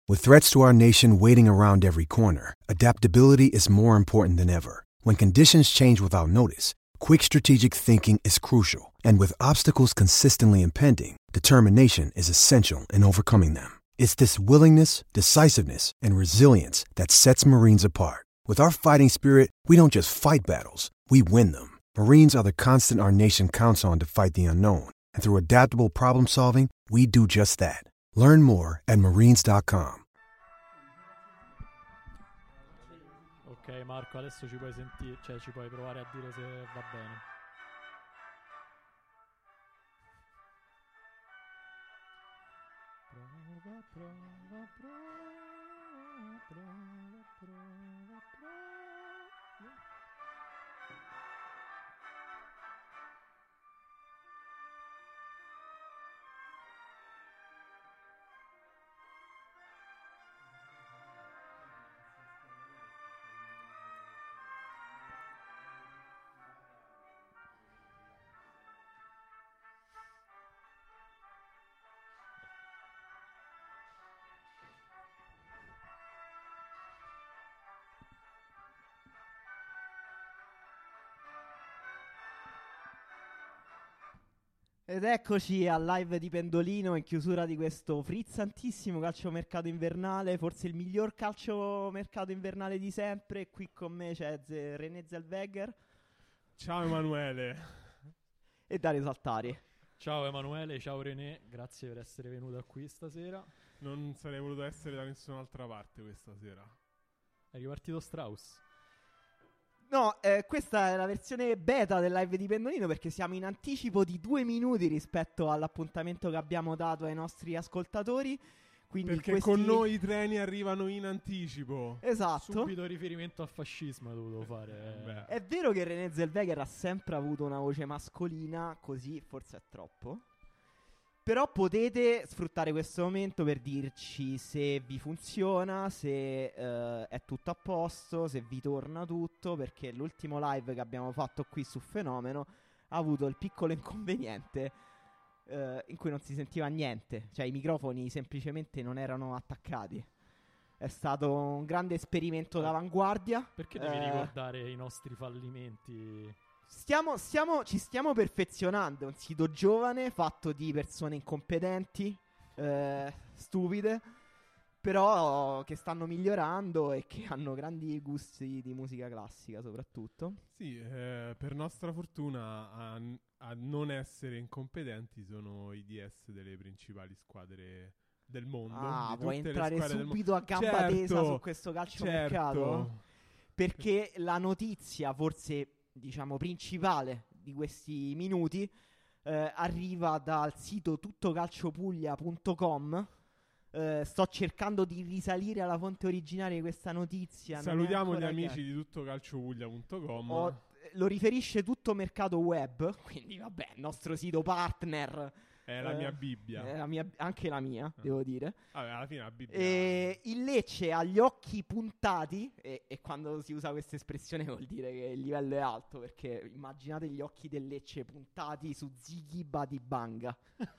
With threats to our nation waiting around every corner, adaptability is more important than ever. When conditions change without notice, quick strategic thinking is crucial. And with obstacles consistently impending, determination is essential in overcoming them. It's this willingness, decisiveness, and resilience that sets Marines apart. With our fighting spirit, we don't just fight battles, we win them. Marines are the constant our nation counts on to fight the unknown. And through adaptable problem solving, we do just that. Learn more at marines.com. Ok Marco, adesso ci puoi sentire, cioè ci puoi provare a dire se va bene. Ed eccoci al live di Pendolino in chiusura di questo frizzantissimo calciomercato invernale, forse il miglior calciomercato invernale di sempre. Qui con me c'è René Zellweger. Ciao Emanuele. E Dario Saltari. Ciao Emanuele, ciao René, grazie per essere venuto qui stasera. Non sarei voluto essere da nessun'altra parte questa sera. È ripartito Strauss. No, questa è la versione beta del live di Pendolino perché siamo in anticipo di 2 minuti rispetto all'appuntamento che abbiamo dato ai nostri ascoltatori. Quindi perché con noi i treni arrivano in anticipo. Esatto. Subito riferimento al fascismo dovevo fare. È vero che René Zellweger ha sempre avuto una voce mascolina, così forse è troppo. Però potete sfruttare questo momento per dirci se vi funziona, se è tutto a posto, se vi torna tutto, perché l'ultimo live che abbiamo fatto qui su Fenomeno ha avuto il piccolo inconveniente in cui non si sentiva niente, cioè i microfoni semplicemente non erano attaccati. È stato un grande esperimento d'avanguardia. Perché devi ricordare i nostri fallimenti? Ci stiamo perfezionando. È un sito giovane fatto di persone incompetenti, stupide, però che stanno migliorando e che hanno grandi gusti di musica classica soprattutto. Sì, per nostra fortuna a non essere incompetenti sono i DS delle principali squadre del mondo. Ah, di vuoi tutte le entrare squadre subito a gamba tesa su questo calciomercato? Certo. Perché la notizia forse diciamo principale di questi minuti arriva dal sito tuttocalciopuglia.com. Sto cercando di risalire alla fonte originaria di questa notizia. Salutiamo gli amici di tuttocalciopuglia.com. Lo riferisce Tutto Mercato Web, quindi vabbè, il nostro sito partner. È la mia Bibbia. Anche la mia, devo dire. Vabbè, alla fine la Bibbia. Il Lecce ha gli occhi puntati, e quando si usa questa espressione vuol dire che il livello è alto, perché immaginate gli occhi del Lecce puntati su Ziggy Badibanga.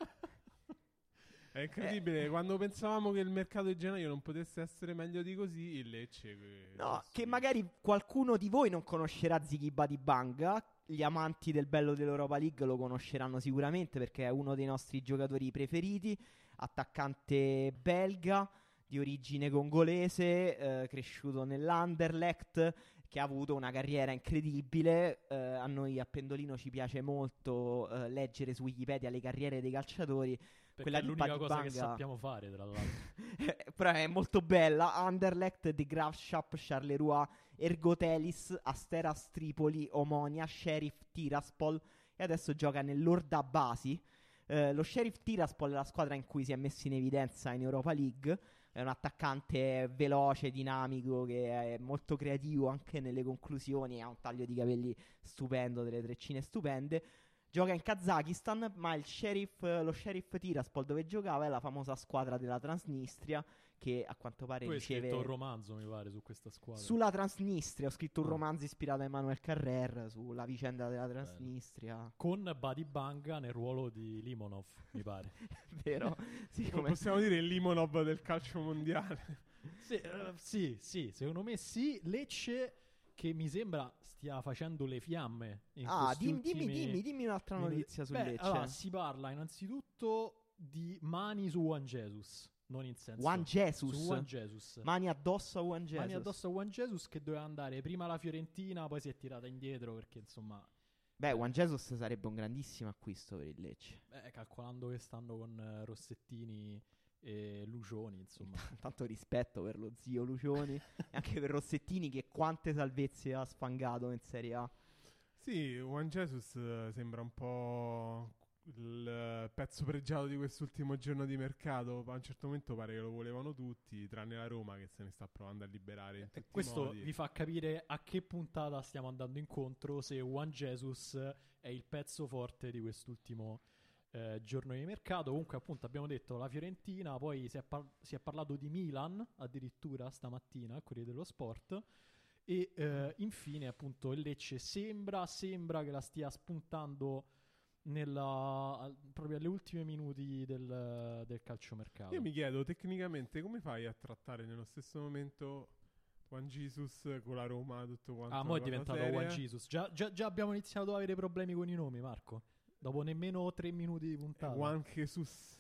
È incredibile, quando pensavamo che il mercato di gennaio non potesse essere meglio di così, il Lecce... No, che magari qualcuno di voi non conoscerà Ziggy Badibanga. Gli amanti del bello dell'Europa League lo conosceranno sicuramente perché è uno dei nostri giocatori preferiti, attaccante belga di origine congolese, cresciuto nell'Anderlecht, che ha avuto una carriera incredibile. A noi a Pendolino ci piace molto leggere su Wikipedia le carriere dei calciatori. Perché Quella è l'unica di cosa Banga, che sappiamo fare, tra l'altro. però è molto bella. Anderlecht, De Graafschap, Charleroi, Ergotelis, Asteras Tripoli, Omonia, Sheriff Tiraspol e adesso gioca nell'Orda Basi. Lo Sheriff Tiraspol è la squadra in cui si è messo in evidenza in Europa League. È un attaccante veloce, dinamico, che è molto creativo anche nelle conclusioni, ha un taglio di capelli stupendo, delle treccine stupende. Gioca in Kazakistan, ma lo Sheriff Tiraspol dove giocava è la famosa squadra della Transnistria, che a quanto pare Tu hai riceve... scritto un romanzo, mi pare, su questa squadra. Sulla Transnistria ho scritto un Ah. romanzo ispirato a Emmanuel Carrer sulla vicenda della Transnistria. Con Buddy Banga nel ruolo di Limonov, mi pare. Vero? Sì, Non come... possiamo dire il Limonov del calcio mondiale. Sì, secondo me sì. Lecce, che mi sembra stia facendo le fiamme in Ah, questi ultimi dimmi un'altra minuti. notizia su Beh, Lecce. allora, si parla innanzitutto di mani su Juan Jesus, non in senso Juan Jesus. su Juan Jesus. Mani addosso a Juan Jesus. Mani addosso a Juan Jesus, che doveva andare prima alla Fiorentina, poi si è tirata indietro perché insomma, Beh, Juan Jesus sarebbe un grandissimo acquisto per il Lecce. calcolando che stanno con Rossettini e Lucioni, insomma. Tanto rispetto per lo zio Lucioni e anche per Rossettini, che quante salvezze ha sfangato in Serie A. Sì, Juan Jesus sembra un po' il pezzo pregiato di quest'ultimo giorno di mercato. A un certo momento pare che lo volevano tutti, tranne la Roma che se ne sta provando a liberare in tutti i Questo modi. vi fa capire a che puntata stiamo andando incontro, se Juan Jesus è il pezzo forte di quest'ultimo giorno di mercato. Comunque appunto abbiamo detto la Fiorentina, poi si è parlato di Milan addirittura stamattina al Corriere dello Sport, e infine appunto il Lecce sembra che la stia spuntando proprio alle ultime minuti del calciomercato. Io mi chiedo tecnicamente come fai a trattare nello stesso momento Juan Jesus con la Roma, tutto quanto. Mo' è la diventato serie. Juan Jesus. Già abbiamo iniziato ad avere problemi con i nomi, Marco. Dopo nemmeno 3 minuti di puntata. Juan Jesus.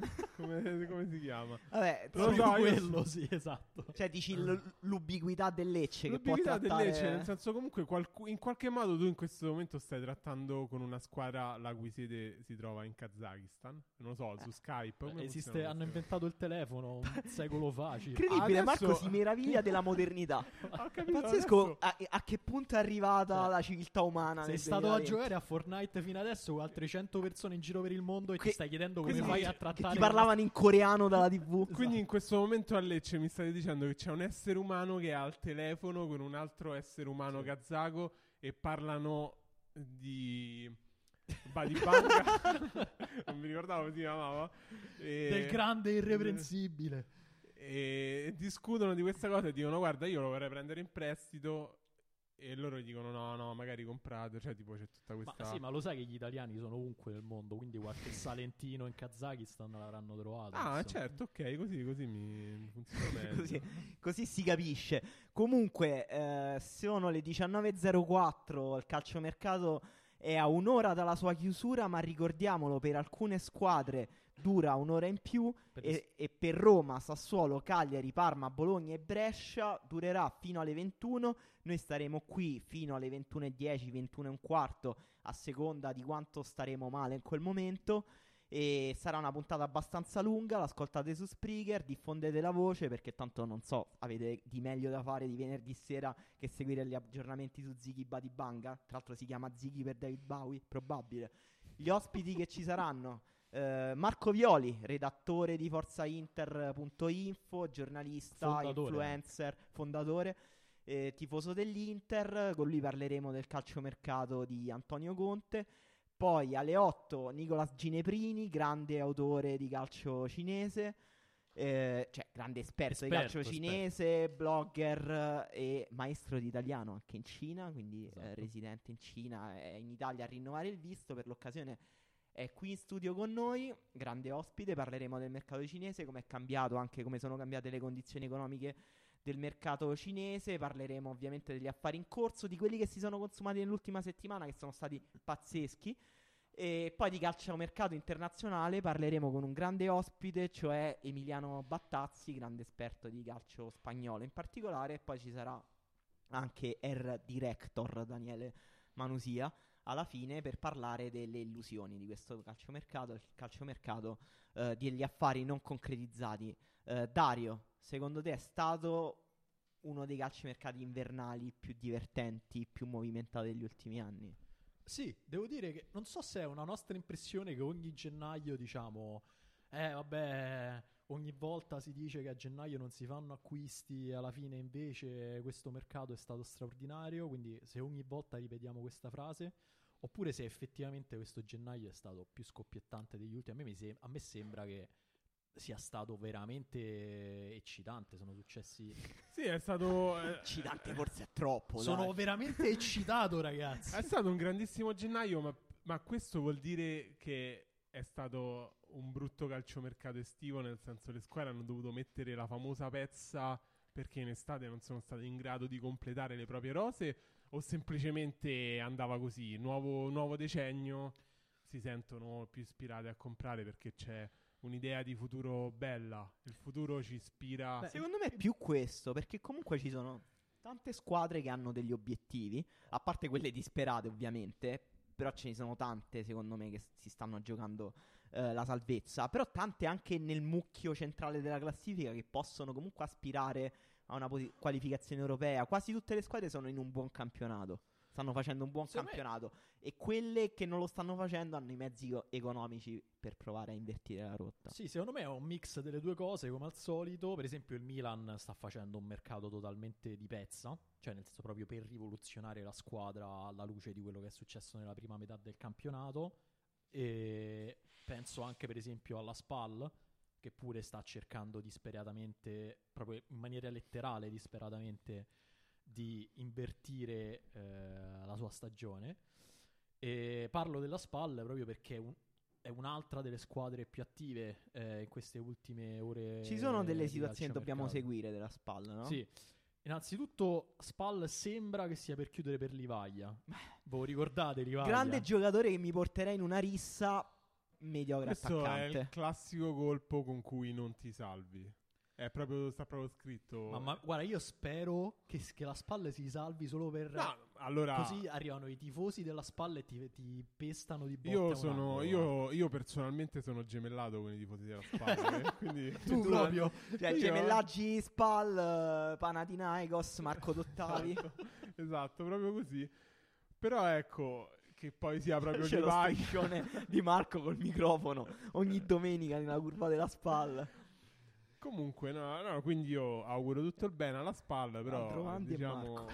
come si chiama? Vabbè, Lo Proprio so, io- quello, sì, esatto. cioè dici l'ubiquità del Lecce che può L'ubiquità del trattare... Lecce, nel senso comunque in qualche modo tu in questo momento stai trattando con una squadra la cui sede si trova in Kazakistan, non lo so, su Skype. come Hanno funziona questo? inventato il telefono un secolo fa. circa. Incredibile, Adesso- Marco si meraviglia della modernità. Ho capito, Pazzesco, adesso- a che punto è arrivata Cioè, la civiltà umana Sei nel stato a 2020? giocare a Fortnite fino adesso con altre 100 persone in giro per il mondo e Que- ti stai chiedendo come Quindi fai a che trattare ti parlavano in coreano dalla TV. Quindi in questo momento a Lecce mi state dicendo che c'è un essere umano che ha il telefono con un altro essere umano Sì. kazako e parlano di Buddy Banga. Non mi ricordavo come si chiamava. del grande irreprensibile. E discutono di questa cosa e dicono guarda io lo vorrei prendere in prestito e loro dicono no magari comprato, cioè tipo c'è tutta questa... Ma sì, ma lo sai che gli italiani sono ovunque nel mondo, quindi qualche salentino in Kazakistan l'avranno trovato. Ah, insomma. certo, ok, così mi funziona meglio. Così si capisce. Comunque, sono le 19.04. Il calciomercato è a un'ora dalla sua chiusura, ma ricordiamolo, per alcune squadre dura un'ora in più e per Roma, Sassuolo, Cagliari, Parma, Bologna e Brescia durerà fino alle 21. Noi staremo qui fino alle 21.10, 21.15, a seconda di quanto staremo male in quel momento. E sarà una puntata abbastanza lunga, l'ascoltate su Spreaker, diffondete la voce perché tanto non so, avete di meglio da fare di venerdì sera che seguire gli aggiornamenti su Ziggy Buddy Banga. Tra l'altro si chiama Ziggy per David Bowie, probabile. Gli ospiti che ci saranno: Marco Violi, redattore di forzainter.info, giornalista, Fondatore. influencer, fondatore, tifoso dell'Inter. Con lui parleremo del calciomercato di Antonio Conte. Poi alle 8 Nicolas Gineprini, grande autore di calcio cinese, cioè grande esperto di calcio cinese, blogger e maestro di italiano anche in Cina, quindi Esatto. residente in Cina, è in Italia a rinnovare il visto, per l'occasione è qui in studio con noi, grande ospite. Parleremo del mercato cinese, come è cambiato, anche come sono cambiate le condizioni economiche del mercato cinese. Parleremo ovviamente degli affari in corso, di quelli che si sono consumati nell'ultima settimana, che sono stati pazzeschi. E poi di calciomercato internazionale parleremo con un grande ospite, cioè Emiliano Battazzi, grande esperto di calcio spagnolo in particolare. E poi ci sarà anche Director Daniele Manusia alla fine per parlare delle illusioni di questo calciomercato, il calciomercato degli affari non concretizzati. Dario, secondo te è stato uno dei calciomercati invernali più divertenti, più movimentati degli ultimi anni? Sì, devo dire che non so se è una nostra impressione che ogni gennaio diciamo vabbè, ogni volta si dice che a gennaio non si fanno acquisti, alla fine invece questo mercato è stato straordinario, quindi se ogni volta ripetiamo questa frase, oppure se effettivamente questo gennaio è stato più scoppiettante degli ultimi. A me sembra che sia stato veramente eccitante. Sono successi. Sì, è stato Eccitante forse è troppo. Sono dai. veramente eccitato, ragazzi. è stato un grandissimo gennaio, ma questo vuol dire che è stato un brutto calciomercato estivo, nel senso le squadre hanno dovuto mettere la famosa pezza perché in estate non sono state in grado di completare le proprie rose, o semplicemente andava così, nuovo decennio, si sentono più ispirati a comprare perché c'è un'idea di futuro bella, il futuro ci ispira. Beh, secondo me è più questo, perché comunque ci sono tante squadre che hanno degli obiettivi, a parte quelle disperate ovviamente, però ce ne sono tante secondo me che si stanno giocando la salvezza, però tante anche nel mucchio centrale della classifica che possono comunque aspirare a una qualificazione europea. Quasi tutte le squadre sono in un buon campionato, stanno facendo un buon campionato, e quelle che non lo stanno facendo hanno i mezzi economici per provare a invertire la rotta. Sì, secondo me è un mix delle due cose, come al solito. Per esempio il Milan sta facendo un mercato totalmente di pezza, cioè nel senso proprio per rivoluzionare la squadra alla luce di quello che è successo nella prima metà del campionato. E penso anche per esempio alla Spal, che pure sta cercando disperatamente, proprio in maniera letterale disperatamente, di invertire la sua stagione. E parlo della Spal proprio perché è un'altra delle squadre più attive in queste ultime ore. Ci sono delle di situazioni che dobbiamo calciomercato. seguire della Spal, no? Sì. Innanzitutto Spal sembra che sia per chiudere per Livaglia. Voi ricordate Livaglia? Grande giocatore che mi porterà in una rissa mediocre Questo è attaccante. il classico colpo con cui non ti salvi. Sta proprio scritto. Ma guarda, io spero che la Spal si salvi solo per... No, allora Così arrivano i tifosi della Spal e ti pestano di botta. io personalmente sono gemellato con i tifosi della Spal, quindi Tu proprio. Cioè, Io- gemellaggi Spal, Panathinaikos, Marco Dottavi. esatto, proprio così. Però ecco che poi sia proprio C'è lo Livaglia. striscione di Marco col microfono ogni domenica nella curva della Spal. Comunque, no, quindi io auguro tutto il bene alla Spal, però Altrovandi e diciamo Marco.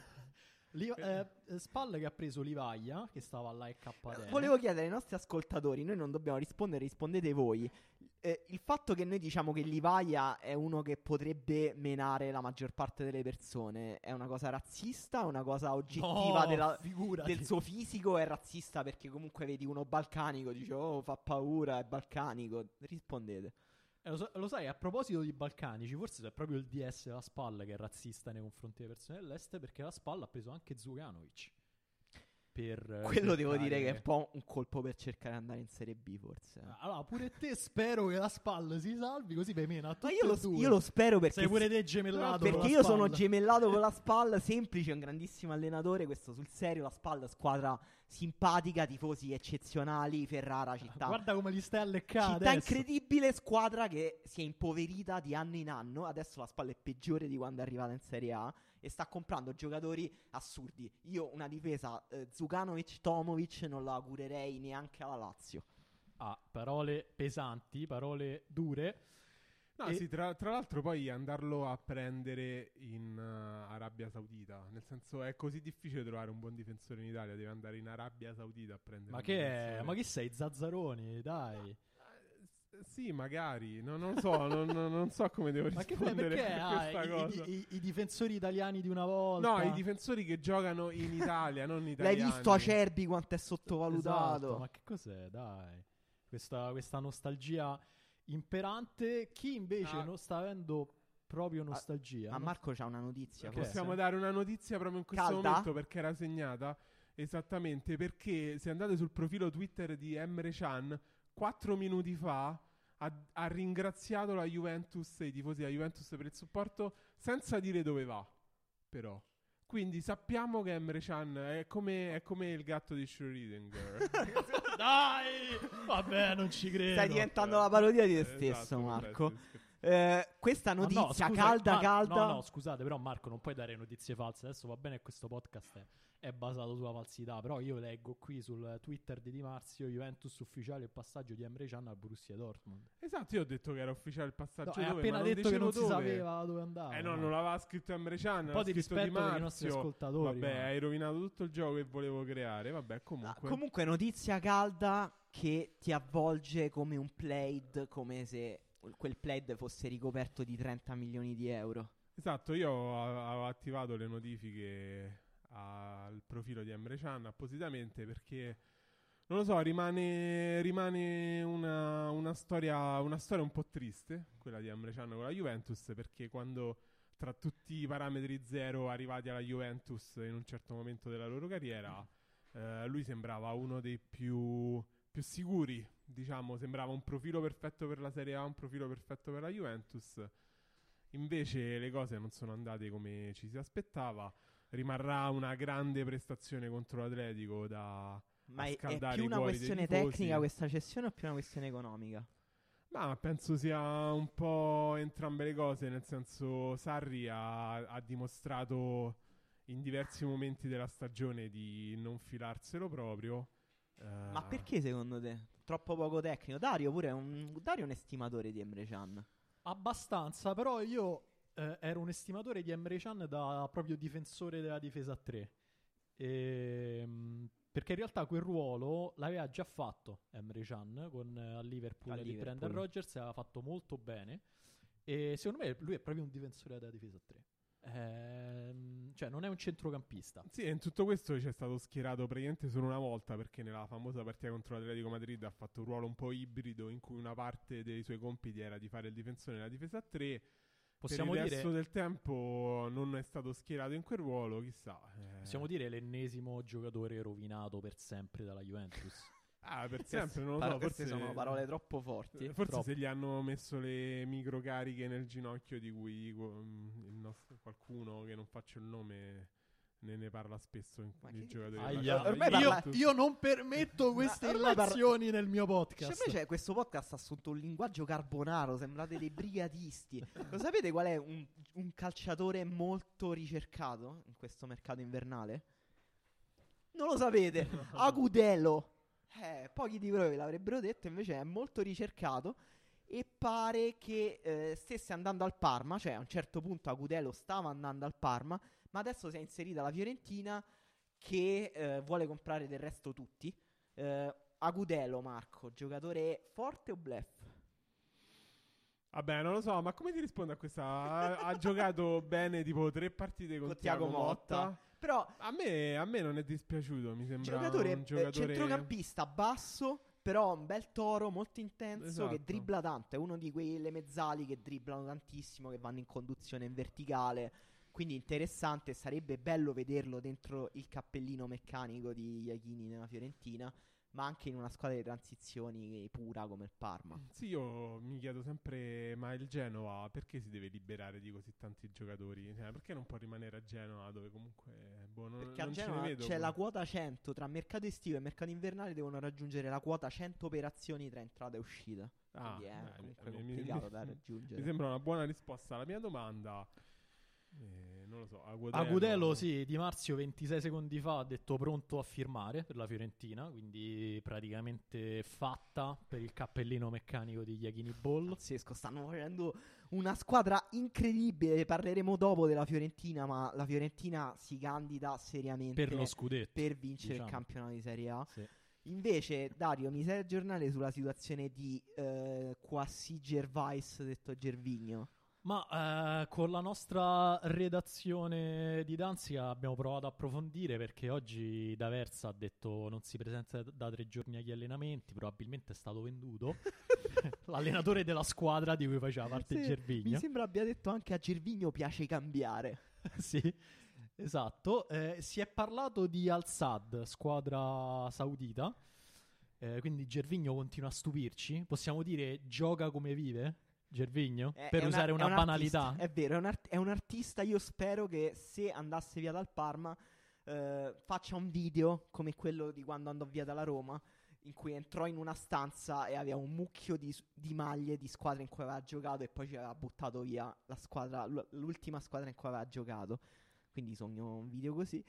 Spal che ha preso Livaglia, che stava all'AEK Atene. Volevo chiedere ai nostri ascoltatori, noi non dobbiamo rispondere, rispondete voi. Il fatto che noi diciamo che Livaia è uno che potrebbe menare la maggior parte delle persone è una cosa razzista? È una cosa oggettiva figurati. del suo fisico? È razzista perché comunque vedi uno balcanico, dici oh fa paura, è balcanico? Rispondete. Lo sai, a proposito di balcanici, forse è proprio il DS della Spal che è razzista nei confronti delle persone dell'est, perché la Spal ha preso anche Zuganovic. Quello devo dire che è un po' un colpo per cercare di andare in Serie B, forse. Allora, pure te spero che la Spal si salvi, così per me. Ma io lo spero perché sei pure te gemellato con perché la io Spal. sono gemellato con la Spal, semplice, un grandissimo allenatore, questo sul serio, la Spal squadra simpatica, tifosi eccezionali, Ferrara, città. Guarda come li stai a leccare Città adesso. incredibile, squadra che si è impoverita di anno in anno. Adesso la Spal è peggiore di quando è arrivata in Serie A e sta comprando giocatori assurdi. Io una difesa Zuganovic, Tomovic non la augurerei neanche alla Lazio. Parole pesanti, parole dure. No, E- sì, tra l'altro poi andarlo a prendere in Arabia Saudita, nel senso è così difficile trovare un buon difensore in Italia, deve andare in Arabia Saudita a prendere Ma un che difensore. è? Ma chi sei? Zazzaroni, dai. Sì, magari, non lo so, non so come devo Ma che rispondere perché a questa cosa. i difensori italiani di una volta? No, i difensori che giocano in Italia, non L'hai italiani. visto Acerbi quanto è sottovalutato? Esatto, ma che cos'è? Dai. Questa nostalgia imperante. Chi invece non sta avendo proprio nostalgia? Ma no? Marco c'ha una notizia. Che? Possiamo dare una notizia proprio in questo Calda? momento perché era segnata. Esattamente, perché se andate sul profilo Twitter di Emre Can, 4 minuti fa ha ringraziato la Juventus e i tifosi della Juventus per il supporto senza dire dove va, però. Quindi sappiamo che Emre Can è come il gatto di Schrödinger. Dai! Vabbè, non ci credo. Stai diventando la parodia di te stesso, Esatto, Marco. vabbè, Questa Ma no, notizia scusa, calda. No, scusate, però Marco non puoi dare notizie false. Adesso va bene che questo podcast è basato sulla falsità, però io leggo qui sul Twitter di Di Marzio: Juventus ufficiale il passaggio di Emre Can al Borussia Dortmund. Esatto, io ho detto che era ufficiale il passaggio No, hai dove, appena ma non detto che non si dove. sapeva dove andare. No, non l'aveva scritto Emre Can, Un po' di l'ha scritto rispetto Di per i nostri Marzio. ascoltatori. Vabbè, ma- hai rovinato tutto il gioco che volevo creare. Vabbè, comunque. Comunque notizia calda che ti avvolge come un plaid, come se quel plaid fosse ricoperto di 30 milioni di euro. Esatto, io avevo attivato le notifiche al profilo di Emre Can appositamente perché, non lo so, rimane una storia un po' triste, quella di Emre Can con la Juventus, perché quando tra tutti i parametri zero arrivati alla Juventus in un certo momento della loro carriera, lui sembrava uno dei più sicuri, diciamo, sembrava un profilo perfetto per la Serie A, un profilo perfetto per la Juventus. Invece le cose non sono andate come ci si aspettava. Rimarrà una grande prestazione contro l'Atletico da Ma è scaldare più i una cuori dei questione tifosi. tecnica questa cessione o più una questione economica? Ma penso sia un po' entrambe le cose, nel senso Sarri ha dimostrato in diversi momenti della stagione di non filarselo proprio. Ma perché secondo te? Troppo poco tecnico? Dario pure Dario è un estimatore di Emre Can. Abbastanza, però io ero un estimatore di Emre Can da proprio difensore della difesa a 3. Perché in realtà quel ruolo l'aveva già fatto Emre Can con a Liverpool di Brendan Rodgers, aveva fatto molto bene. E secondo me lui è proprio un difensore della difesa a 3. Cioè non è un centrocampista. Sì, e in tutto questo c'è stato schierato praticamente solo una volta, perché nella famosa partita contro l'Atletico Madrid ha fatto un ruolo un po' ibrido in cui una parte dei suoi compiti era di fare il difensore nella difesa a 3. Possiamo per il dire, resto del tempo non è stato schierato in quel ruolo, chissà. possiamo dire l'ennesimo giocatore rovinato per sempre dalla Juventus. Per sempre, non lo so, Queste forse sono parole troppo forti. Forse Troppo. se gli hanno messo le microcariche nel ginocchio di cui qualcuno che non faccio il nome ne parla spesso di giocatori. Aia, Ormai io non permetto queste ormai illazioni nel mio podcast. Cioè, invece questo podcast ha assunto un linguaggio carbonaro, sembrate dei brigatisti. Lo sapete qual è un calciatore molto ricercato in questo mercato invernale? Non lo sapete? Agudelo. Pochi di voi l'avrebbero detto, invece è molto ricercato e pare che stesse andando al Parma, cioè a un certo punto Agudelo stava andando al Parma, ma adesso si è inserita la Fiorentina che vuole comprare del resto tutti. Agudelo, Marco, giocatore forte o bluff? Vabbè, non lo so, ma come ti rispondo a questa? Ha giocato bene tipo 3 partite con Thiago Motta. Però A me non è dispiaciuto, mi sembra giocatore, un giocatore centrocampista basso, però un bel toro, molto intenso, Esatto. che dribbla tanto. È uno di quelle mezzali che dribblano tantissimo, che vanno in conduzione in verticale. Quindi interessante, sarebbe bello vederlo dentro il cappellino meccanico di Iachini nella Fiorentina, ma anche in una squadra di transizioni pura come il Parma. Sì, io mi chiedo sempre, ma il Genova perché si deve liberare di così tanti giocatori? Perché non può rimanere a Genova dove comunque Perché a non ce ne Genova vedo. c'è la quota 100, tra mercato estivo e mercato invernale devono raggiungere la quota 100 operazioni tra entrata e uscita. Quindi è comunque complicato da raggiungere. Mi sembra una buona risposta alla mia domanda. Non lo so, Agudelo, sì, Di Marzio 26 secondi fa ha detto pronto a firmare per la Fiorentina, quindi praticamente fatta per il cappellino meccanico di Iachini Ball. Pazzesco, stanno facendo una squadra incredibile. Parleremo dopo della Fiorentina, ma la Fiorentina si candida seriamente Per lo scudetto, per vincere diciamo. il campionato di Serie A. Sì. Invece, Dario, mi sai aggiornare sulla situazione di Quassi Gervais, detto Gervigno? Ma con la nostra redazione di Danzica abbiamo provato a approfondire, perché oggi D'Aversa ha detto non si presenta da 3 giorni agli allenamenti, probabilmente è stato venduto. L'allenatore della squadra di cui faceva parte Gervigno. Mi sembra abbia detto anche a Gervigno piace cambiare. Sì, esatto. Si è parlato di Al-Sadd, squadra saudita, quindi Gervigno continua a stupirci. Possiamo dire gioca come vive Gervigno? Per usare una banalità. Artista, è vero, è un artista. Io spero che se andasse via dal Parma faccia un video come quello di quando andò via dalla Roma, in cui entrò in una stanza e aveva un mucchio di maglie di squadre in cui aveva giocato e poi ci aveva buttato via la squadra, l'ultima squadra in cui aveva giocato. Quindi sogno un video così.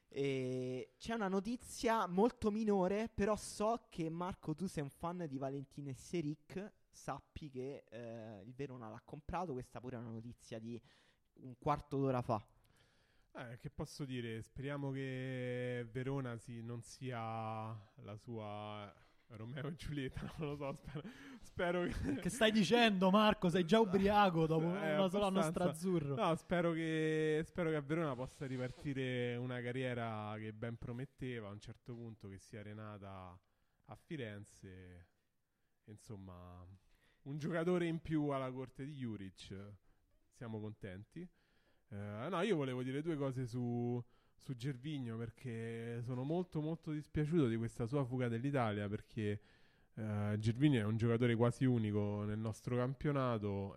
E c'è una notizia molto minore, però so che Marco, tu sei un fan di Valentin Esseric. Sappi che il Verona l'ha comprato. Questa pure è una notizia di un quarto d'ora fa. Che posso dire? Speriamo che Verona non sia la sua Romeo e Giulietta, non lo so, spero Che stai dicendo, Marco? Sei già ubriaco dopo una sola nostra azzurro. No, spero che a Verona possa ripartire una carriera che ben prometteva, a un certo punto che sia arenata a Firenze. Insomma, un giocatore in più alla corte di Juric, siamo contenti. No, io volevo dire due cose su Gervinho, perché sono molto molto dispiaciuto di questa sua fuga dall'Italia, perché Gervinho è un giocatore quasi unico nel nostro campionato,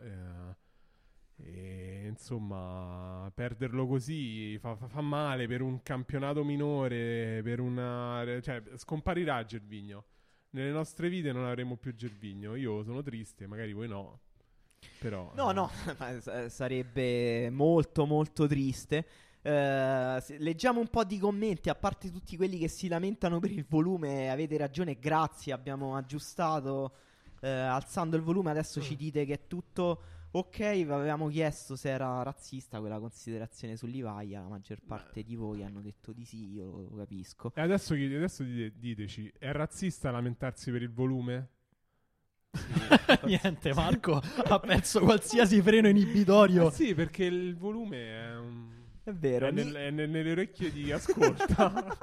e insomma perderlo così fa male per un campionato minore, cioè scomparirà Gervinho. Nelle nostre vite non avremo più Gervinho. Io sono triste, magari voi no. Però No, sarebbe molto molto triste. Leggiamo un po' di commenti. A parte tutti quelli che si lamentano per il volume, avete ragione, grazie, abbiamo aggiustato alzando il volume. Adesso ci dite che è tutto ok. Vi avevamo chiesto se era razzista quella considerazione sull'Ivaia. La maggior parte di voi hanno detto di sì, io lo capisco. E adesso diteci, è razzista lamentarsi per il volume? Niente, Marco ha perso qualsiasi freno inibitorio. Sì, perché il volume È vero, è nelle orecchie di chi ascolta.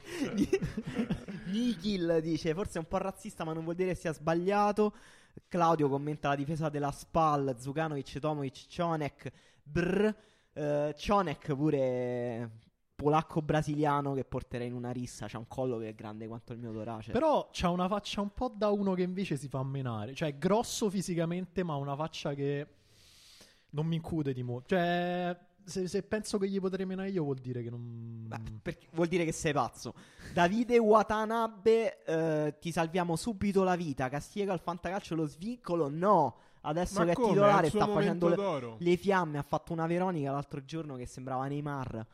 Nikil dice forse è un po' razzista, ma non vuol dire che sia sbagliato. Claudio commenta la difesa della Spal, Zukanovic, Tomovic, Cionek, Cionek pure polacco-brasiliano che porterei in una rissa. C'ha un collo che è grande quanto il mio torace. Però c'ha una faccia un po' da uno che invece si fa menare. Cioè è grosso fisicamente, ma ha una faccia che non mi incute di molto. Cioè se penso che gli potrei menare io, vuol dire che non... vuol dire che sei pazzo. Davide Watanabe, ti salviamo subito la vita. Castiega al fantacalcio lo svincolo? No. Adesso Ma che è come? titolare È il suo sta facendo momento le fiamme. Ha fatto una Veronica l'altro giorno che sembrava Neymar.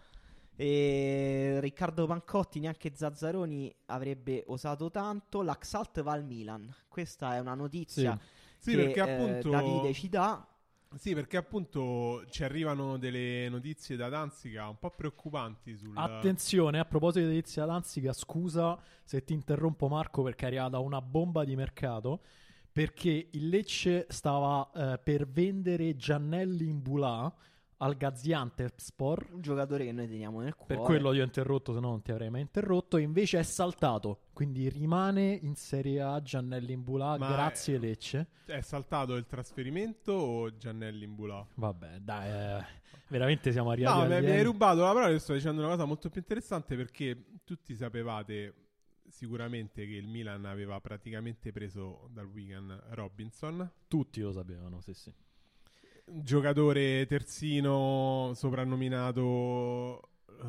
E Riccardo Pancotti, neanche Zazzaroni avrebbe osato tanto. L'Axalt va al Milan. Questa è una notizia Sì, che perché appunto Davide ci dà. Sì, perché appunto ci arrivano delle notizie da Danzica un po' preoccupanti sul... Attenzione, a proposito di notizie da Danzica, scusa se ti interrompo Marco, perché è arrivata una bomba di mercato, perché il Lecce stava per vendere Giannelli Imbulà al Gaziantepspor, Un giocatore che noi teniamo nel cuore. per quello ti ho interrotto, se no non ti avrei mai interrotto, e invece è saltato, quindi rimane in Serie A Giannelli Imbulà, Ma grazie Lecce. È saltato il trasferimento o Giannelli Imbulà? Vabbè, dai, veramente siamo arrivati No, agli mi hai end. rubato la parola e sto dicendo una cosa molto più interessante, perché tutti sapevate sicuramente che il Milan aveva praticamente preso dal Wigan Robinson, Tutti lo sapevano, sì. giocatore terzino soprannominato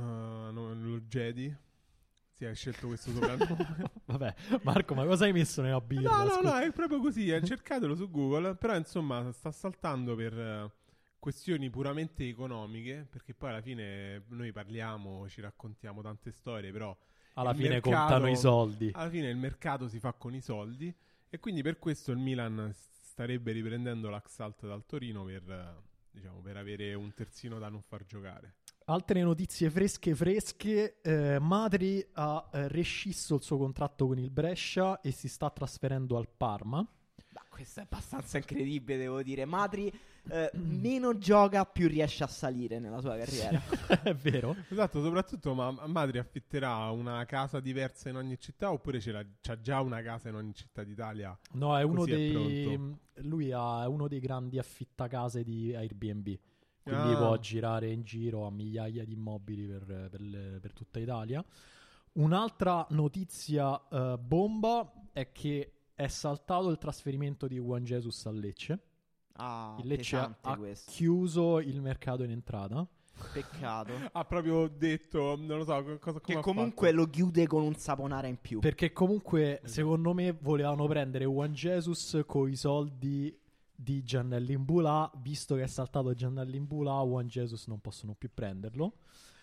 lo Jedi. Si è scelto questo soprannome. Vabbè, Marco, ma cosa hai messo nella birra? No, è proprio così, cercatelo su Google, però insomma sta saltando per questioni puramente economiche, perché poi alla fine noi parliamo, ci raccontiamo tante storie, però Alla il fine mercato- contano i soldi. alla fine il mercato si fa con i soldi, e quindi per questo il Milan starebbe riprendendo l'Axalt dal Torino per avere un terzino da non far giocare. Altre notizie fresche. Matri ha rescisso il suo contratto con il Brescia e si sta trasferendo al Parma. Ma questo è abbastanza incredibile, devo dire. Matri meno gioca, più riesce a salire nella sua carriera. È vero? Esatto, soprattutto Madri affitterà una casa diversa in ogni città, oppure c'ha già una casa in ogni città d'Italia? No, è uno Così è dei... pronto. Lui è uno dei grandi affittacase di Airbnb. Quindi può girare in giro a migliaia di immobili per tutta Italia. Un'altra notizia bomba è che è saltato il trasferimento di Juan Jesus al Lecce. Il Lecce ha questo. chiuso il mercato in entrata. Peccato. Ha proprio detto, non lo so, cosa Che ha comunque fatto? lo chiude con un saponara in più. Perché comunque, secondo me, volevano prendere Juan Jesus con i soldi di Giannelli Imbulà. Visto che è saltato Giannelli Imbulà, Juan Jesus non possono più prenderlo.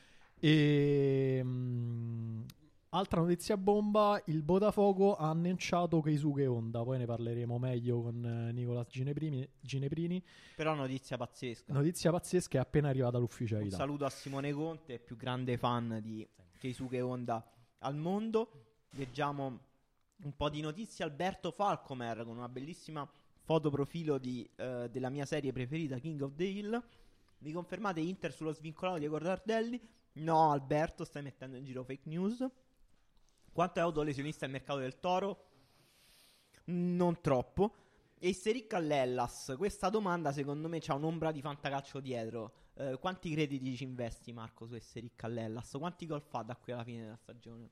E altra notizia bomba: il Botafogo ha annunciato Keisuke Honda. Poi ne parleremo meglio con Nicolas Gineprini. Però notizia pazzesca. Notizia pazzesca, è appena arrivata Un l'ufficialità. saluto a Simone Conte, il più grande fan di Keisuke Honda al mondo. Leggiamo Un po' di notizie. Alberto Falcomer con una bellissima fotoprofilo della mia serie preferita, King of the Hill. Mi confermate Inter sullo svincolato di Diego Tardelli? No, Alberto, stai mettendo in giro fake news. Quanto è autolesionista il mercato del Toro? Non troppo. E Seric all'Hellas? Questa domanda secondo me c'ha un'ombra di fantacalcio dietro. Quanti crediti ci investi, Marco, su Seric all'Hellas? Quanti gol fa da qui alla fine della stagione?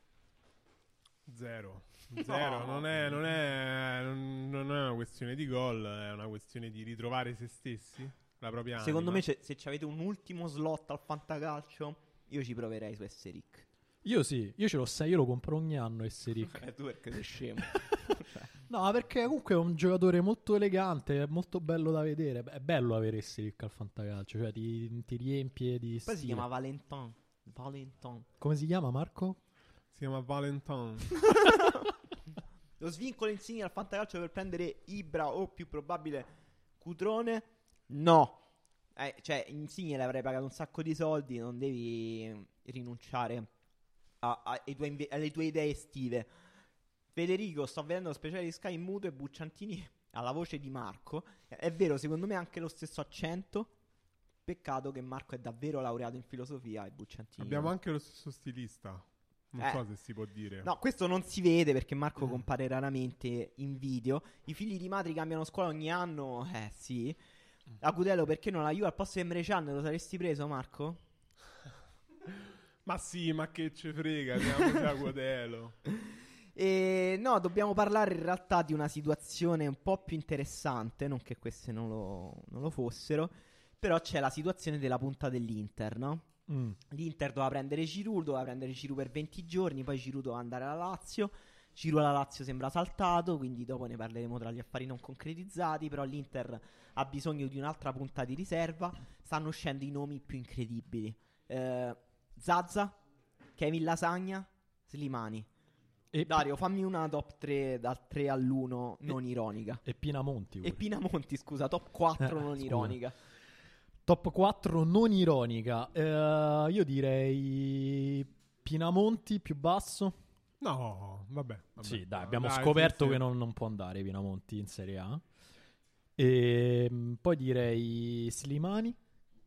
Zero. Non è una questione di gol, è una questione di ritrovare se stessi, la propria anima. Secondo me se avete un ultimo slot al fantacalcio, io ci proverei su Esseric. Io sì, io ce l'ho 6, io lo compro ogni anno Esseric. Tu perché sei scemo. No, perché comunque è un giocatore molto elegante, è molto bello da vedere. È bello avere Esseric al fantacalcio, cioè ti riempie di Poi stile. si chiama Valentin. Come si chiama, Marco? Si chiama Valentin. Lo svincolo Insigne al fantacalcio per prendere Ibra o più probabile Cutrone? No. Cioè Insigne le avrei pagato un sacco di soldi, non devi rinunciare alle tue idee estive. Federico, sto vedendo lo speciale di Sky muto e Bucciantini alla voce di Marco. È vero, secondo me ha anche lo stesso accento. Peccato che Marco è davvero laureato in filosofia e Bucciantini Abbiamo no. anche lo stesso stilista. Non so se si può dire. No, questo non si vede perché Marco compare raramente in video. I figli di madri cambiano scuola ogni anno. Sì. Agudelo, perché non la Juve al posto di Emre Can? Lo saresti preso, Marco? Ma sì, ma che ce frega, andiamoci a Agudelo. No, dobbiamo parlare in realtà di una situazione un po' più interessante. Non che queste non lo fossero. Però c'è la situazione della punta dell'Inter, no? L'Inter doveva prendere Giroud per 20 giorni, poi Giroud doveva andare alla Lazio. Giroud alla Lazio sembra saltato, quindi dopo ne parleremo tra gli affari non concretizzati. Però l'Inter ha bisogno di un'altra punta di riserva. Stanno uscendo i nomi più incredibili: Zaza, Kevin Lasagna, Slimani. Dario, fammi una top 3 dal 3 all'1 non ironica. E Pinamonti. E Pinamonti, scusa, top 4 non scusa. ironica. Top 4 non ironica. Io direi Pinamonti più basso. No, vabbè. Sì, dai, abbiamo scoperto che non può andare Pinamonti in Serie A. E poi direi Slimani.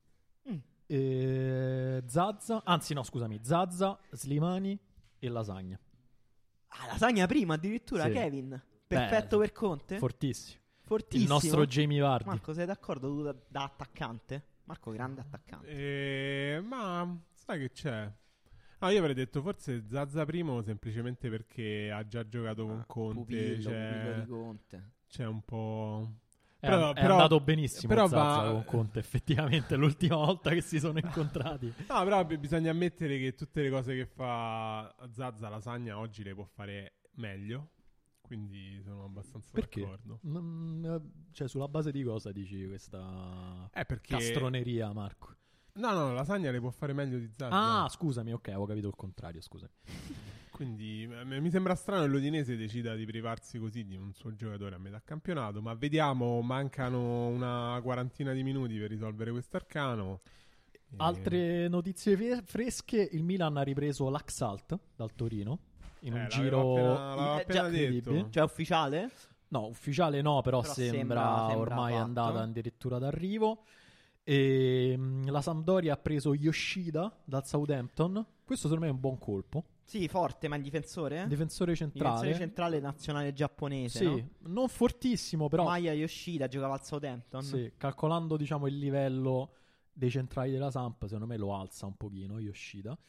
Zaza. Anzi, no, scusami. Zaza, Slimani e Lasagna. Lasagna prima addirittura, Sì. Kevin. Perfetto per Conte. Fortissimo. Fortissimo. Il nostro Jamie Vardy. Marco, sei d'accordo tu da attaccante? Marco, grande attaccante. Ma sai che c'è? No, io avrei detto forse Zaza primo semplicemente perché ha già giocato con Conte. Pupillo di Conte. C'è un po'... È andato benissimo Zaza con Conte, effettivamente, l'ultima volta che si sono incontrati. No, però bisogna ammettere che tutte le cose che fa Zaza, Lasagna oggi le può fare meglio. Quindi sono abbastanza d'accordo. Cioè, sulla base di cosa dici questa perché... castroneria, Marco? No, Lasagna le può fare meglio di Zaza. Ah, scusami, ok, avevo capito il contrario, scusami. Quindi mi sembra strano che l'Udinese decida di privarsi così di un suo giocatore a metà campionato, ma vediamo, mancano una quarantina di minuti per risolvere quest'arcano. Altre notizie fresche: il Milan ha ripreso l'Axalt dal Torino in un giro l'avevo appena detto. Cioè ufficiale? No, ufficiale no, però sembra ormai fatto. andata addirittura d'arrivo. E la Sampdoria ha preso Yoshida dal Southampton. Questo secondo me è un buon colpo. Sì, forte, ma in difensore? Difensore centrale. Difensore centrale nazionale giapponese, Sì, no? non fortissimo, però Maya Yoshida giocava al Southampton. sì, calcolando diciamo il livello dei centrali della Samp, secondo me lo alza un pochino Yoshida.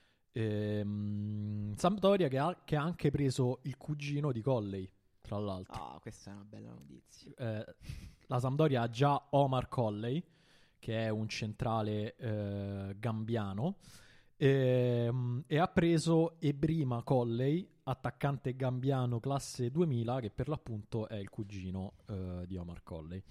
Sampdoria che ha anche preso il cugino di Colley, tra l'altro. Ah, questa è una bella notizia. La Sampdoria ha già Omar Colley, che è un centrale gambiano, e ha preso Ebrima Colley, attaccante gambiano classe 2000, che per l'appunto è il cugino di Omar Colley.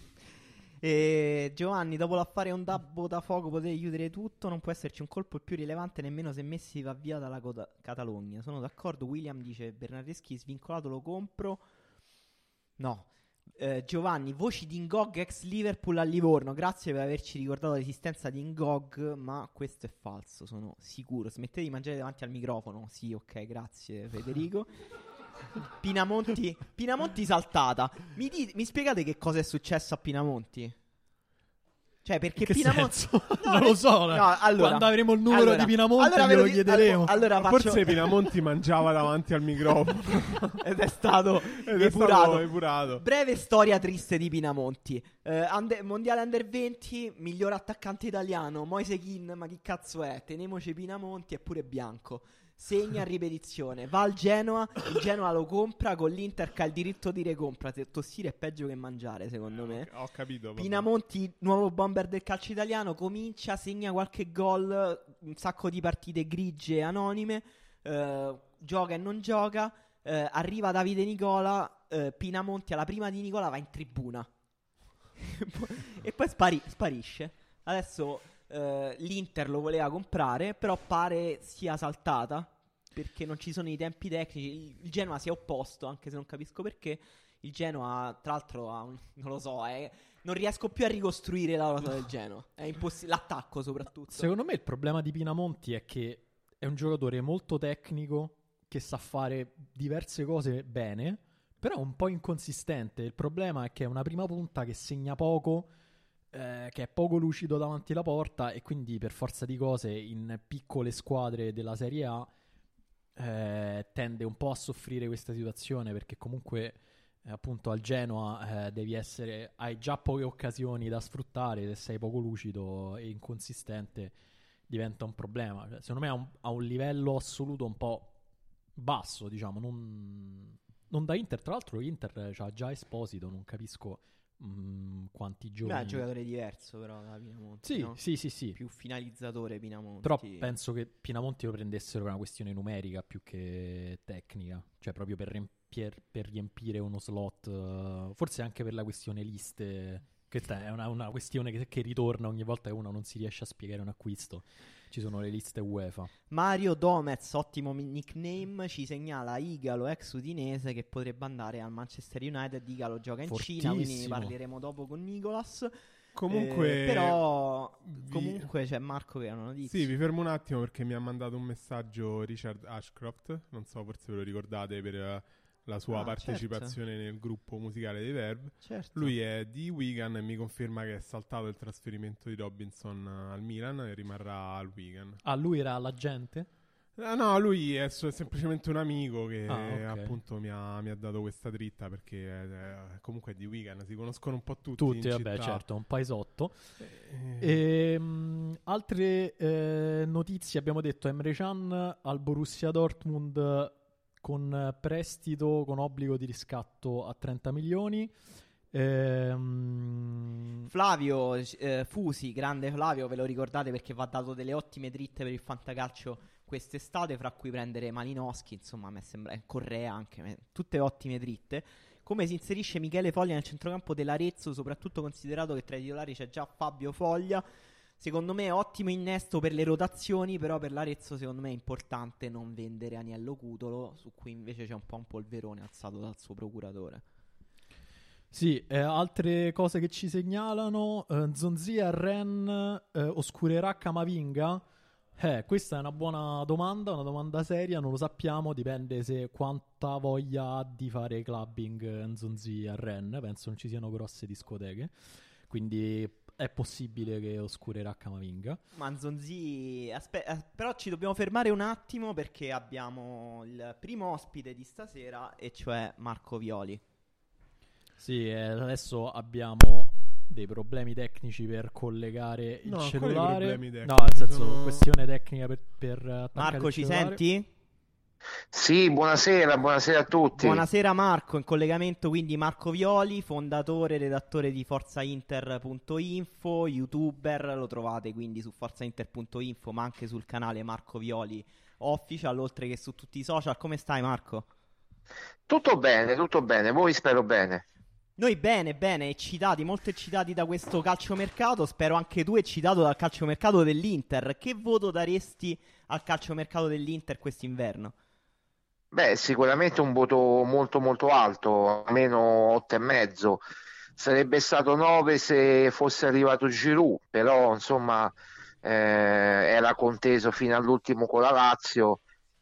E Giovanni, dopo l'affare Onda Botafogo potete chiudere tutto, non può esserci un colpo più rilevante nemmeno se Messi va via dalla Catalogna. Sono d'accordo. William dice Bernardeschi svincolato lo compro. No. Giovanni, voci di Ngog ex Liverpool a Livorno. Grazie per averci ricordato l'esistenza di Ngog, ma questo è falso, sono sicuro. Smettete di mangiare davanti al microfono. Sì, ok, grazie Federico. Pinamonti saltata. Mi spiegate che cosa è successo a Pinamonti? Cioè, perché Che Pinamonti... senso? No, Non lo so. allora, quando avremo il numero di Pinamonti ve glielo lo chiederemo. Allora Forse Pinamonti mangiava davanti al microfono. ed è stato È stato epurato. Breve storia triste di Pinamonti. Mondiale Under 20, miglior attaccante italiano, Moise Kean, ma chi cazzo è? Tenemoci Pinamonti, è pure bianco. Segna a ripetizione, va al Genoa, il Genoa lo compra, con l'Inter che ha il diritto di recompra. Se tossire è peggio che mangiare, secondo me. Ho capito. Vabbè. Pinamonti, nuovo bomber del calcio italiano, comincia, segna qualche gol, un sacco di partite grigie, anonime, gioca e non gioca, arriva Davide Nicola, Pinamonti alla prima di Nicola va in tribuna e poi sparisce. Adesso l'Inter lo voleva comprare, però pare sia saltata perché non ci sono i tempi tecnici. Il Genoa si è opposto, anche se non capisco perché. Il Genoa, tra l'altro, non lo so, non riesco più a ricostruire la rosa del Genoa. È impossibile, l'attacco soprattutto. Secondo me il problema di Pinamonti è che è un giocatore molto tecnico che sa fare diverse cose bene, però è un po' inconsistente. Il problema è che è una prima punta che segna poco, che è poco lucido davanti alla porta, e quindi per forza di cose in piccole squadre della Serie A tende un po' a soffrire questa situazione, perché comunque appunto al Genoa hai già poche occasioni da sfruttare. Se sei poco lucido e inconsistente diventa un problema. Cioè, secondo me ha un livello assoluto un po' basso, diciamo, non da Inter. Tra l'altro l'Inter c'ha già Esposito, non capisco quanti giorni. È un giocatore diverso però da Pinamonti, sì, no? sì. Più finalizzatore Pinamonti. Però penso che Pinamonti lo prendessero per una questione numerica più che tecnica, cioè proprio per riempire uno slot, forse anche per la questione liste. Questa è una questione che ritorna ogni volta che uno non si riesce a spiegare un acquisto. Ci sono le liste UEFA. Mario Domez, ottimo nickname, ci segnala Igalo, ex udinese, che potrebbe andare al Manchester United. Igalo gioca in Fortissimo. Cina, quindi ne parleremo dopo con Nicolas. Comunque, comunque c'è Marco che ha una notizia. Sì, vi fermo un attimo perché mi ha mandato un messaggio Richard Ashcroft. Non so, forse ve lo ricordate per la sua partecipazione nel gruppo musicale dei Verve. Certo. Lui è di Wigan e mi conferma che è saltato il trasferimento di Robinson al Milan e rimarrà al Wigan. Ah, lui era l'agente? No, lui è semplicemente un amico che okay. appunto mi ha dato questa dritta perché comunque è di Wigan, si conoscono un po' tutti in vabbè, città. certo, un paesotto. Altre notizie, abbiamo detto Emre Can al Borussia Dortmund con prestito con obbligo di riscatto a 30 milioni. Flavio Fusi, grande Flavio, ve lo ricordate perché va dato delle ottime dritte per il fantacalcio quest'estate, fra cui prendere Malinowski, insomma a me sembra, Correa anche, tutte ottime dritte. Come si inserisce Michele Foglia nel centrocampo dell'Arezzo, soprattutto considerato che tra i titolari c'è già Fabio Foglia? Secondo me ottimo innesto per le rotazioni, però per l'Arezzo secondo me è importante non vendere Aniello Cutolo, su cui invece c'è un po' un polverone alzato dal suo procuratore. Sì, altre cose che ci segnalano, Zonzi a Rennes oscurerà Camavinga? Questa è una buona domanda, una domanda seria, non lo sappiamo, dipende se quanta voglia ha di fare clubbing Nzonzi a Rennes, penso non ci siano grosse discoteche, quindi è possibile che oscurerà Camavinga. Ma Nzonzi, però ci dobbiamo fermare un attimo perché abbiamo il primo ospite di stasera, e cioè Marco Violi. Sì, adesso abbiamo dei problemi tecnici per collegare il cellulare. No, nel senso, questione tecnica per Marco, ci senti? Sì, buonasera a tutti. Buonasera Marco, in collegamento quindi Marco Violi, fondatore e redattore di forzainter.info, youtuber, lo trovate quindi su forzainter.info ma anche sul canale Marco Violi Official, oltre che su tutti i social. Come stai Marco? Tutto bene, voi spero bene. Noi bene, eccitati, molto eccitati da questo calciomercato, spero anche tu eccitato dal calciomercato dell'Inter. Che voto daresti al calciomercato dell'Inter quest'inverno? Beh, sicuramente un voto molto molto alto, almeno 8,5. Sarebbe stato 9 se fosse arrivato Giroud, però insomma era conteso fino all'ultimo con la Lazio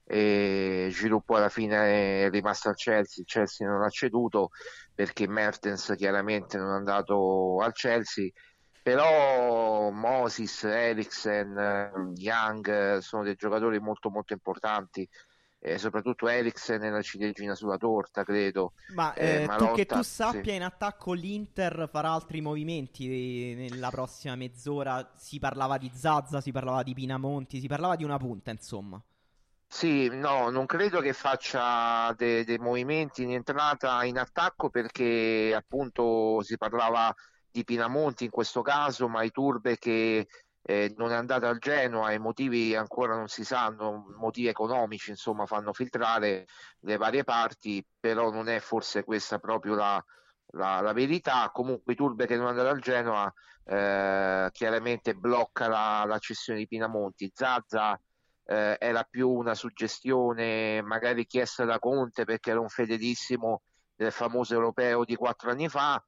e Giroud poi alla fine è rimasto al Chelsea, il Chelsea non l'ha ceduto perché Mertens chiaramente non è andato al Chelsea, però Moses, Eriksen, Young sono dei giocatori molto molto importanti, soprattutto Eriksen è la ciliegina sulla torta, credo. Ma tu che tu Marotta, sì. sappia, in attacco l'Inter farà altri movimenti nella prossima mezz'ora. Si parlava di Zaza, si parlava di Pinamonti, si parlava di una punta, insomma. Sì, no, non credo che faccia dei movimenti in entrata in attacco perché appunto si parlava di Pinamonti in questo caso, ma Iturbe che non è andato al Genoa, i motivi ancora non si sanno, motivi economici insomma fanno filtrare le varie parti, però non è forse questa proprio la verità. Comunque Iturbe che non è andato al Genoa chiaramente blocca la cessione di Pinamonti. Zaza era più una suggestione magari chiesta da Conte perché era un fedelissimo del famoso europeo di 4 anni fa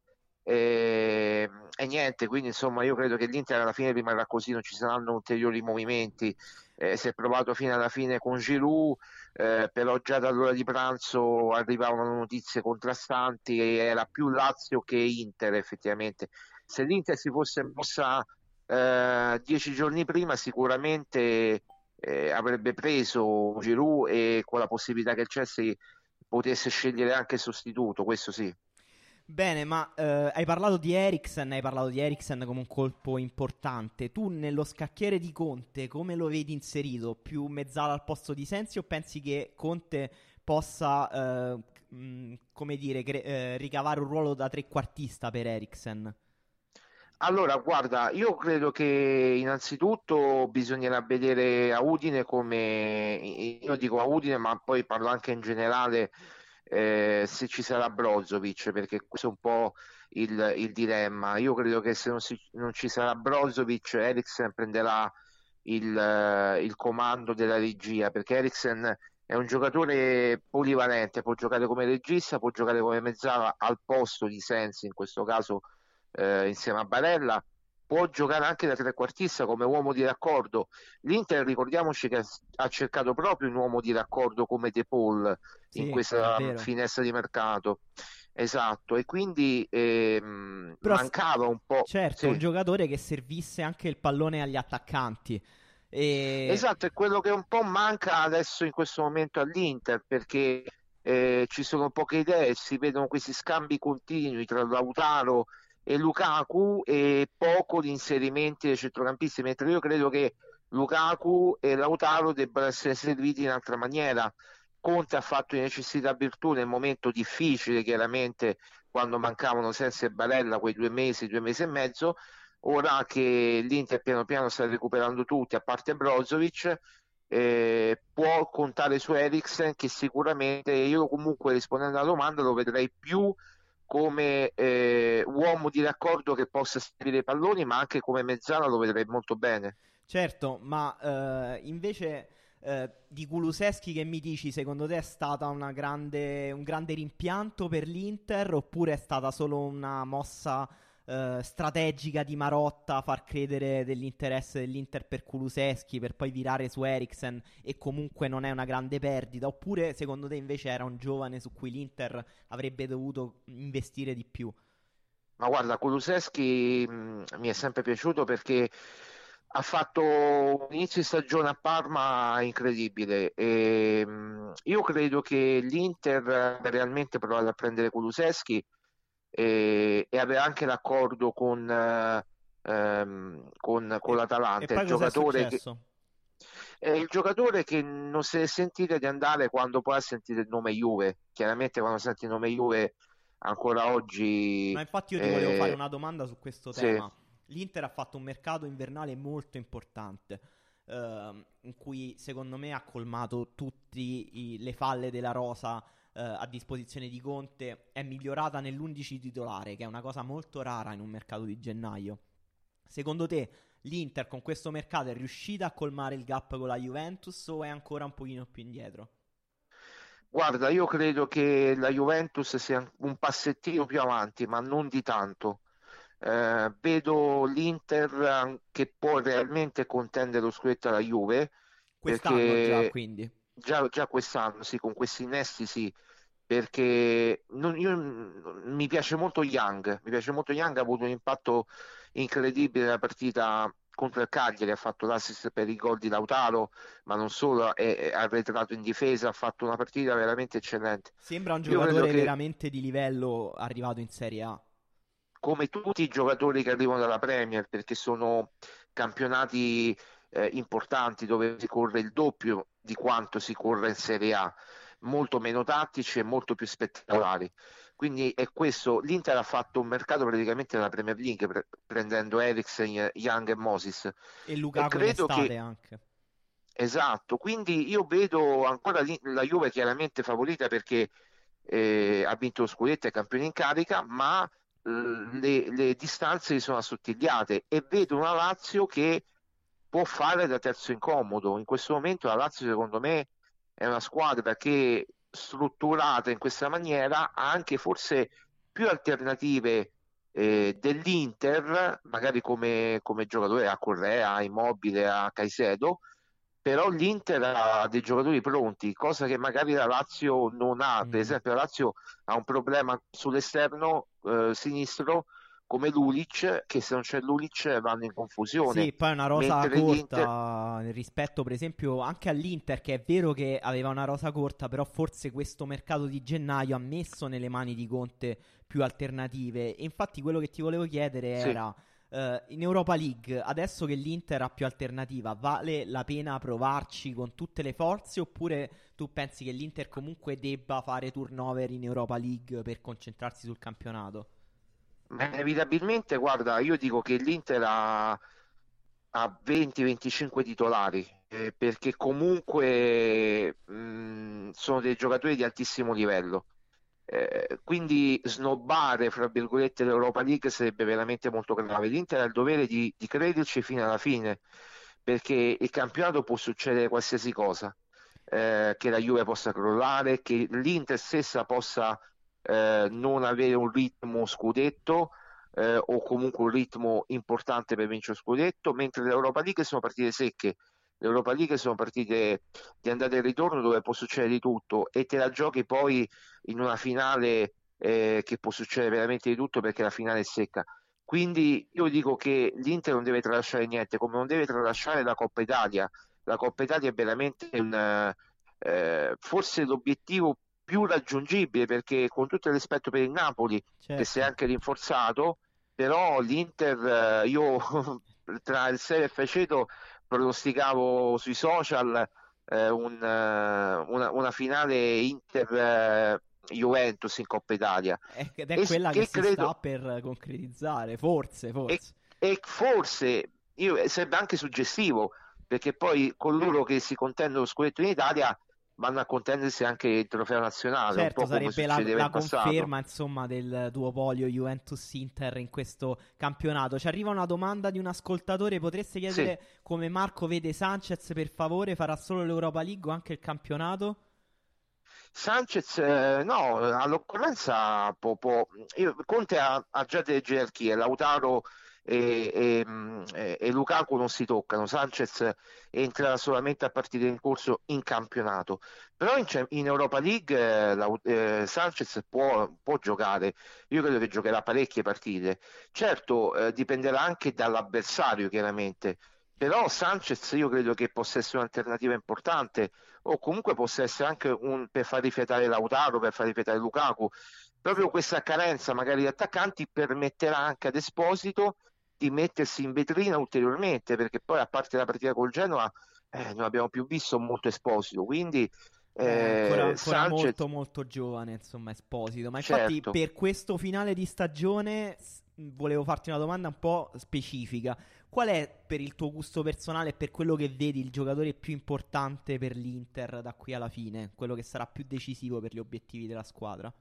e niente, quindi insomma io credo che l'Inter alla fine rimarrà così, non ci saranno ulteriori movimenti. Si è provato fino alla fine con Giroud, però già dall'ora di pranzo arrivavano notizie contrastanti e era più Lazio che Inter effettivamente. Se l'Inter si fosse mossa 10 giorni prima sicuramente avrebbe preso Giroud e con la possibilità che il Chelsea potesse scegliere anche il sostituto, questo sì. Bene, ma hai parlato di Eriksen come un colpo importante. Tu nello scacchiere di Conte come lo vedi inserito? Più mezzala al posto di Sensi o pensi che Conte possa, come dire, ricavare un ruolo da trequartista per Eriksen? Allora, guarda, io credo che innanzitutto bisognerà vedere a Udine come, io dico a Udine, ma poi parlo anche in generale, se ci sarà Brozovic, perché questo è un po' il dilemma. Io credo che se non ci sarà Brozovic, Eriksen prenderà il comando della regia, perché Eriksen è un giocatore polivalente, può giocare come regista, può giocare come mezzala al posto di Sensi, in questo caso insieme a Barella, può giocare anche da trequartista come uomo di raccordo. L'Inter, ricordiamoci che ha cercato proprio un uomo di raccordo come De Paul in Sì, è questa vero. finestra di mercato. Esatto, e quindi Però, mancava un po'. certo, un Sì, giocatore che servisse anche il pallone agli attaccanti. E... esatto, è quello che un po' manca adesso in questo momento all'Inter perché ci sono poche idee, si vedono questi scambi continui tra Lautaro e Lukaku e poco di inserimenti dei centrocampisti, mentre io credo che Lukaku e Lautaro debbano essere serviti in altra maniera. Conte ha fatto di necessità virtù nel momento difficile, chiaramente, quando mancavano Sensi e Barella quei 2 mesi, 2 mesi e mezzo. Ora che l'Inter piano piano sta recuperando tutti, a parte Brozovic, può contare su Eriksen che sicuramente io comunque rispondendo alla domanda lo vedrei più come uomo di raccordo che possa servire i palloni, ma anche come mezzala lo vedrei molto bene. Certo, ma invece di Kulusevski che mi dici, secondo te è stata un grande rimpianto per l'Inter oppure è stata solo una mossa strategica di Marotta far credere dell'interesse dell'Inter per Kulusevski per poi virare su Eriksen e comunque non è una grande perdita? Oppure secondo te invece era un giovane su cui l'Inter avrebbe dovuto investire di più? Ma guarda, Kulusevski mi è sempre piaciuto perché ha fatto un inizio di stagione a Parma incredibile e io credo che l'Inter abbia realmente provato a prendere Kulusevski e aveva anche l'accordo con E l'Atalanta, poi cos'è successo? è il giocatore che non si è sentito di andare quando poi ha sentito il nome Juve. Chiaramente quando senti il nome Juve ancora oggi Ma infatti io ti volevo fare eh, una domanda su questo sì. tema. L'Inter ha fatto un mercato invernale molto importante, in cui secondo me ha colmato tutte le falle della rosa a disposizione di Conte. È migliorata nell'11 titolare, che è una cosa molto rara in un mercato di gennaio. Secondo te l'Inter con questo mercato è riuscita a colmare il gap con la Juventus o è ancora un pochino più indietro? Guarda, io credo che la Juventus sia un passettino più avanti, ma non di tanto. Vedo l'Inter che può realmente contendere lo scudetto alla Juve Quest'anno già, perché quindi. già quest'anno, sì, con questi innesti sì, perché mi piace molto Young, mi piace molto Young, ha avuto un impatto incredibile nella partita contro il Cagliari, ha fatto l'assist per i gol di Lautaro, ma non solo, ha arretrato in difesa, ha fatto una partita veramente eccellente. Sembra un Io credo giocatore che, veramente di livello arrivato in Serie A. come tutti i giocatori che arrivano dalla Premier, perché sono campionati importanti dove si corre il doppio di quanto si corre in Serie A, molto meno tattici e molto più spettacolari. Quindi è questo, l'Inter ha fatto un mercato praticamente nella Premier League prendendo Eriksen, Young e Moses E e Lukaku in credo estate che anche. esatto, quindi io vedo ancora la Juve chiaramente favorita perché ha vinto lo scudetto, è campione in carica, ma le distanze si sono assottigliate e vedo una Lazio che può fare da terzo incomodo. In questo momento la Lazio, secondo me, è una squadra che strutturata in questa maniera ha anche forse più alternative dell'Inter, magari come giocatore a Correa, a Immobile, a Caicedo, però l'Inter ha dei giocatori pronti, cosa che magari la Lazio non ha. Per Mm. esempio, la Lazio ha un problema sull'esterno sinistro come Lulic, che se non c'è Lulic vanno in confusione, Sì, poi è una rosa mentre l'Inter corta rispetto per esempio anche all'Inter, che è vero che aveva una rosa corta, però forse questo mercato di gennaio ha messo nelle mani di Conte più alternative. E infatti quello che ti volevo chiedere sì. era, in Europa League, adesso che l'Inter ha più alternativa, vale la pena provarci con tutte le forze oppure tu pensi che l'Inter comunque debba fare turnover in Europa League per concentrarsi sul campionato? Ma inevitabilmente, guarda, io dico che l'Inter ha 20-25 titolari, perché comunque sono dei giocatori di altissimo livello. Quindi snobbare, fra virgolette, l'Europa League sarebbe veramente molto grave. L'Inter ha il dovere di crederci fino alla fine, perché il campionato può succedere qualsiasi cosa, che la Juve possa crollare, che l'Inter stessa possa non avere un ritmo scudetto o comunque un ritmo importante per vincere lo scudetto, mentre l'Europa League sono partite secche. L'Europa League sono partite di andata e ritorno dove può succedere di tutto e te la giochi poi in una finale che può succedere veramente di tutto perché la finale è secca. Quindi io dico che l'Inter non deve tralasciare niente, come non deve tralasciare la Coppa Italia. La Coppa Italia è veramente forse l'obiettivo più raggiungibile perché con tutto il rispetto per il Napoli, che si è Certo. anche rinforzato, però l'Inter, io tra il Serie e Faceto pronosticavo sui social una finale Inter Juventus in Coppa Italia Ed è quella che che si sta credo per concretizzare, forse, e, forse. e forse sarebbe anche suggestivo perché poi coloro che si contendono lo scudetto in Italia vanno a contendersi anche il trofeo nazionale, un Certo, po' come sarebbe la, succedeva in la passato. conferma, insomma, del duopolio Juventus-Inter in questo campionato. Ci arriva una domanda di un ascoltatore. Potreste Sì. chiedere come Marco vede Sanchez, per favore? Farà solo l'Europa League o anche il campionato? Sanchez, no, all'occorrenza Conte ha già delle gerarchie, Lautaro e Lukaku non si toccano, Sanchez entra solamente a partire in corso in campionato, però in Europa League Sanchez può giocare, io credo che giocherà parecchie partite, certo dipenderà anche dall'avversario chiaramente, però Sanchez io credo che possa essere un'alternativa importante o comunque possa essere anche per far rifiatare Lautaro, per far rifiatare Lukaku. Proprio questa carenza magari di attaccanti permetterà anche ad Esposito di mettersi in vetrina ulteriormente, perché poi a parte la partita col Genoa non abbiamo più visto molto Esposito, quindi Beh, è ancora Sanchez, molto molto giovane, insomma, Esposito. Ma infatti certo. per questo finale di stagione volevo farti una domanda un po' specifica. Qual è per il tuo gusto personale e per quello che vedi il giocatore più importante per l'Inter da qui alla fine? Quello che sarà più decisivo per gli obiettivi della squadra?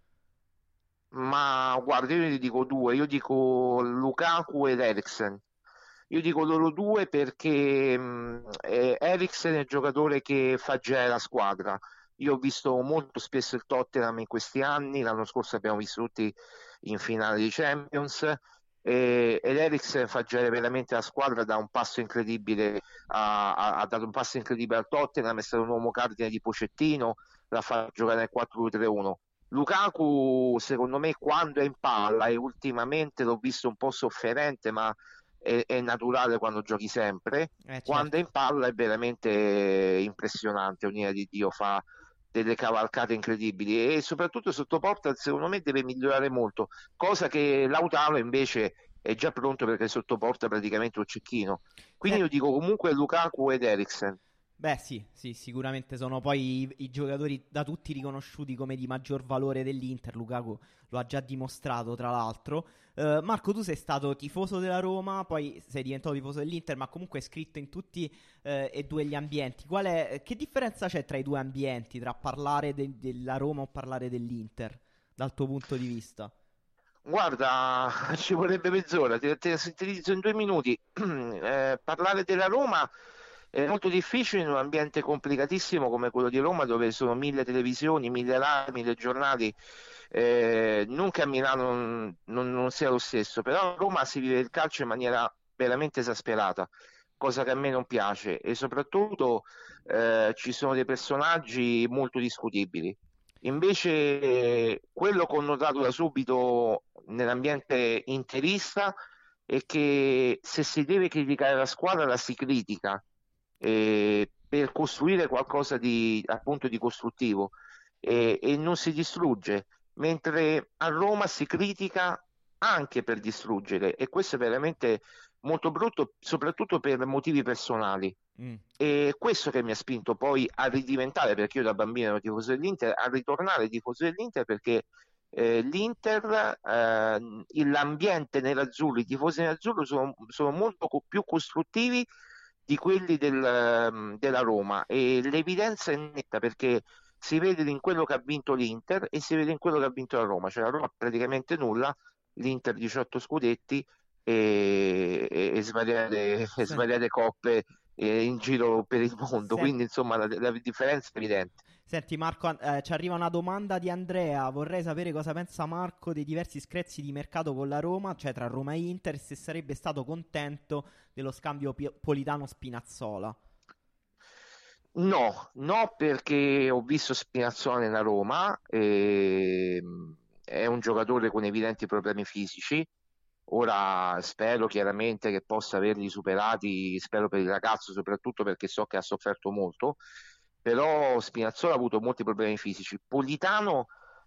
Ma guarda, io ne dico due, io dico Lukaku ed Eriksen. Io dico loro due perché Eriksen è il giocatore che fa girare la squadra. Io ho visto molto spesso il Tottenham in questi anni, l'anno scorso abbiamo visto tutti in finale di Champions ed Eriksen fa girare veramente la squadra da un passo incredibile, ha dato un passo incredibile al Tottenham, è stato un uomo cardine di Pochettino, l'ha fatto giocare nel 4-2-3-1. Lukaku secondo me quando è in palla, e ultimamente l'ho visto un po' sofferente, ma è naturale quando giochi sempre, quando è Certo. in palla è veramente impressionante, un'ira di Dio, fa delle cavalcate incredibili, e soprattutto sotto porta secondo me deve migliorare molto, cosa che Lautaro invece è già pronto perché sotto porta praticamente un cecchino. Quindi io Senti, dico comunque Lukaku ed Eriksen. beh, sì, sì, sicuramente sono poi i giocatori da tutti riconosciuti come di maggior valore dell'Inter. Lukaku lo ha già dimostrato, tra l'altro. Marco, tu sei stato tifoso della Roma, poi sei diventato tifoso dell'Inter, ma comunque hai scritto in tutti e due gli ambienti. Che differenza c'è tra i due ambienti, tra parlare della Roma o parlare dell'Inter, dal tuo punto di vista? Guarda, ci vorrebbe mezz'ora, te la sintetizzo in 2 minuti. Parlare della Roma è molto difficile in un ambiente complicatissimo come quello di Roma, dove sono 1000 televisioni, 1000 radio, 1000 giornali. Non che a Milano non sia lo stesso, però a Roma si vive il calcio in maniera veramente esasperata, cosa che a me non piace, e soprattutto ci sono dei personaggi molto discutibili. Invece, quello che ho notato da subito nell'ambiente interista è che se si deve criticare la squadra la si critica, per costruire qualcosa di appunto di costruttivo, e non si distrugge, mentre a Roma si critica anche per distruggere, e questo è veramente molto brutto, soprattutto per motivi personali. Mm. E questo che mi ha spinto poi a ridiventare, perché io da bambino ero tifoso dell'Inter, a ritornare tifoso dell'Inter perché l'Inter, l'ambiente nell'azzurro, i tifosi nell'azzurro sono molto più costruttivi di quelli della Roma, e l'evidenza è netta perché si vede in quello che ha vinto l'Inter e si vede in quello che ha vinto la Roma, cioè la Roma praticamente nulla, l'Inter 18 scudetti e Sì. svariate coppe in giro per il mondo, Sen- quindi insomma la differenza è evidente. Senti Marco, ci arriva una domanda di Andrea. Vorrei sapere cosa pensa Marco dei diversi screzi di mercato con la Roma, cioè tra Roma e Inter, e se sarebbe stato contento dello scambio Politano-Spinazzola. No, no, perché ho visto Spinazzola nella Roma, è un giocatore con evidenti problemi fisici. Ora spero chiaramente che possa averli superati, spero per il ragazzo soprattutto perché so che ha sofferto molto, però Spinazzola ha avuto molti problemi fisici. Politano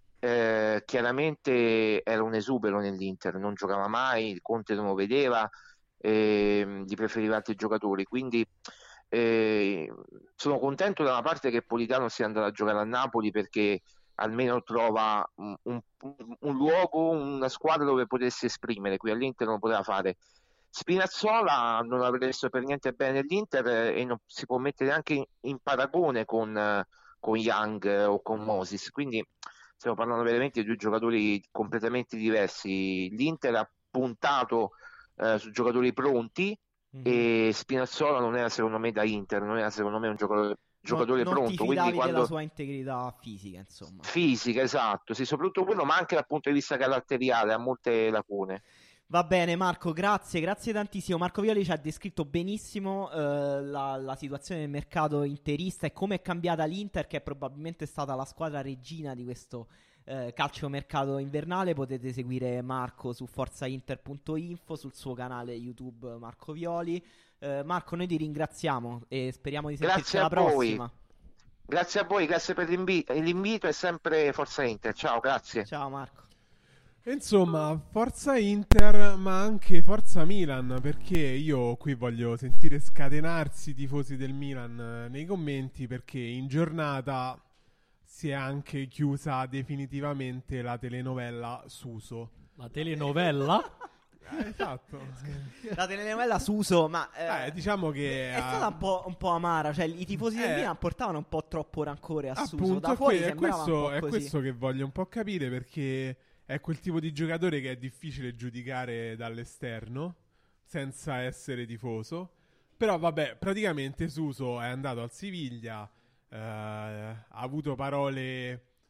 chiaramente era un esubero nell'Inter, non giocava mai, Conte non lo vedeva, gli preferiva altri giocatori, quindi eh, sono contento da una parte che Politano sia andato a giocare a Napoli perché almeno trova un luogo, una squadra dove potesse esprimere, qui all'Inter non poteva fare. Spinazzola non avrebbe messo per niente bene nell'Inter, e non si può mettere anche in paragone con Young o con Moses, quindi stiamo parlando veramente di due giocatori completamente diversi. L'Inter ha puntato su giocatori pronti, Mhm. e Spinazzola non era secondo me da Inter, non era secondo me un giocatore Non ti pronto, quindi fidavi della quando sua integrità fisica, insomma. fisica, esatto, sì, soprattutto quello, ma anche dal punto di vista caratteriale ha molte lacune. Va bene Marco, grazie, grazie tantissimo. Marco Violi ci ha descritto benissimo la situazione del mercato interista e come è cambiata l'Inter, che è probabilmente stata la squadra regina di questo calciomercato invernale. Potete seguire Marco su forzainter.info, sul suo canale YouTube Marco Violi. Marco, noi ti ringraziamo e speriamo di sentirci Grazie a alla voi, prossima. grazie per l'invito, e sempre Forza Inter, ciao, grazie. Ciao Marco. Insomma, forza Inter, ma anche forza Milan, perché io qui voglio sentire scatenarsi i tifosi del Milan nei commenti, perché in giornata si è anche chiusa definitivamente la telenovela Suso. La telenovela? Esatto. La telenovela Suso, ma Diciamo che è stata un po' amara. Cioè, i tifosi del Eh, Milan portavano un po' troppo rancore a Suso. appunto, Da fuori è sembrava un po' è così. questo che voglio un po' capire, perché è quel tipo di giocatore che è difficile giudicare dall'esterno senza essere tifoso. Però vabbè, praticamente Suso è andato al Siviglia, ha avuto parole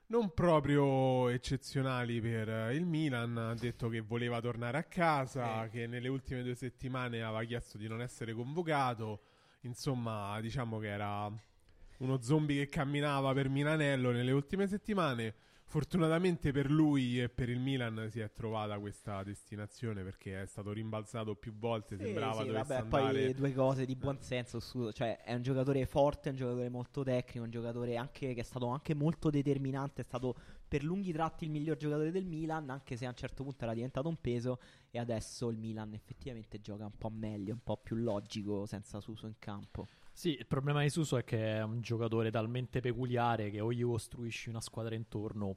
non proprio eccezionali per il Milan. Ha detto che voleva tornare a casa, che nelle ultime 2 settimane aveva chiesto di non essere convocato. Insomma, diciamo che era uno zombie che camminava per Milanello nelle ultime settimane. Fortunatamente per lui e per il Milan si è trovata questa destinazione, perché è stato rimbalzato più volte, sembrava dovesse andare. Poi 2 cose di buon senso, cioè è un giocatore forte, è un giocatore molto tecnico, un giocatore anche che è stato anche molto determinante, è stato per lunghi tratti il miglior giocatore del Milan, anche se a un certo punto era diventato un peso, e adesso il Milan effettivamente gioca un po' meglio, un po' più logico senza Suso in campo. Sì, il problema di Suso è che è un giocatore talmente peculiare che o gli costruisci una squadra intorno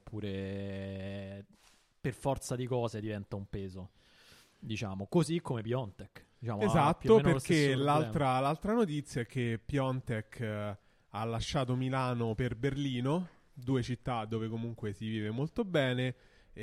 oppure per forza di cose diventa un peso, diciamo, così come Piontek. Diciamo, esatto, perché l'altra notizia è che Piontek ha lasciato Milano per Berlino, 2 città dove comunque si vive molto bene,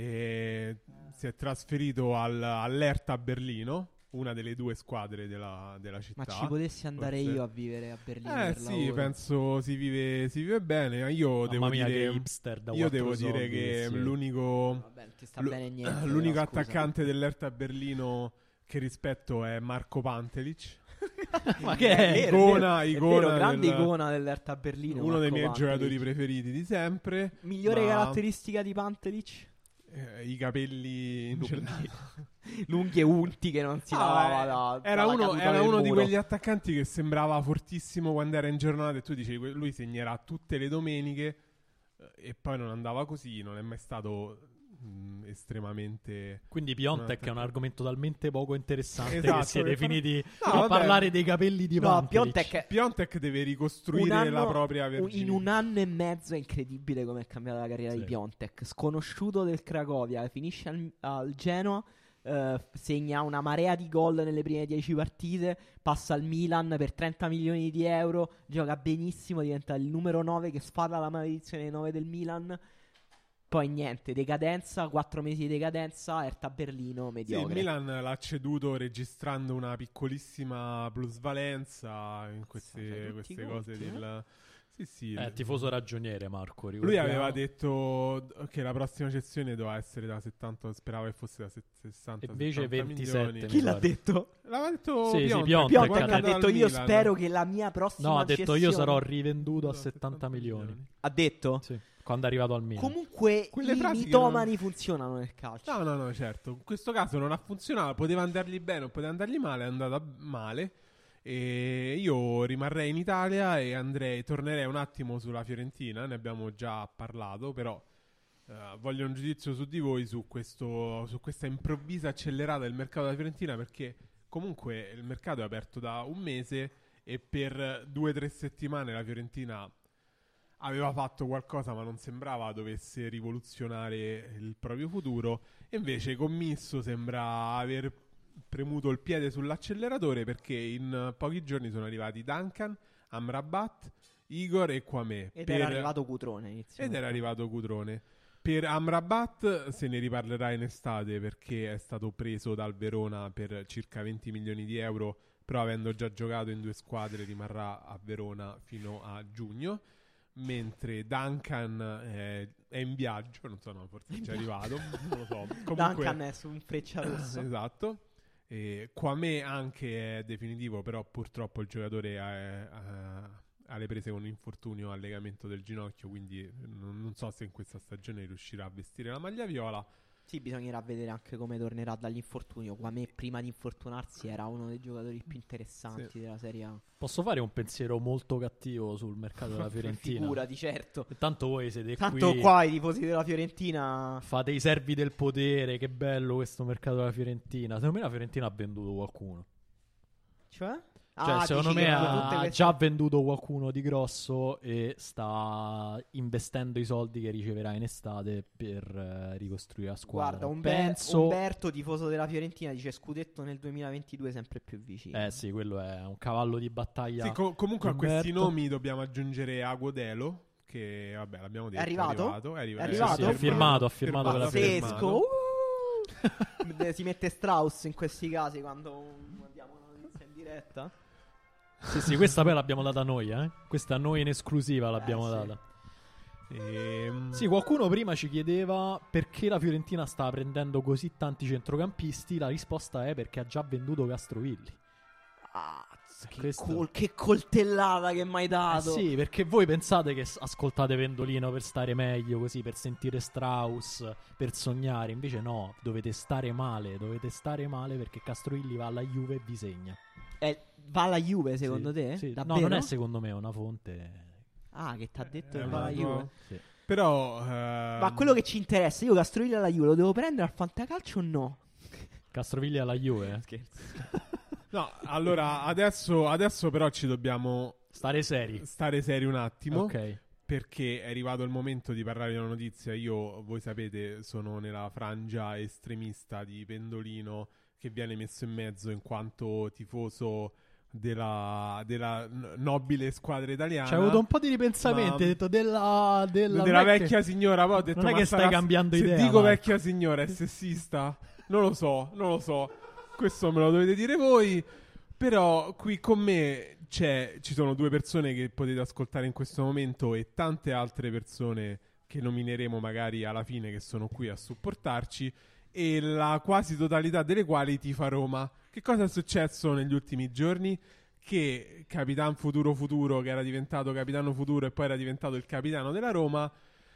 e si è trasferito all'Hertha Berlino, una delle 2 squadre della città. Ma ci potessi andare io a vivere a Berlino per sì, lavoro? Penso si vive bene. Io devo dire che hipster da che l'unico Vabbè, ti sta bene niente, l'unico però, scusa. attaccante dell'Hertha Berlino che rispetto è Marco Pantelic. Ma che è? Grande icona dell'Hertha Berlino, uno dei Marco miei Pantelic. giocatori preferiti di sempre. Migliore caratteristica di Pantelic? I capelli lunghi e unti che non si lavava era uno di quegli attaccanti che sembrava fortissimo quando era in giornata, e tu dicevi lui segnerà tutte le domeniche, e poi non andava così, non è mai stato estremamente. Quindi Piontek è un argomento talmente poco interessante, esatto, che siete finiti a parlare dei capelli di Pantelic. Piontek deve ricostruire la propria verginità. In 1 anno e mezzo è incredibile come è cambiata la carriera di Piontek. Sconosciuto del Cracovia, finisce al Genoa, segna una marea di gol nelle prime 10 partite, passa al Milan per 30 milioni di euro, gioca benissimo, diventa il numero 9 che sfada la maledizione dei 9 del Milan. Poi niente, decadenza, 4 mesi di decadenza, Hertha Berlino, mediocre. Sì, il Milan l'ha ceduto registrando una piccolissima plusvalenza in queste cose del... Sì, tifoso ragioniere Marco, lui aveva detto che la prossima cessione doveva essere da 70, sperava che fosse da 60, invece 27 milioni. Chi l'ha detto? L'aveva detto Piontek ha detto io spero che la mia prossima ha detto cessione... io sarò rivenduto a 70 milioni. Ha detto? Sì, quando è arrivato al Milan. Comunque i mitomani funzionano nel calcio. No, certo. In questo caso non ha funzionato, poteva andargli bene o poteva andargli male, è andata male. E io rimarrei in Italia e tornerei un attimo sulla Fiorentina, ne abbiamo già parlato, però voglio un giudizio su di voi su questa improvvisa accelerata del mercato della Fiorentina, perché comunque il mercato è aperto da 1 mese e per 2-3 settimane la Fiorentina aveva fatto qualcosa, ma non sembrava dovesse rivoluzionare il proprio futuro, e invece Commisso sembra aver premuto il piede sull'acceleratore, perché in pochi giorni sono arrivati Duncan, Amrabat, Igor e Kwame. Era arrivato Cutrone. Per Amrabat se ne riparlerà in estate, perché è stato preso dal Verona per circa 20 milioni di euro, però avendo già giocato in 2 squadre rimarrà a Verona fino a giugno. Mentre Duncan è in viaggio, non so, forse è già arrivato, non lo so. Comunque, Duncan è su un Frecciarosso. Esatto. Kwame anche è definitivo, però purtroppo il giocatore ha le prese con un infortunio al legamento del ginocchio, quindi non so se in questa stagione riuscirà a vestire la maglia viola. Sì, bisognerà vedere anche come tornerà dall'infortunio. Kwame prima di infortunarsi era uno dei giocatori più interessanti della Serie A. Posso fare un pensiero molto cattivo sul mercato della Fiorentina? Figurati, certo. E tanto voi siete Tanto qua i tifosi della Fiorentina fate i servi del potere, che bello questo mercato della Fiorentina. Secondo me la Fiorentina ha venduto qualcuno. Cioè? Secondo me ha già venduto qualcuno di grosso e sta investendo i soldi che riceverà in estate per ricostruire la squadra. Guarda, Umberto, tifoso della Fiorentina, dice scudetto nel 2022 sempre più vicino. Sì, quello è un cavallo di battaglia. Sì, comunque Umberto. A questi nomi dobbiamo aggiungere Aguodelo, che vabbè l'abbiamo detto. È arrivato? Sì, ha firmato per la Fiorentina. Si mette Strauss in questi casi quando andiamo una notizia in diretta. Sì, questa poi l'abbiamo data noi, Questa a noi in esclusiva l'abbiamo data. Sì, qualcuno prima ci chiedeva perché la Fiorentina stava prendendo così tanti centrocampisti. La risposta è perché ha già venduto Castrovilli. Che coltellata che mi hai dato. Sì, perché voi pensate che ascoltate Pendolino per stare meglio, così, per sentire Strauss, per sognare. Invece no, dovete stare male perché Castrovilli va alla Juve e vi segna. Va alla Juve secondo te? Sì. No, Davvero? non è secondo me, è una fonte. Che ti ha detto che va alla Juve? Sì. Però Ma quello che ci interessa, io Castrovilli alla Juve lo devo prendere al fantacalcio o no? Castrovilli alla Juve? Scherzo. no, allora adesso però ci dobbiamo Stare seri un attimo. Ok. Perché è arrivato il momento di parlare di una notizia. Io, voi sapete, sono nella frangia estremista di Pendolino, che viene messo in mezzo in quanto tifoso della nobile squadra italiana. C'è avuto un po' di ripensamenti, hai detto della vecchia signora. Poi ho detto, non è che stai cambiando se idea. Se dico Marco. vecchia signora è sessista? Non lo so. Questo me lo dovete dire voi. Però qui con me ci sono due persone che potete ascoltare in questo momento e tante altre persone che nomineremo magari alla fine, che sono qui a supportarci, e la quasi totalità delle quali tifa Roma. Che cosa è successo negli ultimi giorni? Che Capitan Futuro, che era diventato Capitano Futuro e poi era diventato il capitano della Roma,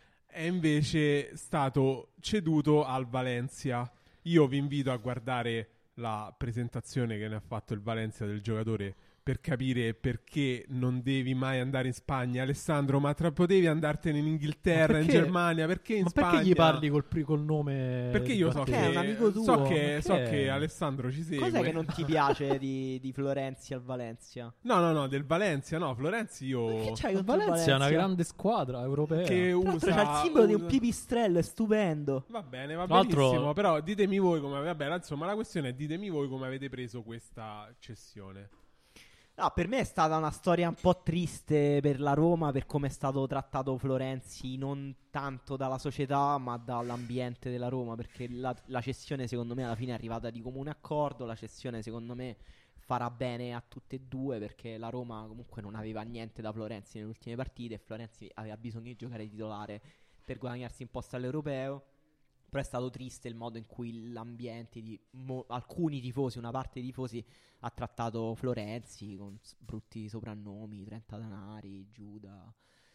è invece stato ceduto al Valencia. Io vi invito a guardare la presentazione che ne ha fatto il Valencia del giocatore per capire perché non devi mai andare in Spagna. Alessandro, ma potevi andartene in Inghilterra, in Germania, perché in Spagna? Ma perché gli parli col nome? Perché io so che è un amico tuo. so che Alessandro ci segue. Cos'è che non ti piace di Florenzi al Valencia? No, del Valencia, no, Florenzi io... Che c'hai Il Valencia è una grande squadra europea. Che c'ha il simbolo di un pipistrello, è stupendo. Va bene, L'altro... benissimo, però ditemi voi come... Vabbè, insomma, la questione è ditemi voi come avete preso questa cessione. No, per me è stata una storia un po' triste per la Roma, per come è stato trattato Florenzi, non tanto dalla società ma dall'ambiente della Roma, perché la cessione secondo me alla fine è arrivata di comune accordo. La cessione secondo me farà bene a tutte e due, perché la Roma comunque non aveva niente da Florenzi nelle ultime partite e Florenzi aveva bisogno di giocare titolare per guadagnarsi un posto all'europeo. Però è stato triste il modo in cui l'ambiente di alcuni tifosi, una parte dei tifosi, ha trattato Florenzi con brutti soprannomi, 30 denari, Giuda.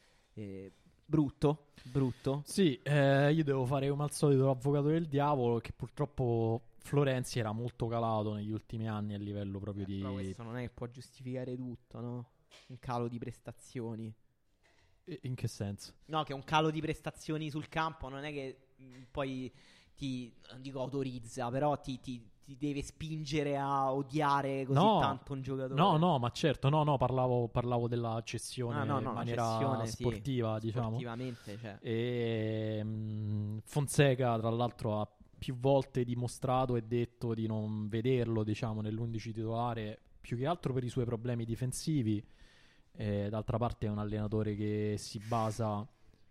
Brutto. Sì, io devo fare come al solito l'avvocato del diavolo, che purtroppo Florenzi era molto calato negli ultimi anni a livello proprio di... Però questo non è che può giustificare tutto, no? Un calo di prestazioni. In che senso? No, che un calo di prestazioni sul campo non è che poi non dico autorizza, però ti deve spingere a odiare così tanto un giocatore. No, ma certo, parlavo della cessione in maniera sportiva, sì, diciamo. Sportivamente, cioè. E Fonseca, tra l'altro, ha più volte dimostrato e detto di non vederlo, diciamo, nell'11 titolare, più che altro per i suoi problemi difensivi. D'altra parte è un allenatore che si basa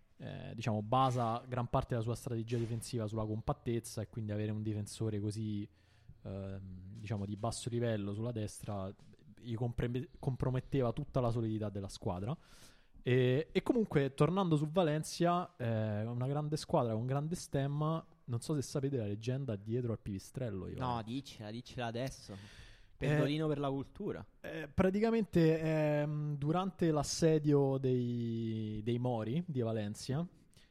gran parte della sua strategia difensiva sulla compattezza, e quindi avere un difensore così di basso livello sulla destra gli comprometteva tutta la solidità della squadra. E comunque, tornando su Valencia, una grande squadra con un grande stemma. Non so se sapete la leggenda dietro al pipistrello. No, dicela adesso. Pendolino per la cultura. Praticamente durante l'assedio dei Mori di Valencia,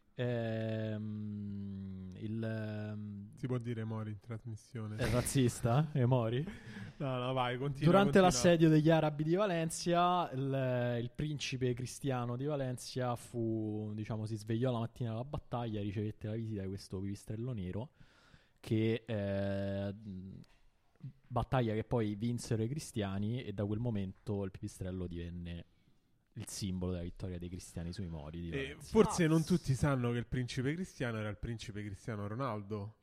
si può dire Mori in trasmissione? È razzista? Mori? No, vai, continua. Durante l'assedio degli arabi di Valencia, il principe cristiano di Valencia si svegliò la mattina dalla battaglia e ricevette la visita di questo pipistrello nero, che battaglia che poi vinsero i cristiani, e da quel momento il pipistrello divenne il simbolo della vittoria dei cristiani sui Mori di Valencia. Forse non tutti sanno che il principe cristiano era il principe Cristiano Ronaldo.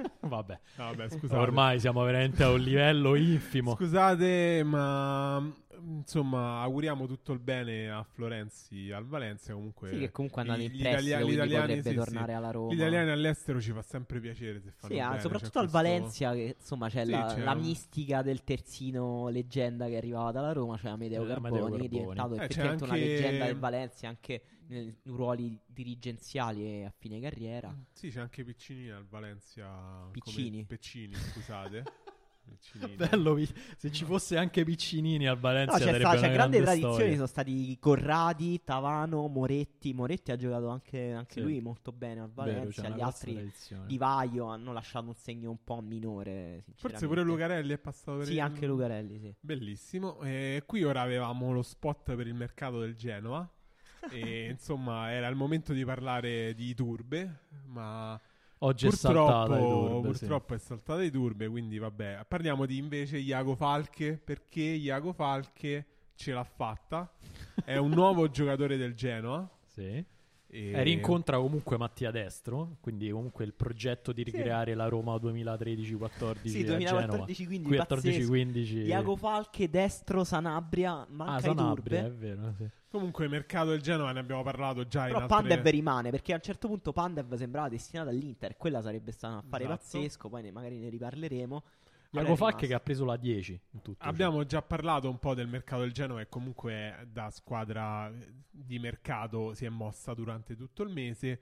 Vabbè, scusate. Ormai siamo veramente a un livello infimo. Scusate, ma insomma, auguriamo tutto il bene a Florenzi, al Valencia. Comunque, Sì, che comunque è andato in gli prestito, quindi italiani, potrebbe tornare alla Roma. Gli italiani all'estero ci fa sempre piacere se fanno Sì, bene. soprattutto al Valencia, che insomma c'è Sì, c'è la un- mistica del terzino leggenda che arrivava dalla Roma, cioè Amedeo Carboni, che è diventato c'è effettivamente una anche- leggenda del Valencia anche nei ruoli dirigenziali e a fine carriera. Sì, c'è anche Piccini al Valencia. Piccini. Peccini, scusate. Piccinini. Bello, se ci fosse anche Piccinini al Valencia No, sarebbe una c'è grande tradizione, storia. sono stati Corradi, Tavano, Moretti ha giocato anche Sì. lui molto bene al Vero, c'è Valencia, una gli grossa altri tradizione. Di Vaio hanno lasciato un segno un po' minore, sinceramente. Forse pure Lucarelli è passato per Sì, il- anche Lucarelli, sì. Bellissimo. E qui ora avevamo lo spot per il mercato del Genoa. E insomma, era il momento di parlare di Iturbe. Ma Oggi è saltata purtroppo è saltata Iturbe. Quindi vabbè, parliamo di invece Iago Falche. Perché Iago Falche ce l'ha fatta. È un nuovo giocatore del Genoa. Sì. E Rincontra comunque Mattia Destro, quindi comunque il progetto di ricreare la Roma 2013-14 Sì, a Genova. 2014-15, 14-15 Iago Falche, Destro, Sanabria, manca Sanabria, è Iturbe. vero, sì. comunque il mercato del Genoa ne abbiamo parlato già Però in altre... Pandev rimane, perché a un certo punto Pandev sembrava destinato all'Inter. Quella sarebbe stato un affare Esatto. pazzesco, poi magari ne riparleremo. Iago Falche che ha preso la 10 in tutto. Abbiamo già parlato un po' del mercato del Genoa e comunque da squadra di mercato si è mossa durante tutto il mese.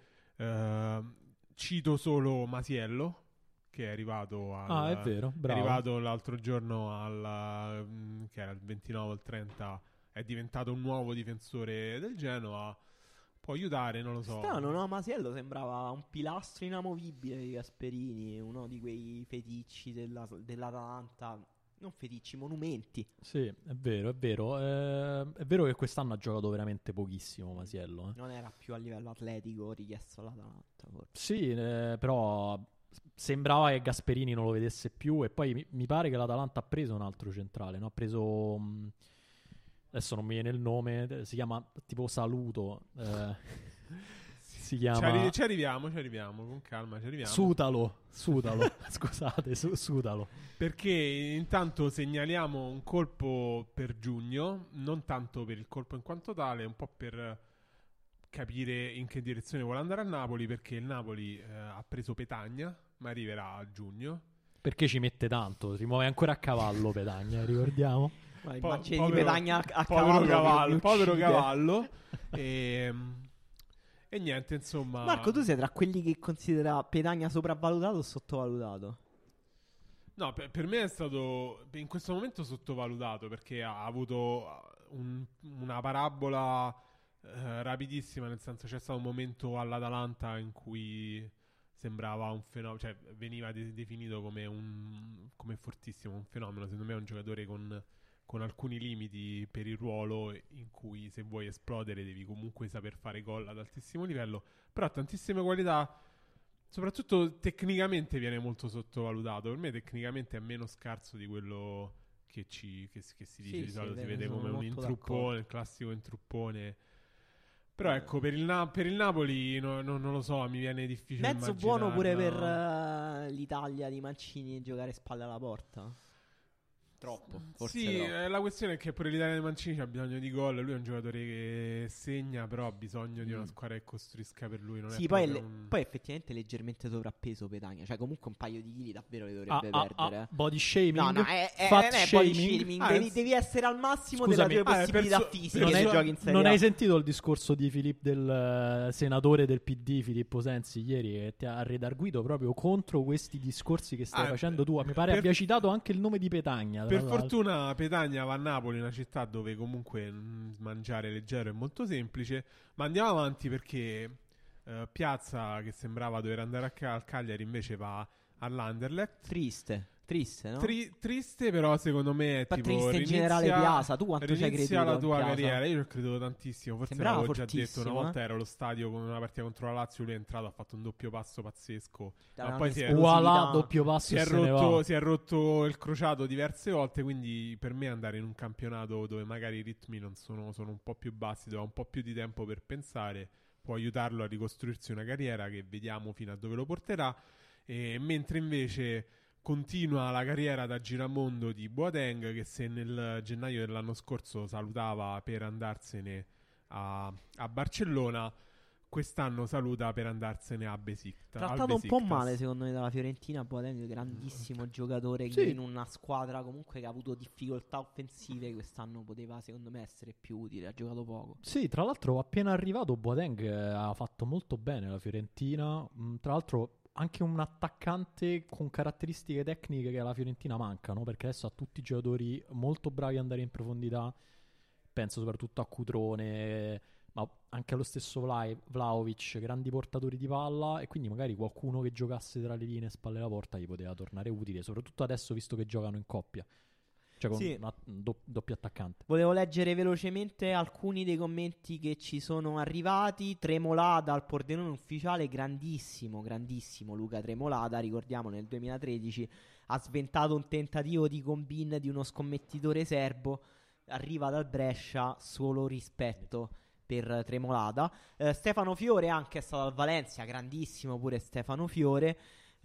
Cito solo Masiello, che è arrivato è vero, è bravo. arrivato l'altro giorno che era il 29 o il 30, è diventato un nuovo difensore del Genoa. Può aiutare, non lo so. Strano, no? Masiello sembrava un pilastro inamovibile di Gasperini, uno di quei feticci dell'Atalanta. Non feticci, monumenti. Sì, è vero, è vero. È vero che quest'anno ha giocato veramente pochissimo Masiello. Non era più a livello atletico richiesto all'Atalanta, forse. Sì, però sembrava che Gasperini non lo vedesse più e poi mi pare che l'Atalanta ha preso un altro centrale, no? Ha preso... adesso non mi viene il nome, si chiama tipo Saluto. Si chiama... Ci arriviamo, con calma, ci arriviamo. Sudalo. Scusate, Sudalo. Perché intanto segnaliamo un colpo per giugno, non tanto per il colpo in quanto tale, un po' per capire in che direzione vuole andare a Napoli, perché il Napoli ha preso Petagna, ma arriverà a giugno. Perché ci mette tanto, si muove ancora a cavallo Petagna, ricordiamo. Ma Po- immagini povero- di Petagna a povero cavallo. mi povero uccide. cavallo. E niente, insomma. Marco, tu sei tra quelli che considera Petagna sopravvalutato o sottovalutato? No, per me è stato in questo momento sottovalutato, perché ha avuto una parabola rapidissima, nel senso c'è stato un momento all'Atalanta in cui sembrava un fenomeno, cioè veniva definito come fortissimo, un fenomeno. Secondo me è un giocatore con alcuni limiti per il ruolo, in cui se vuoi esplodere devi comunque saper fare gol ad altissimo livello, però ha tantissime qualità. Soprattutto tecnicamente viene molto sottovalutato. Per me tecnicamente è meno scarso di quello che si dice di solito. Si vede come un intruppone, il classico intruppone. Però ecco, per il Napoli non lo so, mi viene difficile Mezzo buono pure immaginarla. per l'Italia di Mancini giocare spalle alla porta? Troppo, forse Sì, troppo. la questione è che pure l'Italia di Mancini ha bisogno di gol. Lui è un giocatore che segna, però ha bisogno di una squadra che costruisca per lui. Non Sì, è poi, proprio un... poi effettivamente leggermente sovrappeso Petagna. Cioè comunque un paio di chili davvero li dovrebbe perdere. Body shaming, No, fat non è body shaming. shaming. Devi essere al massimo Scusami, delle tue possibilità perso- fisiche non se hai- giochi in Serie Non A. hai sentito il discorso di del senatore del PD Filippo Sensi ieri, che ti ha redarguito proprio contro questi discorsi che stai facendo tu? Mi pare abbia citato anche il nome di Petagna. Per fortuna Petagna va a Napoli, una città dove comunque mangiare leggero è molto semplice. Ma andiamo avanti, perché Piazza, che sembrava dover andare al Cagliari, invece va all'Anderlecht. Triste, no? Triste, però secondo me è Ma tipo triste in generale Piazza. Tu quanto ci hai rinizia creduto la in tua Piazza? carriera. Io ci ho creduto tantissimo. Forse Sembrava l'avevo già detto fortissimo, una volta. Ero allo stadio con una partita contro la Lazio. Lui è entrato, ha fatto un doppio passo pazzesco. Dava Ma poi si è, un'esplosività. Voilà, doppio passo e se ne va. si è rotto il crociato diverse volte. Quindi per me andare in un campionato dove magari i ritmi non sono un po' più bassi, dove ha un po' più di tempo per pensare, può aiutarlo a ricostruirsi una carriera che vediamo fino a dove lo porterà. Mentre invece continua la carriera da giramondo di Boateng, che se nel gennaio dell'anno scorso salutava per andarsene a Barcellona, quest'anno saluta per andarsene a Besiktas. Trattato un po' male secondo me dalla Fiorentina. Boateng, grandissimo giocatore, Sì. in una squadra comunque che ha avuto difficoltà offensive. Quest'anno poteva secondo me essere più utile, ha giocato poco. Sì, tra l'altro appena arrivato Boateng ha fatto molto bene la Fiorentina. Tra l'altro anche un attaccante con caratteristiche tecniche che alla Fiorentina mancano, perché adesso ha tutti i giocatori molto bravi ad andare in profondità. Penso soprattutto a Cutrone, ma anche allo stesso Vlahovic, grandi portatori di palla, e quindi magari qualcuno che giocasse tra le linee e spalle alla porta gli poteva tornare utile, soprattutto adesso visto che giocano in coppia, cioè con Sì. doppio attaccante. Volevo leggere velocemente alcuni dei commenti che ci sono arrivati. Tremolada al Pordenone ufficiale, grandissimo Luca Tremolada, ricordiamo nel 2013 ha sventato un tentativo di combin di uno scommettitore serbo, arriva dal Brescia, solo rispetto per Tremolada. Stefano Fiore anche è stato al Valencia, grandissimo pure Stefano Fiore.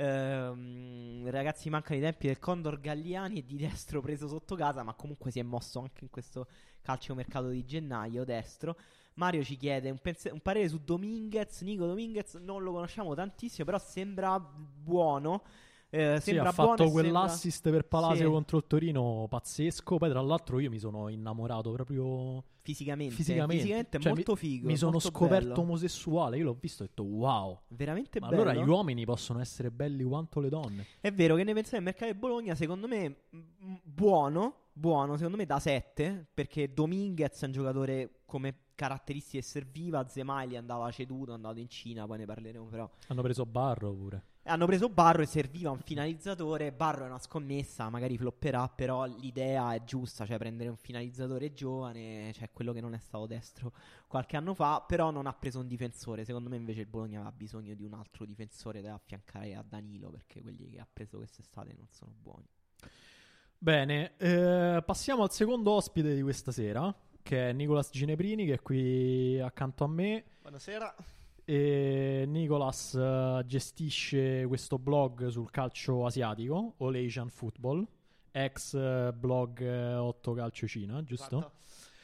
Ragazzi, mancano i tempi del Condor Galliani e di Destro preso sotto casa, ma comunque si è mosso anche in questo calciomercato di gennaio Destro. Mario ci chiede un parere su Dominguez. Nico Dominguez non lo conosciamo tantissimo, però sembra buono. Sì, Sembra ha fatto buono e quell'assist per Palacio Sì. contro il Torino pazzesco. Poi tra l'altro io mi sono innamorato proprio Fisicamente è Cioè, molto figo. mi sono molto scoperto bello. omosessuale. Io l'ho visto e ho detto wow, Veramente ma bello. allora gli uomini possono essere belli quanto le donne. È vero, che ne pensate del mercato di Bologna? Secondo me buono, secondo me da 7, perché Dominguez è un giocatore come caratteristiche serviva, Zemaili andava ceduto, è andato in Cina, poi ne parleremo però. Hanno preso Barro pure. Hanno preso Barro e serviva un finalizzatore. Barro è una scommessa, magari flopperà, però l'idea è giusta, cioè prendere un finalizzatore giovane, cioè quello che non è stato Destro qualche anno fa, però non ha preso un difensore. Secondo me invece il Bologna aveva bisogno di un altro difensore da affiancare a Danilo, perché quelli che ha preso quest'estate non sono buoni. Bene, passiamo al secondo ospite di questa sera, che è Nicolas Gineprini, che è qui accanto a me. Buonasera. E Nicolas gestisce questo blog sul calcio asiatico, All Asian Football, ex blog 8 Calcio Cina, giusto? Esatto.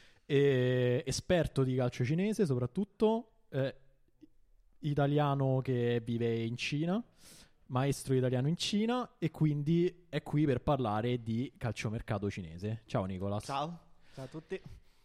E esperto di calcio cinese soprattutto, italiano che vive in Cina, maestro italiano in Cina, e quindi è qui per parlare di calciomercato cinese. Ciao Nicolas. Ciao a tutti.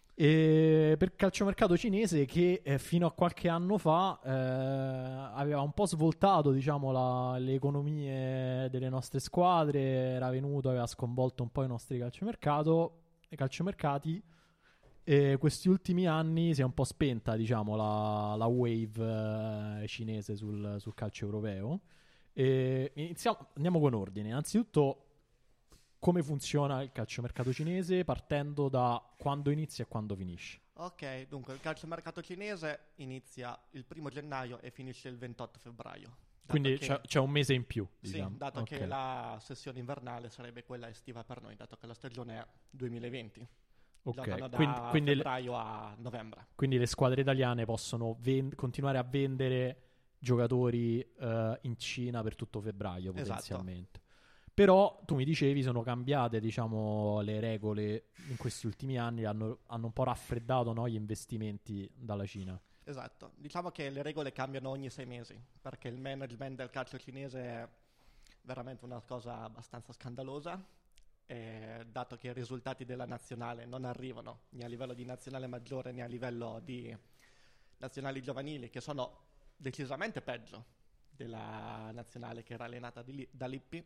E per calciomercato cinese che fino a qualche anno fa aveva un po' svoltato, diciamo, le economie delle nostre squadre, era venuto, aveva sconvolto un po' i nostri calciomercati, e questi ultimi anni si è un po' spenta, diciamo, la wave cinese sul calcio europeo. E andiamo con ordine. Innanzitutto, come funziona il calciomercato cinese, partendo da quando inizia e quando finisce? Ok, dunque il calciomercato cinese inizia il 1 gennaio e finisce il 28 febbraio. Dato Quindi che- c'è un mese in più, Sì, diciamo. dato Ok. che la sessione invernale sarebbe quella estiva per noi, dato che la stagione è 2020. Ok, Giocano da quindi febbraio a novembre. quindi le squadre italiane possono continuare a vendere giocatori in Cina per tutto febbraio, Esatto. potenzialmente. Però tu mi dicevi sono cambiate, diciamo, le regole in questi ultimi anni, hanno un po' raffreddato, no, gli investimenti dalla Cina. Esatto, diciamo che le regole cambiano ogni 6 mesi, perché il management del calcio cinese è veramente una cosa abbastanza scandalosa, e dato che i risultati della nazionale non arrivano né a livello di nazionale maggiore né a livello di nazionali giovanili, che sono decisamente peggio della nazionale che era allenata da Lippi,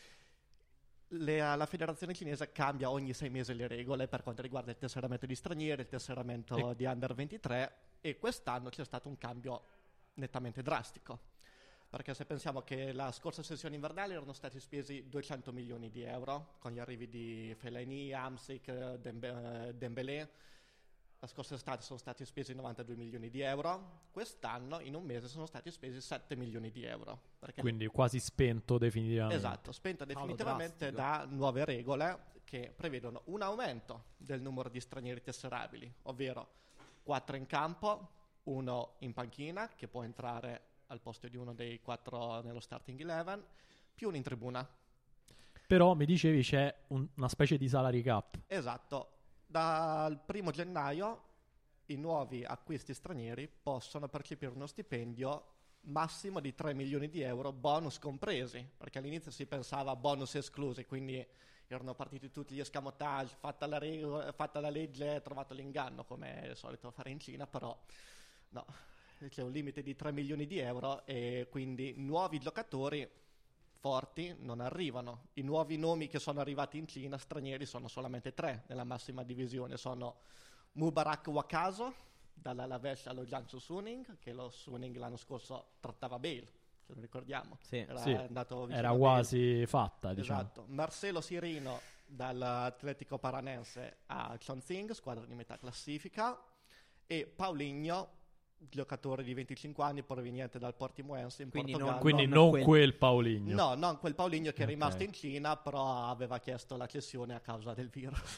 la federazione cinese cambia ogni 6 mesi le regole per quanto riguarda il tesseramento di stranieri, il tesseramento di Under 23, e quest'anno c'è stato un cambio nettamente drastico, perché se pensiamo che la scorsa sessione invernale erano stati spesi 200 milioni di euro con gli arrivi di Fellaini, Hamsik, Dembélé. La scorsa estate sono stati spesi 92 milioni di euro, quest'anno in un mese sono stati spesi 7 milioni di euro. Perché Quindi quasi spento definitivamente. esatto, spento definitivamente da nuove regole che prevedono un aumento del numero di stranieri tesserabili, ovvero 4 in campo, 1 in panchina che può entrare al posto di uno dei 4 nello starting 11, più 1 in tribuna. Però mi dicevi c'è una specie di salary cap. Esatto, dal 1 gennaio i nuovi acquisti stranieri possono percepire uno stipendio massimo di 3 milioni di euro, bonus compresi, perché all'inizio si pensava a bonus esclusi, quindi erano partiti tutti gli escamotage, fatta la legge, trovato l'inganno, come è solito fare in Cina, però no, c'è un limite di 3 milioni di euro e quindi nuovi giocatori forti non arrivano. I nuovi nomi che sono arrivati in Cina, stranieri, sono solamente 3 nella massima divisione, sono Mubarak Wakaso, dall'Alaves allo Jiangsu Suning, che lo Suning l'anno scorso trattava Bale, ce lo ricordiamo. Sì. Era quasi fatta, diciamo. Esatto. Marcelo Sirino dall'Atletico Paranense a Chongqing, squadra di metà classifica, e Paulinho, giocatore di 25 anni proveniente dal Portimonense in Portogallo. Quindi non quel Paulinho. No, non quel Paulinho che è rimasto in Cina, però aveva chiesto la cessione a causa del virus.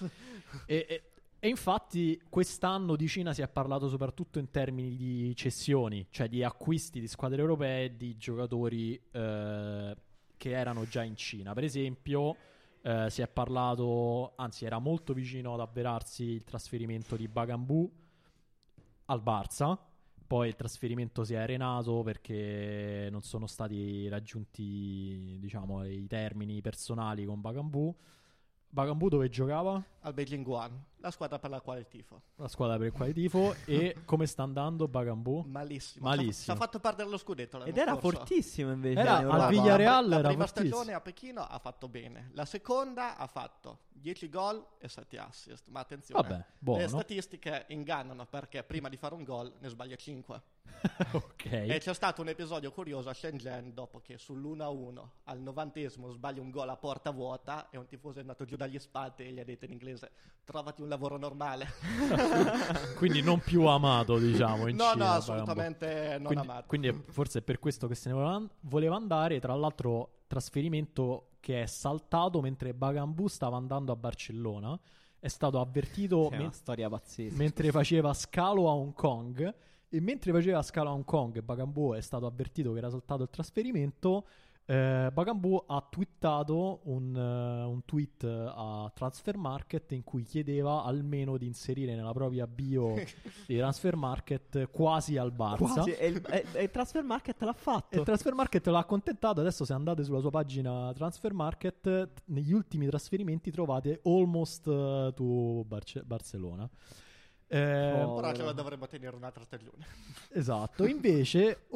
E infatti quest'anno di Cina si è parlato soprattutto in termini di cessioni, cioè di acquisti di squadre europee di giocatori che erano già in Cina. Per esempio si è parlato, anzi era molto vicino ad avverarsi il trasferimento di Bakambu al Barça. Poi il trasferimento si è arenato perché non sono stati raggiunti, diciamo, i termini personali con Bakambu. Bakambu dove giocava? Al Beijing Guan, la squadra per la quale tifo. La squadra per la quale tifo. E come sta andando Bakambu? Malissimo. Ci ha fatto perdere lo scudetto l'anno Ed era scorso. fortissimo invece. Era al Villarreal, la era prima fortissimo. stagione a Pechino ha fatto bene. La seconda ha fatto 10 gol e 7 assist. Ma attenzione, Vabbè, buono. le statistiche ingannano perché prima di fare un gol ne sbaglia 5. Ok. E c'è stato un episodio curioso a Shenzhen dopo che sull'1-1 al 90esimo sbaglia un gol a porta vuota e un tifoso è andato giù dagli spalti e gli ha detto in inglese: trovati un lavoro normale. Quindi non più amato, diciamo, in No, Cina. no, assolutamente non amato. Quindi forse è per questo che se ne voleva andare. Tra l'altro trasferimento che è saltato mentre Bakambu stava andando a Barcellona. È stato avvertito È una storia pazzesca. mentre faceva scalo a Hong Kong. E mentre faceva scalo a Hong Kong, Bakambu è stato avvertito che era saltato il trasferimento. Bakambu ha twittato un tweet a Transfermarkt in cui chiedeva almeno di inserire nella propria bio di Transfermarkt quasi al Barça. E il Transfermarkt l'ha fatto. E il Transfermarkt l'ha accontentato. Adesso se andate sulla sua pagina Transfermarkt, negli ultimi trasferimenti trovate almost to Barcellona. Però ce la dovremmo tenere un'altra stagione. Esatto. Invece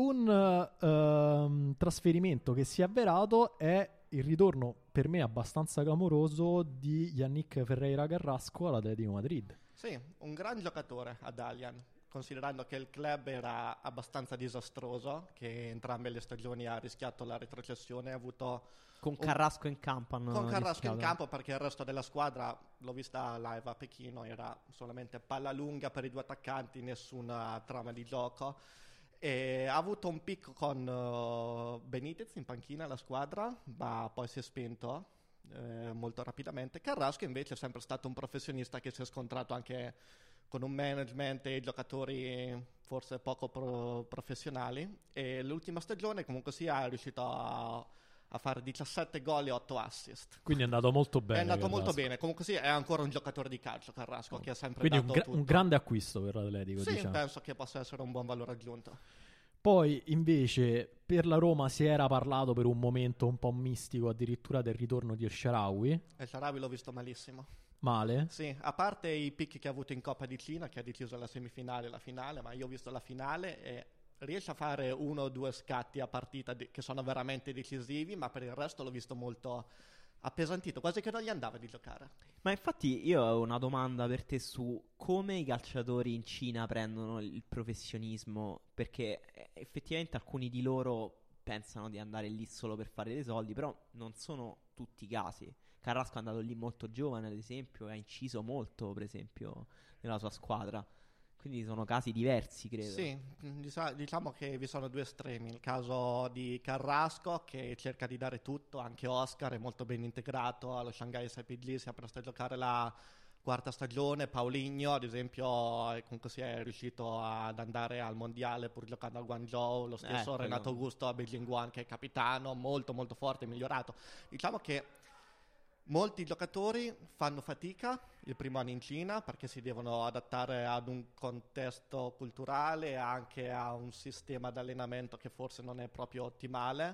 un trasferimento che si è avverato è il ritorno, per me abbastanza clamoroso, di Yannick Ferreira Carrasco all'Atletico Madrid. Sì, un gran giocatore ad Allianz, considerando che il club era abbastanza disastroso, che entrambe le stagioni ha rischiato la retrocessione, ha avuto Con Carrasco in campo in campo, perché il resto della squadra, l'ho vista live a Pechino, era solamente palla lunga per i due attaccanti, nessuna trama di gioco. E ha avuto un picco con Benitez in panchina la squadra, ma poi si è spento molto rapidamente. Carrasco invece è sempre stato un professionista che si è scontrato anche con un management e giocatori forse poco professionali, e l'ultima stagione comunque sia è riuscito a fare 17 gol e 8 assist. Quindi è andato molto bene. È andato Carrasco. molto bene. Comunque sì, è ancora un giocatore di calcio Carrasco, che ha sempre Quindi dato tutto. un grande acquisto per l'Atletico, Sì, diciamo. penso che possa essere un buon valore aggiunto. Poi invece per la Roma si era parlato per un momento un po' mistico addirittura del ritorno di El Shaarawy. E il Shaarawy l'ho visto malissimo. Male? Sì, a parte i picchi che ha avuto in Coppa di Cina, che ha deciso la semifinale e la finale, ma io ho visto la finale e riesce a fare 1 o 2 scatti a partita che sono veramente decisivi, ma per il resto l'ho visto molto appesantito, quasi che non gli andava di giocare. Ma infatti io ho una domanda per te su come i calciatori in Cina prendono il professionismo, perché effettivamente alcuni di loro pensano di andare lì solo per fare dei soldi, però non sono tutti i casi. Carrasco è andato lì molto giovane, ad esempio, e ha inciso molto, per esempio, nella sua squadra. Quindi sono casi diversi, credo. Sì, diciamo che vi sono due estremi. Il caso di Carrasco, che cerca di dare tutto, anche Oscar è molto ben integrato allo Shanghai SPG, si è presto a giocare la 4ª stagione. Paulinho, ad esempio, comunque si è riuscito ad andare al mondiale pur giocando al Guangzhou. Lo stesso Renato Augusto a Beijing Guan, che è capitano, molto molto forte, migliorato. Diciamo che Molti giocatori fanno fatica il primo anno in Cina perché si devono adattare ad un contesto culturale e anche a un sistema di allenamento che forse non è proprio ottimale,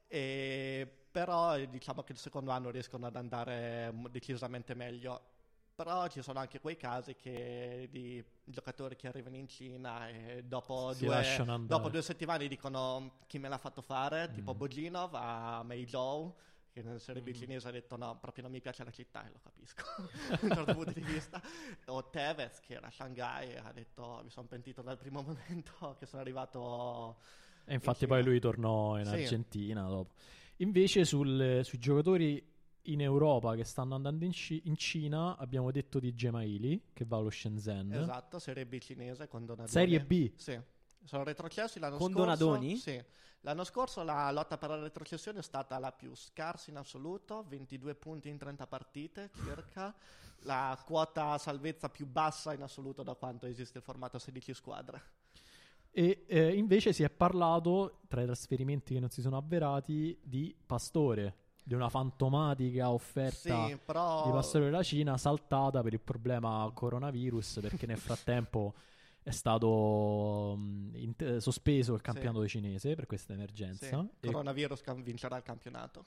però diciamo che il secondo anno riescono ad andare decisamente meglio. Però ci sono anche quei casi di giocatori che arrivano in Cina e dopo due settimane dicono chi me l'ha fatto fare, tipo Boginov a Meizhou, che nel Serie B cinese ha detto no, proprio non mi piace la città, e lo capisco da un certo punto di vista. O Tevez che era a Shanghai ha detto mi sono pentito dal primo momento che sono arrivato. E infatti poi lui tornò in Argentina dopo. Invece sui giocatori in Europa che stanno andando in Cina abbiamo detto di Gemaili che va allo Shenzhen. Esatto, Serie B cinese con Donadoni. Serie B? Sì. Sono retrocessi l'anno con scorso. Con Donadoni? Sì. L'anno scorso la lotta per la retrocessione è stata la più scarsa in assoluto, 22 punti in 30 partite circa, la quota salvezza più bassa in assoluto da quanto esiste il formato 16 squadre. E invece si è parlato, tra i trasferimenti che non si sono avverati, di Pastore, di una fantomatica offerta di Pastore della Cina saltata per il problema coronavirus, perché nel frattempo è stato sospeso il campionato cinese per questa emergenza. Coronavirus vincerà il campionato.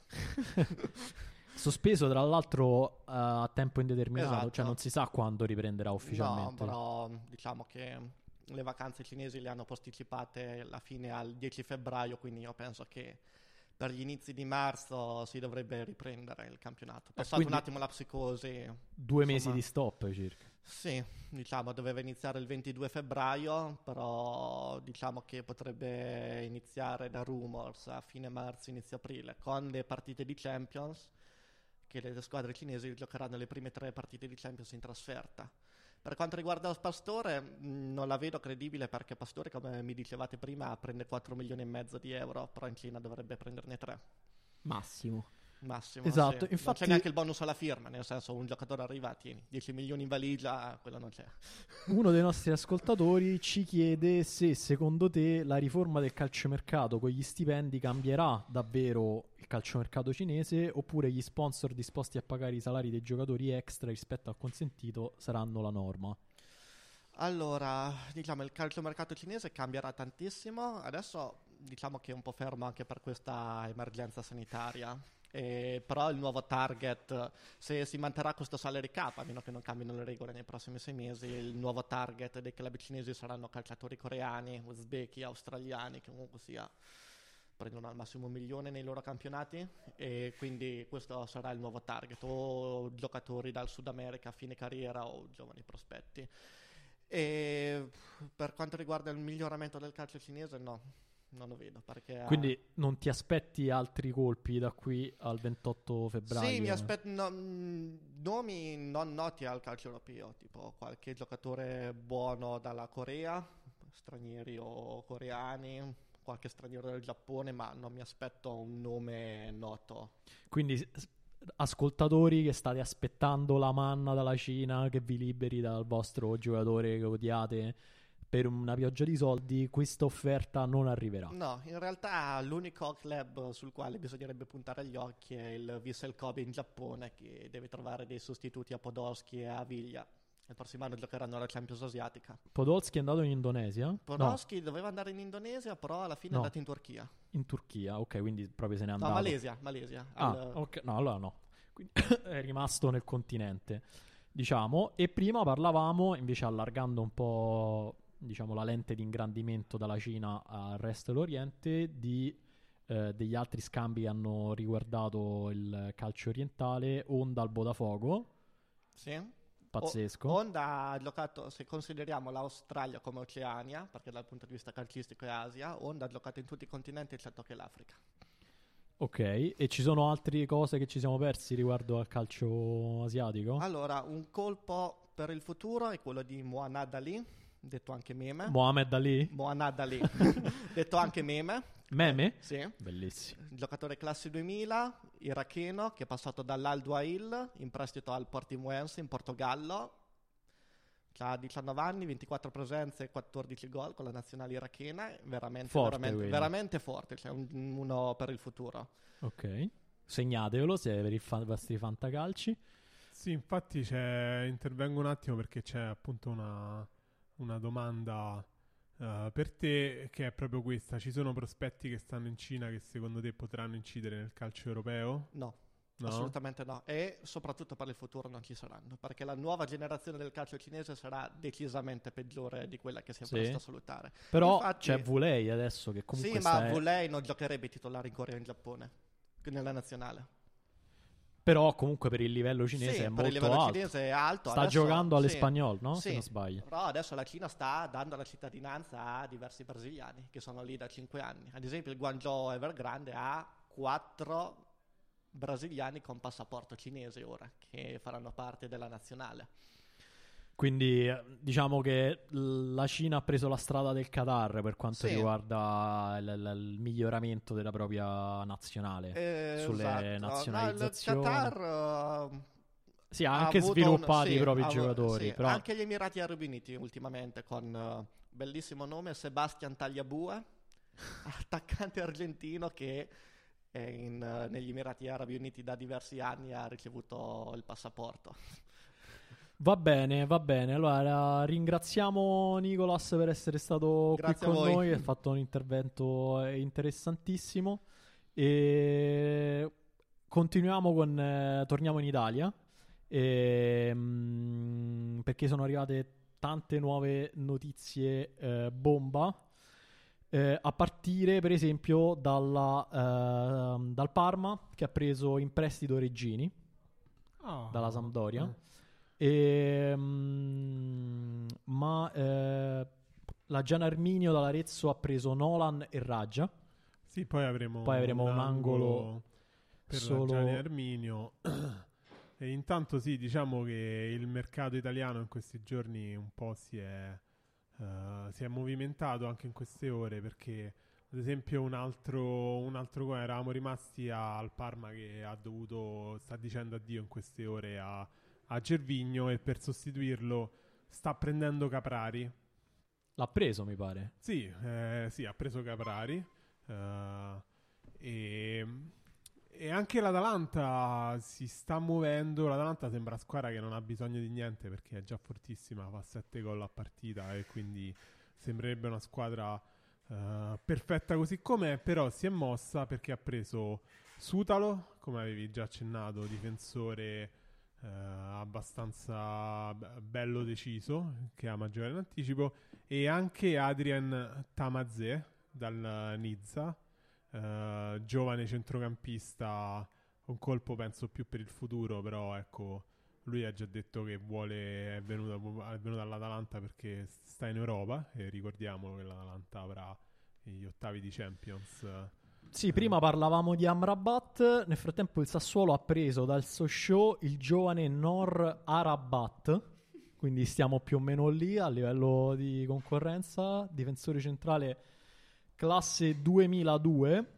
Sospeso tra l'altro a tempo indeterminato, esatto. Cioè non si sa quando riprenderà ufficialmente. No, però diciamo che le vacanze cinesi le hanno posticipate alla fine al 10 febbraio, quindi io penso che per gli inizi di marzo si dovrebbe riprendere il campionato. Passato un attimo la psicosi. 2 mesi di stop circa. Sì, diciamo doveva iniziare il 22 febbraio, però diciamo che potrebbe iniziare da rumors a fine marzo, inizio aprile, con le partite di Champions, che le squadre cinesi giocheranno le prime 3 partite di Champions in trasferta. Per quanto riguarda Pastore, non la vedo credibile perché Pastore, come mi dicevate prima, prende 4 milioni e mezzo di euro, però in Cina dovrebbe prenderne 3. Massimo. Esatto, sì. Infatti Non c'è neanche il bonus alla firma, nel senso un giocatore arriva, tieni 10 milioni in valigia, quello non c'è. Uno dei nostri ascoltatori ci chiede se secondo te la riforma del calciomercato con gli stipendi cambierà davvero il calciomercato cinese, oppure gli sponsor disposti a pagare i salari dei giocatori extra rispetto al consentito saranno la norma. Allora, diciamo il calciomercato cinese cambierà tantissimo, adesso diciamo che è un po' fermo anche per questa emergenza sanitaria. Però il nuovo target, se si manterrà questo salary cap, a meno che non cambino le regole nei prossimi 6 mesi, il nuovo target dei club cinesi saranno calciatori coreani, uzbeki, australiani, che comunque sia prendono al massimo 1 milione nei loro campionati, e quindi questo sarà il nuovo target, o giocatori dal Sud America a fine carriera o giovani prospetti. E per quanto riguarda il miglioramento del calcio cinese, no, non lo vedo, perché quindi non ti aspetti altri colpi da qui al 28 febbraio? Sì, mi aspetto nomi non noti al calcio europeo, tipo qualche giocatore buono dalla Corea, stranieri o coreani, qualche straniero del Giappone, ma non mi aspetto un nome noto. Quindi ascoltatori che state aspettando la manna dalla Cina che vi liberi dal vostro giocatore che odiate per una pioggia di soldi, questa offerta non arriverà. No, in realtà l'unico club sul quale bisognerebbe puntare gli occhi è il Vissel Kobe in Giappone, che deve trovare dei sostituti a Podolski e a Viglia. Il prossimo anno giocheranno alla Champions asiatica. Podolski è andato in Indonesia? Podolski doveva andare in Indonesia, però alla fine è andato in Turchia. In Turchia, ok, quindi proprio se n'è andato. No, Malesia. Ok, no, allora no. Quindi è rimasto nel continente, diciamo. E prima parlavamo, invece allargando un po', diciamo, la lente di ingrandimento dalla Cina al resto dell'Oriente, degli altri scambi che hanno riguardato il calcio orientale. Honda al Botafogo. Sì. Pazzesco. Honda ha giocato, se consideriamo l'Australia come Oceania, perché dal punto di vista calcistico è Asia, Honda ha giocato in tutti i continenti eccetto che l'Africa. Ok, e ci sono altre cose che ci siamo persi riguardo al calcio asiatico? Allora, un colpo per il futuro è quello di Mohamed Ali, detto anche Meme. Mohamed Ali? Mohamed Ali, detto anche Meme. Meme? Sì. Bellissimo. Giocatore classe 2000, iracheno, che è passato dall'Al Duhail in prestito al Portimonense in Portogallo. Ha 19 anni, 24 presenze e 14 gol con la nazionale irachena. Veramente forte, cioè uno per il futuro. Ok. Segnatevelo se per i vostri fantacalci. Sì, infatti intervengo un attimo perché c'è appunto una domanda per te, che è proprio questa. Ci sono prospetti che stanno in Cina che secondo te potranno incidere nel calcio europeo? No. No? Assolutamente no, e soprattutto per il futuro non ci saranno, perché la nuova generazione del calcio cinese sarà decisamente peggiore di quella che si è Sì. presta a salutare. Però Infatti- c'è Vulei adesso che comunque sì, ma Vulei non giocherebbe titolare in Corea e in Giappone, nella nazionale. Però comunque per il livello cinese Sì, è per il molto livello alto. cinese è alto. Sta Adesso- giocando sì, all'Espanyol, no? sì. Se non sbaglio. Però adesso la Cina sta dando la cittadinanza a diversi brasiliani che sono lì da 5 anni. Ad esempio il Guangzhou Evergrande ha 4 brasiliani con passaporto cinese ora, che faranno parte della nazionale. Quindi diciamo che la Cina ha preso la strada del Qatar per quanto Sì. riguarda il miglioramento della propria nazionale sulle Esatto. nazionalizzazioni. No, il Qatar Sì, ha ha anche avuto sviluppati sì, i propri ha- giocatori. sì, però anche gli Emirati Arabi Uniti ultimamente con bellissimo nome Sebastian Tagliabue, attaccante argentino che è negli Emirati Arabi Uniti da diversi anni, ha ricevuto il passaporto. Va bene, va bene. Allora ringraziamo Nicolas per essere stato Grazie qui a con voi. noi. Ha fatto un intervento interessantissimo. E continuiamo torniamo in Italia. Perché sono arrivate tante nuove notizie bomba. A partire per esempio dal Parma, che ha preso in prestito Reggini dalla Sampdoria. La Gian Arminio dall'Arezzo ha preso Nolan e Raja. Sì, poi avremo un angolo per solo la Gianni Arminio. E intanto sì, diciamo che il mercato italiano in questi giorni un po' si è movimentato anche in queste ore, perché ad esempio un altro eravamo rimasti al Parma che sta dicendo addio in queste ore a Gervinho, e per sostituirlo sta prendendo Caprari. L'ha preso, mi pare. Sì, ha preso Caprari. E anche l'Atalanta si sta muovendo. L'Atalanta sembra una squadra che non ha bisogno di niente perché è già fortissima, fa 7 gol a partita e quindi sembrerebbe una squadra perfetta così com'è. Però si è mossa perché ha preso Sutalo, come avevi già accennato, difensore abbastanza bello deciso, che ama giocare in anticipo, e anche Adrien Tamazé dal Nizza, giovane centrocampista, un colpo penso più per il futuro, però ecco, lui ha già detto che è venuto all'Atalanta perché sta in Europa, e ricordiamo che l'Atalanta avrà gli ottavi di Champions. Sì, prima parlavamo di Amrabat. Nel frattempo il Sassuolo ha preso dal Sochaux il giovane Nor Arabat, quindi stiamo più o meno lì a livello di concorrenza. Difensore centrale classe 2002.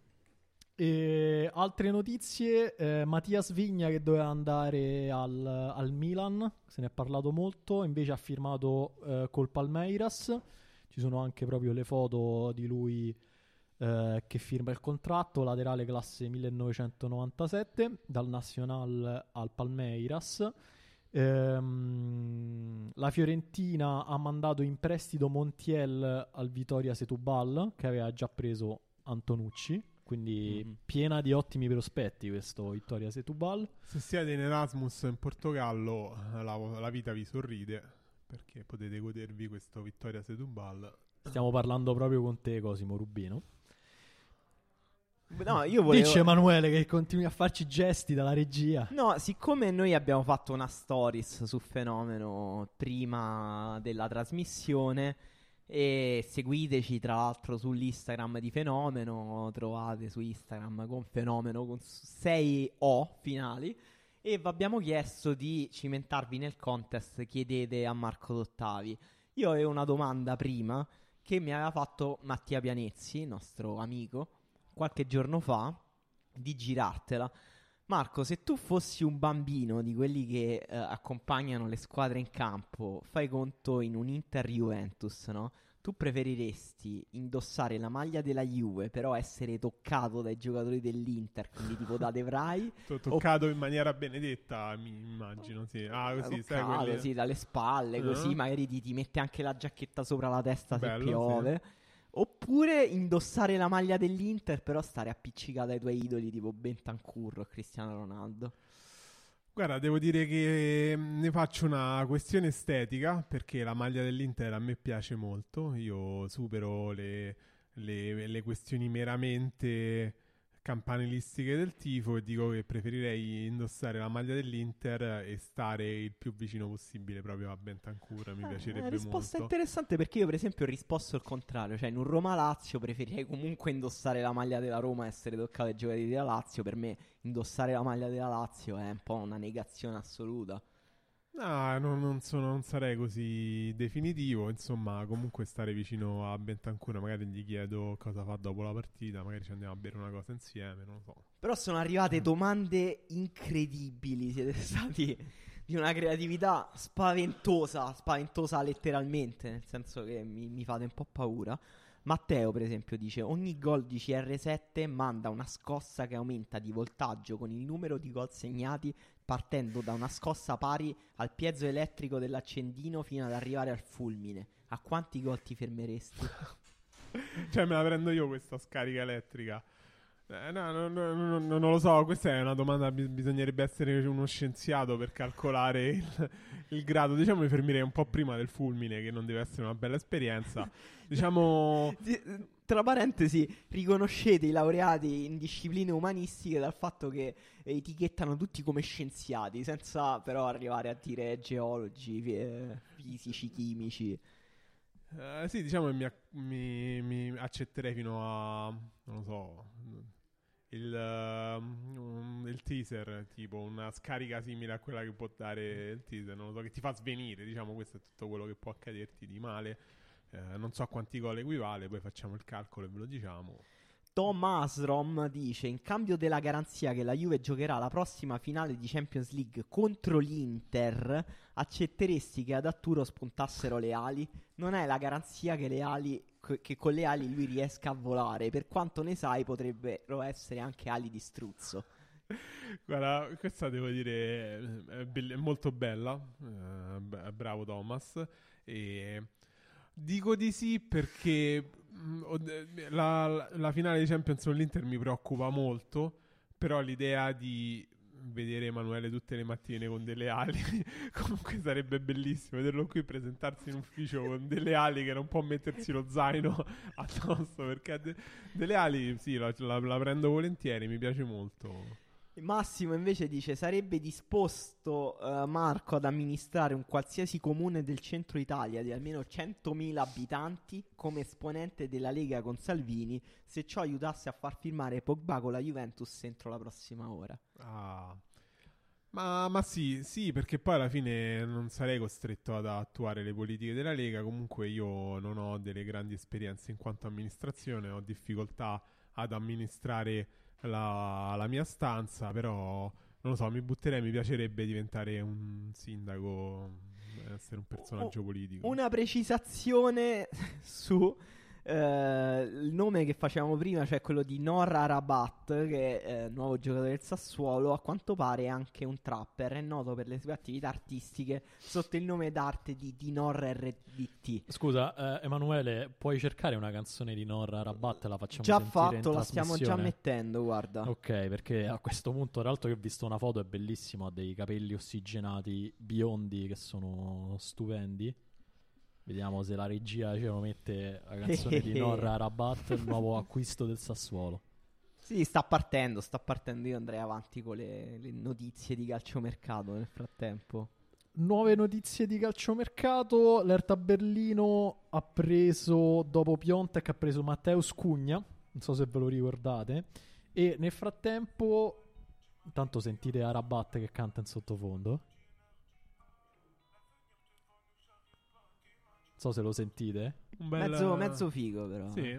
E altre notizie, Mattias Vigna che doveva andare al Milan, se ne è parlato molto, invece ha firmato col Palmeiras. Ci sono anche proprio le foto di lui che firma il contratto, laterale classe 1997, dal Nacional al Palmeiras. La Fiorentina ha mandato in prestito Montiel al Vitória Setúbal, che aveva già preso Antonucci, quindi piena di ottimi prospetti questo Vitória Setúbal. Se siete in Erasmus in Portogallo, la vita vi sorride perché potete godervi questo Vitória Setúbal. Stiamo parlando proprio con te, Cosimo Rubino. No, io volevo... Dice Emanuele che continui a farci gesti dalla regia. No, siccome noi abbiamo fatto una stories su Fenomeno prima della trasmissione, e seguiteci tra l'altro sull'Instagram di Fenomeno, trovate su Instagram con Fenomeno con 6 O finali, e vi abbiamo chiesto di cimentarvi nel contest Chiedete a Marco Dottavi. Io avevo una domanda prima che mi aveva fatto Mattia Pianezzi, nostro amico, qualche giorno fa, di girartela. Marco, se tu fossi un bambino di quelli che accompagnano le squadre in campo, fai conto in un Inter-Juventus, no? tu preferiresti indossare la maglia della Juve, però essere toccato dai giocatori dell'Inter, quindi tipo da De Vrij? Toccato in maniera benedetta, mi immagino, sì. Ah, così, sai, Toccato, quelli... sì, dalle spalle, così magari ti mette anche la giacchetta sopra la testa se Bello, piove. sì. Oppure indossare la maglia dell'Inter, però stare appiccicato ai tuoi idoli tipo Bentancur o Cristiano Ronaldo. Guarda, devo dire che ne faccio una questione estetica, perché la maglia dell'Inter a me piace molto. Io supero le questioni meramente campanilistiche del tifo e dico che preferirei indossare la maglia dell'Inter e stare il più vicino possibile proprio a Bentancur. Mi È piacerebbe una risposta molto. interessante, perché io per esempio ho risposto il contrario, cioè in un Roma-Lazio preferirei comunque indossare la maglia della Roma e essere toccato ai giocatori della Lazio. Per me indossare la maglia della Lazio è un po' una negazione assoluta. No, non sarei così definitivo. Insomma, comunque stare vicino a Bentancur, magari gli chiedo cosa fa dopo la partita, magari ci andiamo a bere una cosa insieme, non lo so. Però sono arrivate domande incredibili, siete stati di una creatività spaventosa letteralmente, nel senso che mi fate un po' paura. Matteo, per esempio, dice: ogni gol di CR7 manda una scossa che aumenta di voltaggio con il numero di gol segnati, partendo da una scossa pari al piezo elettrico dell'accendino fino ad arrivare al fulmine. A quanti gol ti fermeresti? Cioè, me la prendo io questa scarica elettrica? No, non lo so, questa è una domanda, bisognerebbe essere uno scienziato per calcolare il grado. Diciamo mi fermerei un po' prima del fulmine, che non deve essere una bella esperienza. Diciamo... Tra parentesi, riconoscete i laureati in discipline umanistiche dal fatto che etichettano tutti come scienziati, senza però arrivare a dire geologi, fisici, chimici. Sì, diciamo che mi accetterei fino a, non lo so, il teaser, tipo una scarica simile a quella che può dare il teaser, non lo so, che ti fa svenire, diciamo. Questo è tutto quello che può accaderti di male. Non so a quanti gol equivale, poi facciamo il calcolo e ve lo diciamo. Tom Asrom dice: in cambio della garanzia che la Juve giocherà la prossima finale di Champions League contro l'Inter, accetteresti che ad Arturo spuntassero le ali? Non è la garanzia che che con le ali lui riesca a volare. Per quanto ne sai, potrebbero essere anche ali di struzzo. Guarda, questa devo dire è molto bella. Bravo Thomas. E dico di sì perché la finale di Champions con l'Inter mi preoccupa molto, però l'idea di vedere Emanuele tutte le mattine con delle ali comunque sarebbe bellissimo vederlo qui presentarsi in ufficio con delle ali, che non può mettersi lo zaino addosso, perché delle ali sì, la prendo volentieri, mi piace molto. Massimo invece dice: sarebbe disposto Marco ad amministrare un qualsiasi comune del centro Italia di almeno 100.000 abitanti come esponente della Lega con Salvini, se ciò aiutasse a far firmare Pogba con la Juventus entro la prossima ora. Ma sì, perché poi alla fine non sarei costretto ad attuare le politiche della Lega. Comunque io non ho delle grandi esperienze in quanto amministrazione, ho difficoltà ad amministrare la mia stanza, però non lo so, mi piacerebbe diventare un sindaco, essere un personaggio politico. Una precisazione su il nome che facevamo prima, cioè quello di Norra Rabat, che è il nuovo giocatore del Sassuolo. A quanto pare è anche un trapper, è noto per le sue attività artistiche sotto il nome d'arte di Norra RDT. Scusa, Emanuele, puoi cercare una canzone di Norra Rabat? La facciamo già sentire fatto, in la stiamo già mettendo, guarda. Ok, perché a questo punto, tra l'altro, che ho visto una foto, è bellissimo, ha dei capelli ossigenati biondi che sono stupendi. Vediamo se la regia ce lo mette, la canzone di Norra Rabat, il nuovo acquisto del Sassuolo. Sì, sta partendo. Io andrei avanti con le notizie di calciomercato nel frattempo. Nuove notizie di calciomercato. L'Hertha Berlino ha preso, dopo Piontek, ha preso Mateusz Cugna, non so se ve lo ricordate. E nel frattempo, intanto sentite Rabat che canta in sottofondo. Non so se lo sentite. Mezzo figo, però. Sì.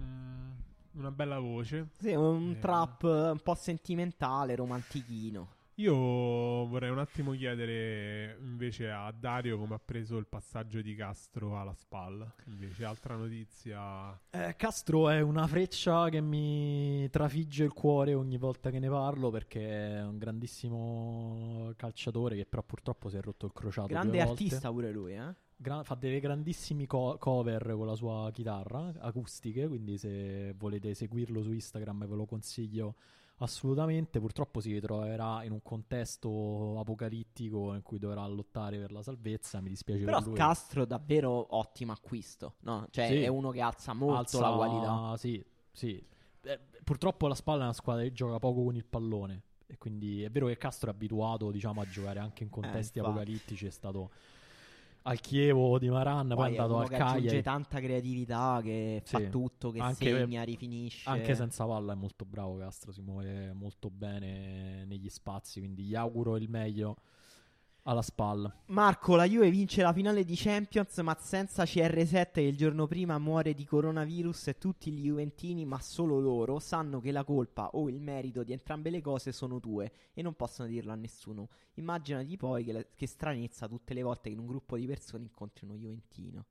Una bella voce. Sì, un trap un po' sentimentale, romantichino. Io vorrei un attimo chiedere invece a Dario come ha preso il passaggio di Castro alla SPAL. Invece, altra notizia. Castro è una freccia che mi trafigge il cuore ogni volta che ne parlo, perché è un grandissimo calciatore che però purtroppo si è rotto il crociato Grande 2 volte. artista pure lui, eh? Fa delle grandissimi cover con la sua chitarra acustiche, quindi se volete seguirlo su Instagram ve lo consiglio assolutamente. Purtroppo si ritroverà in un contesto apocalittico in cui dovrà lottare per la salvezza. Mi dispiace Però per lui. Castro davvero ottimo acquisto, no? Cioè Sì. è uno che alza molto la qualità. Sì, sì. Purtroppo la SPAL è una squadra che gioca poco con il pallone, e quindi è vero che Castro è abituato, diciamo, a giocare anche in contesti infatti. apocalittici. È stato al Chievo di Maran, poi è andato al che aggiunge Cagliari. tanta creatività, che fa Sì. tutto, che Anche- segna, rifinisce. Anche senza palla è molto bravo Castro, si muove molto bene negli spazi, quindi gli auguro il meglio alla SPAL. Marco, la Juve vince la finale di Champions, ma senza CR7 che il giorno prima muore di coronavirus, e tutti gli juventini, ma solo loro, sanno che la colpa o il merito di entrambe le cose sono tue e non possono dirlo a nessuno. Immaginati poi che stranezza tutte le volte che in un gruppo di persone incontri uno juventino.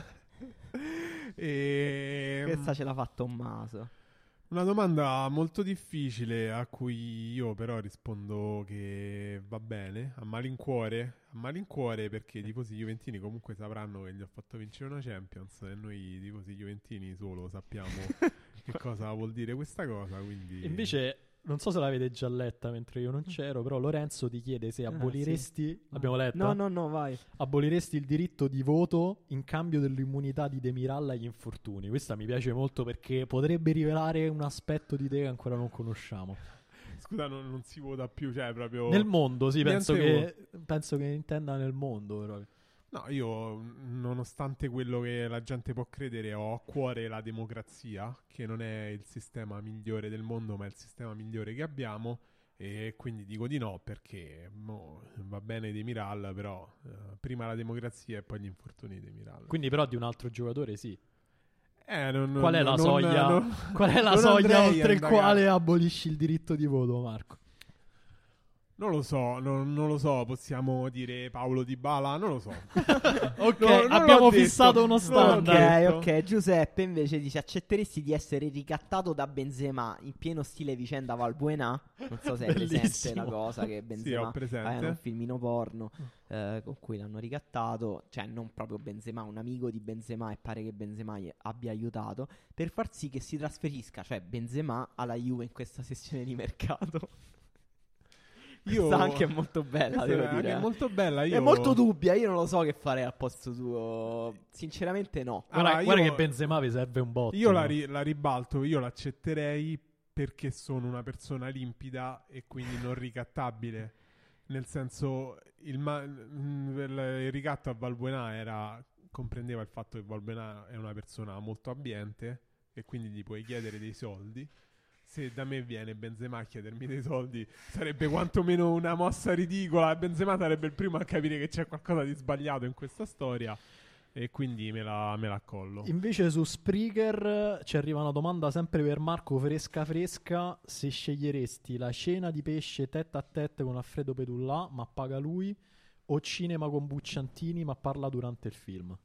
Questa ce l'ha fa Tommaso. Una domanda molto difficile a cui io però rispondo che va bene, a malincuore, perché i tifosi juventini comunque sapranno che gli ho fatto vincere una Champions e noi tifosi juventini solo sappiamo che cosa vuol dire questa cosa, quindi... Invece, non so se l'avete già letta mentre io non c'ero, però Lorenzo ti chiede se aboliresti... sì. L'abbiamo letta? No, vai. Aboliresti il diritto di voto in cambio dell'immunità di Demiral agli infortuni. Questa mi piace molto perché potrebbe rivelare un aspetto di te che ancora non conosciamo. Scusa, non si vota più, cioè proprio... Nel mondo, sì, penso Niente che intenda nel mondo. Però. No, io, nonostante quello che la gente può credere, ho a cuore la democrazia, che non è il sistema migliore del mondo, ma è il sistema migliore che abbiamo, e quindi dico di no, perché va bene Demiral, però prima la democrazia e poi gli infortuni di Demiral. Quindi però di un altro giocatore sì. Qual è la soglia? Qual è la soglia oltre il quale abolisci il diritto di voto, Marco? Non lo so, non lo so, possiamo dire Paolo Dybala, non lo so. Ok, Non abbiamo l'ho detto, fissato uno non l'ho standard. detto. Ok, Giuseppe invece dice: accetteresti di essere ricattato da Benzema in pieno stile vicenda Valbuena? Non so se è presente Bellissimo. la cosa che Sì, Benzema ho presente. aveva un filmino porno con cui l'hanno ricattato, cioè non proprio Benzema, un amico di Benzema, e pare che Benzema gli abbia aiutato per far sì che si trasferisca, cioè Benzema, alla Juve in questa sessione di mercato. Questa anche è molto bella, Questa devo è anche dire. molto bella. È molto dubbia, io non lo so che fare al posto suo. Sinceramente no. Guarda, Allora, che Benzema vi serve un botto. Io no? la ribalto, io l'accetterei perché sono una persona limpida e quindi non ricattabile. Nel senso, il ricatto a Valbuena comprendeva il fatto che Valbuena è una persona molto abbiente e quindi gli puoi chiedere dei soldi. Se da me viene Benzema a chiedermi dei soldi, sarebbe quantomeno una mossa ridicola. Benzema sarebbe il primo a capire che c'è qualcosa di sbagliato in questa storia, e quindi me la accollo. Invece su Spreaker ci arriva una domanda sempre per Marco, fresca fresca: se sceglieresti la cena di pesce tête a tête con Alfredo Petullà ma paga lui, o cinema con Bucciantini ma parla durante il film?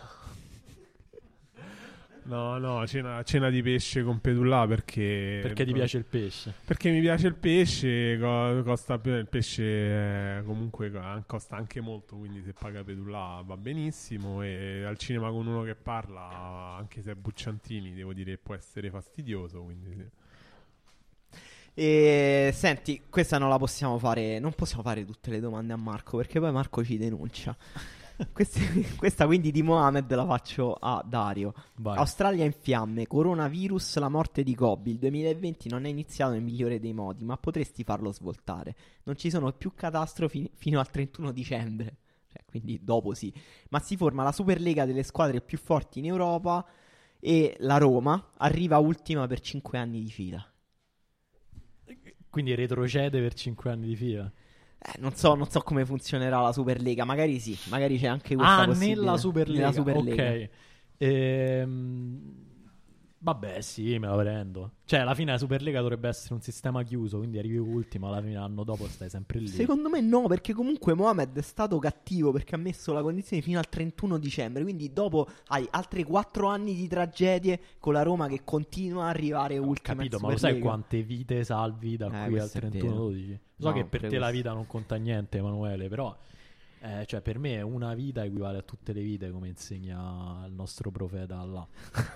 No, cena di pesce con Petullà perché Perché ti piace il pesce? Perché mi piace il pesce, costa più, il pesce comunque costa anche molto, quindi se paga Petullà va benissimo, e al cinema con uno che parla, anche se è Bucciantini, devo dire che può essere fastidioso, quindi sì. E senti, questa non la possiamo fare. Non possiamo fare tutte le domande a Marco, perché poi Marco ci denuncia. Questa quindi di Mohamed la faccio a Dario. Vai. Australia in fiamme, coronavirus, la morte di Kobe. Il 2020 non è iniziato nel migliore dei modi, ma potresti farlo svoltare. Non ci sono più catastrofi fino al 31 dicembre, cioè, quindi dopo sì. Ma si forma la Superlega delle squadre più forti in Europa e la Roma arriva ultima per 5 anni di fila. Quindi retrocede per 5 anni di fila. Non so come funzionerà la Superlega. Magari sì, magari c'è anche questa possibilità. Nella Superlega. Nella Superlega. Ok. Vabbè, sì, me la prendo. Cioè, alla fine la Superlega dovrebbe essere un sistema chiuso, quindi arrivi ultimo, alla fine l'anno dopo stai sempre lì. Secondo me no, perché comunque Mohamed è stato cattivo perché ha messo la condizione fino al 31 dicembre, quindi dopo hai altri 4 anni di tragedie con la Roma che continua a arrivare Ho ultima in capito, ma lo sai Superlega. quante vite salvi da qui al questo è 31-12? So No, che per pure te la questo. vita non conta niente, Emanuele, però cioè per me una vita equivale a tutte le vite, come insegna il nostro profeta Allah.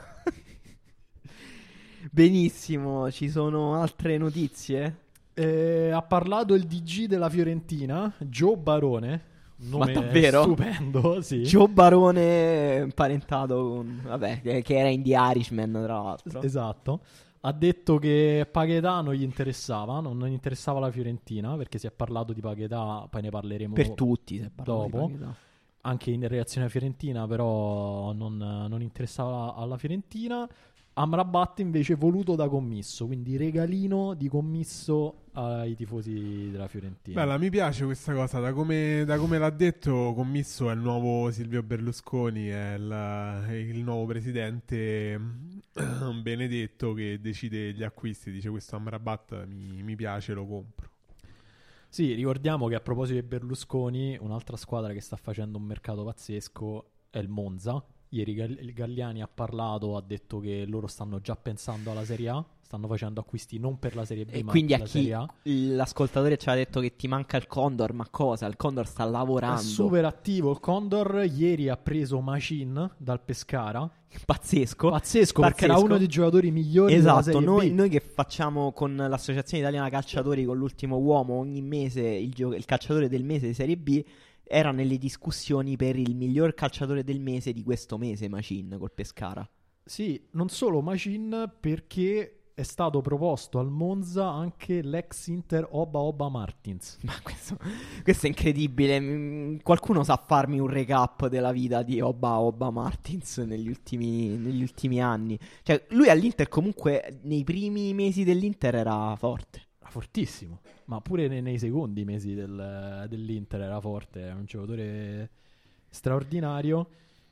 Benissimo, ci sono altre notizie? Ha parlato il DG della Fiorentina, Joe Barone, un Ma nome davvero? stupendo, sì. Joe Barone imparentato con... Vabbè, che era in The Irishman tra l'altro. Esatto. Ha detto che Paquetá non gli interessava, non gli interessava la Fiorentina, perché si è parlato di Paquetá, poi ne parleremo Per tutti, se parliamo di dopo. Paquetá. Anche in relazione alla Fiorentina, però non interessava alla Fiorentina. Amrabat invece voluto da commisso, quindi regalino di commisso ai tifosi della Fiorentina. Bella, mi piace questa cosa, da come l'ha detto, commisso è il nuovo Silvio Berlusconi, è il nuovo presidente Benedetto che decide gli acquisti, dice questo Amrabat mi piace, lo compro. Sì, ricordiamo che a proposito di Berlusconi, un'altra squadra che sta facendo un mercato pazzesco è il Monza. Ieri Galliani ha parlato, ha detto che loro stanno già pensando alla Serie A, stanno facendo acquisti non per la Serie B E ma quindi per a la chi Serie A. l'ascoltatore ci ha detto che ti manca il Condor, ma cosa? Il Condor sta È lavorando. super attivo il Condor, ieri ha preso Machin dal Pescara. Pazzesco. Pazzesco, perché era uno dei giocatori migliori della Esatto, Serie B. noi che facciamo con l'Associazione Italiana Calciatori con l'ultimo uomo ogni mese il calciatore del mese di Serie B, era nelle discussioni per il miglior calciatore del mese di questo mese, Machin col Pescara. Sì, non solo Machin, perché è stato proposto al Monza anche l'ex Inter Oba Martins. Ma questo è incredibile. Qualcuno sa farmi un recap della vita di Oba Martins negli ultimi anni? Cioè, lui all'Inter comunque nei primi mesi dell'Inter era forte. Fortissimo, ma pure nei secondi mesi dell'Inter era forte, è un giocatore straordinario.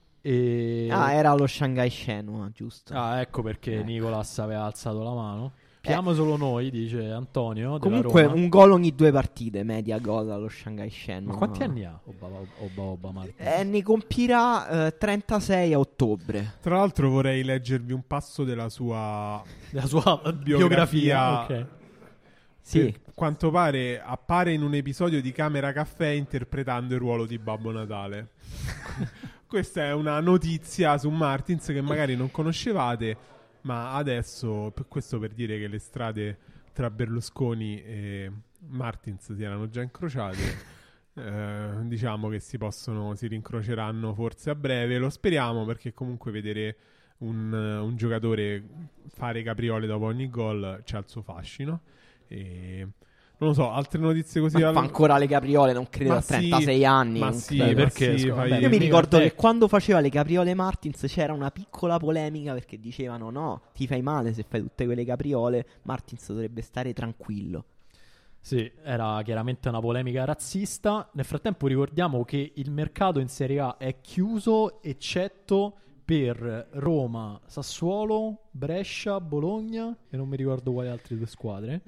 Era lo Shanghai Shenhua, giusto? Ecco perché Nicolas aveva alzato la mano. Chiamo solo noi, dice Antonio della Comunque Roma. un gol ogni 2 partite, media gol allo Shanghai Shenhua. Ma quanti anni ha Oba Martins? Ne compirà 36 a ottobre. Tra l'altro vorrei leggervi un passo della sua Biografia. Ok. Sì. Per quanto pare appare in un episodio di Camera Caffè interpretando il ruolo di Babbo Natale. Questa è una notizia su Martins che magari non conoscevate, ma adesso, questo per dire che le strade tra Berlusconi e Martins si erano già incrociate. Diciamo che si rincroceranno forse a breve, lo speriamo, perché comunque vedere un giocatore fare capriole dopo ogni gol c'ha il suo fascino. E non lo so, altre notizie così. Ma fa ancora le capriole, non credo, Ma a sì, 36 anni. ma non sì, credo. perché sì, vabbè, fai- Io mi ricordo te- che quando faceva le capriole Martins c'era una piccola polemica perché dicevano no, ti fai male se fai tutte quelle capriole, Martins dovrebbe stare tranquillo. Sì, era chiaramente una polemica razzista. Nel frattempo ricordiamo che il mercato in Serie A è chiuso, eccetto per Roma, Sassuolo, Brescia, Bologna e non mi ricordo quali altre due squadre.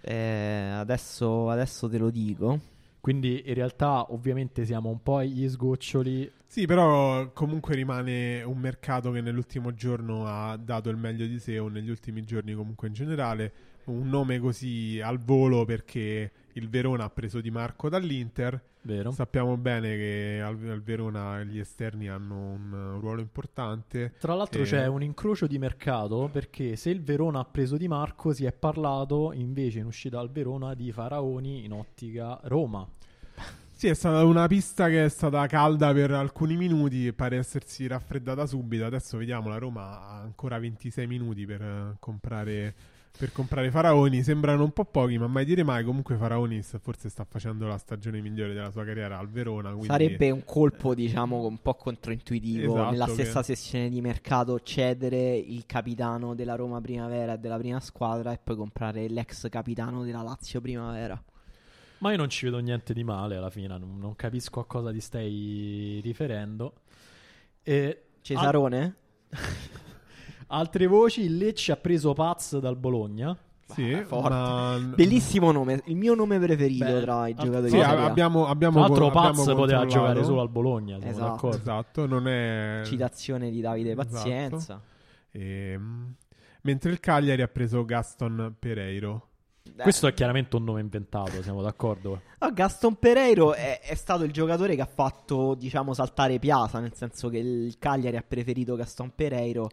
Adesso te lo dico. Quindi in realtà ovviamente siamo un po' agli sgoccioli. Sì, però comunque rimane un mercato che nell'ultimo giorno ha dato il meglio di sé, o negli ultimi giorni comunque in generale. Un nome così al volo perché il Verona ha preso Di Marco dall'Inter. Vero? Sappiamo bene che al Verona gli esterni hanno un ruolo importante. Tra l'altro c'è un incrocio di mercato, perché se il Verona ha preso Di Marco si è parlato invece in uscita dal Verona di Faraoni in ottica Roma. Sì, è stata una pista che è stata calda per alcuni minuti e pare essersi raffreddata subito. Adesso vediamo, la Roma ha ancora 26 minuti per comprare Faraoni. Sembrano un po' pochi, ma mai dire mai. Comunque Faraoni forse sta facendo la stagione migliore della sua carriera al Verona, quindi... Sarebbe un colpo, diciamo, un po' controintuitivo. Esatto, nella stessa sessione di mercato cedere il capitano della Roma Primavera e della prima squadra e poi comprare l'ex capitano della Lazio Primavera. Ma io non ci vedo niente di male alla fine, non capisco a cosa ti stai riferendo. Cesarone? Altre voci, il Lecce ha preso Paz dal Bologna. Sì, Forte. ma... Bellissimo nome, il mio nome preferito Beh, tra i giocatori Sì, di Serie A. abbiamo Tra l'altro Paz abbiamo poteva controllato. giocare solo al Bologna, siamo Esatto. d'accordo. Esatto, non è... Citazione di Davide Esatto. Pazienza. Mentre il Cagliari ha preso Gaston Pereiro. Questo è chiaramente un nome inventato, siamo d'accordo. Gaston Pereiro è stato il giocatore che ha fatto, diciamo, saltare Piazza, nel senso che il Cagliari ha preferito Gaston Pereiro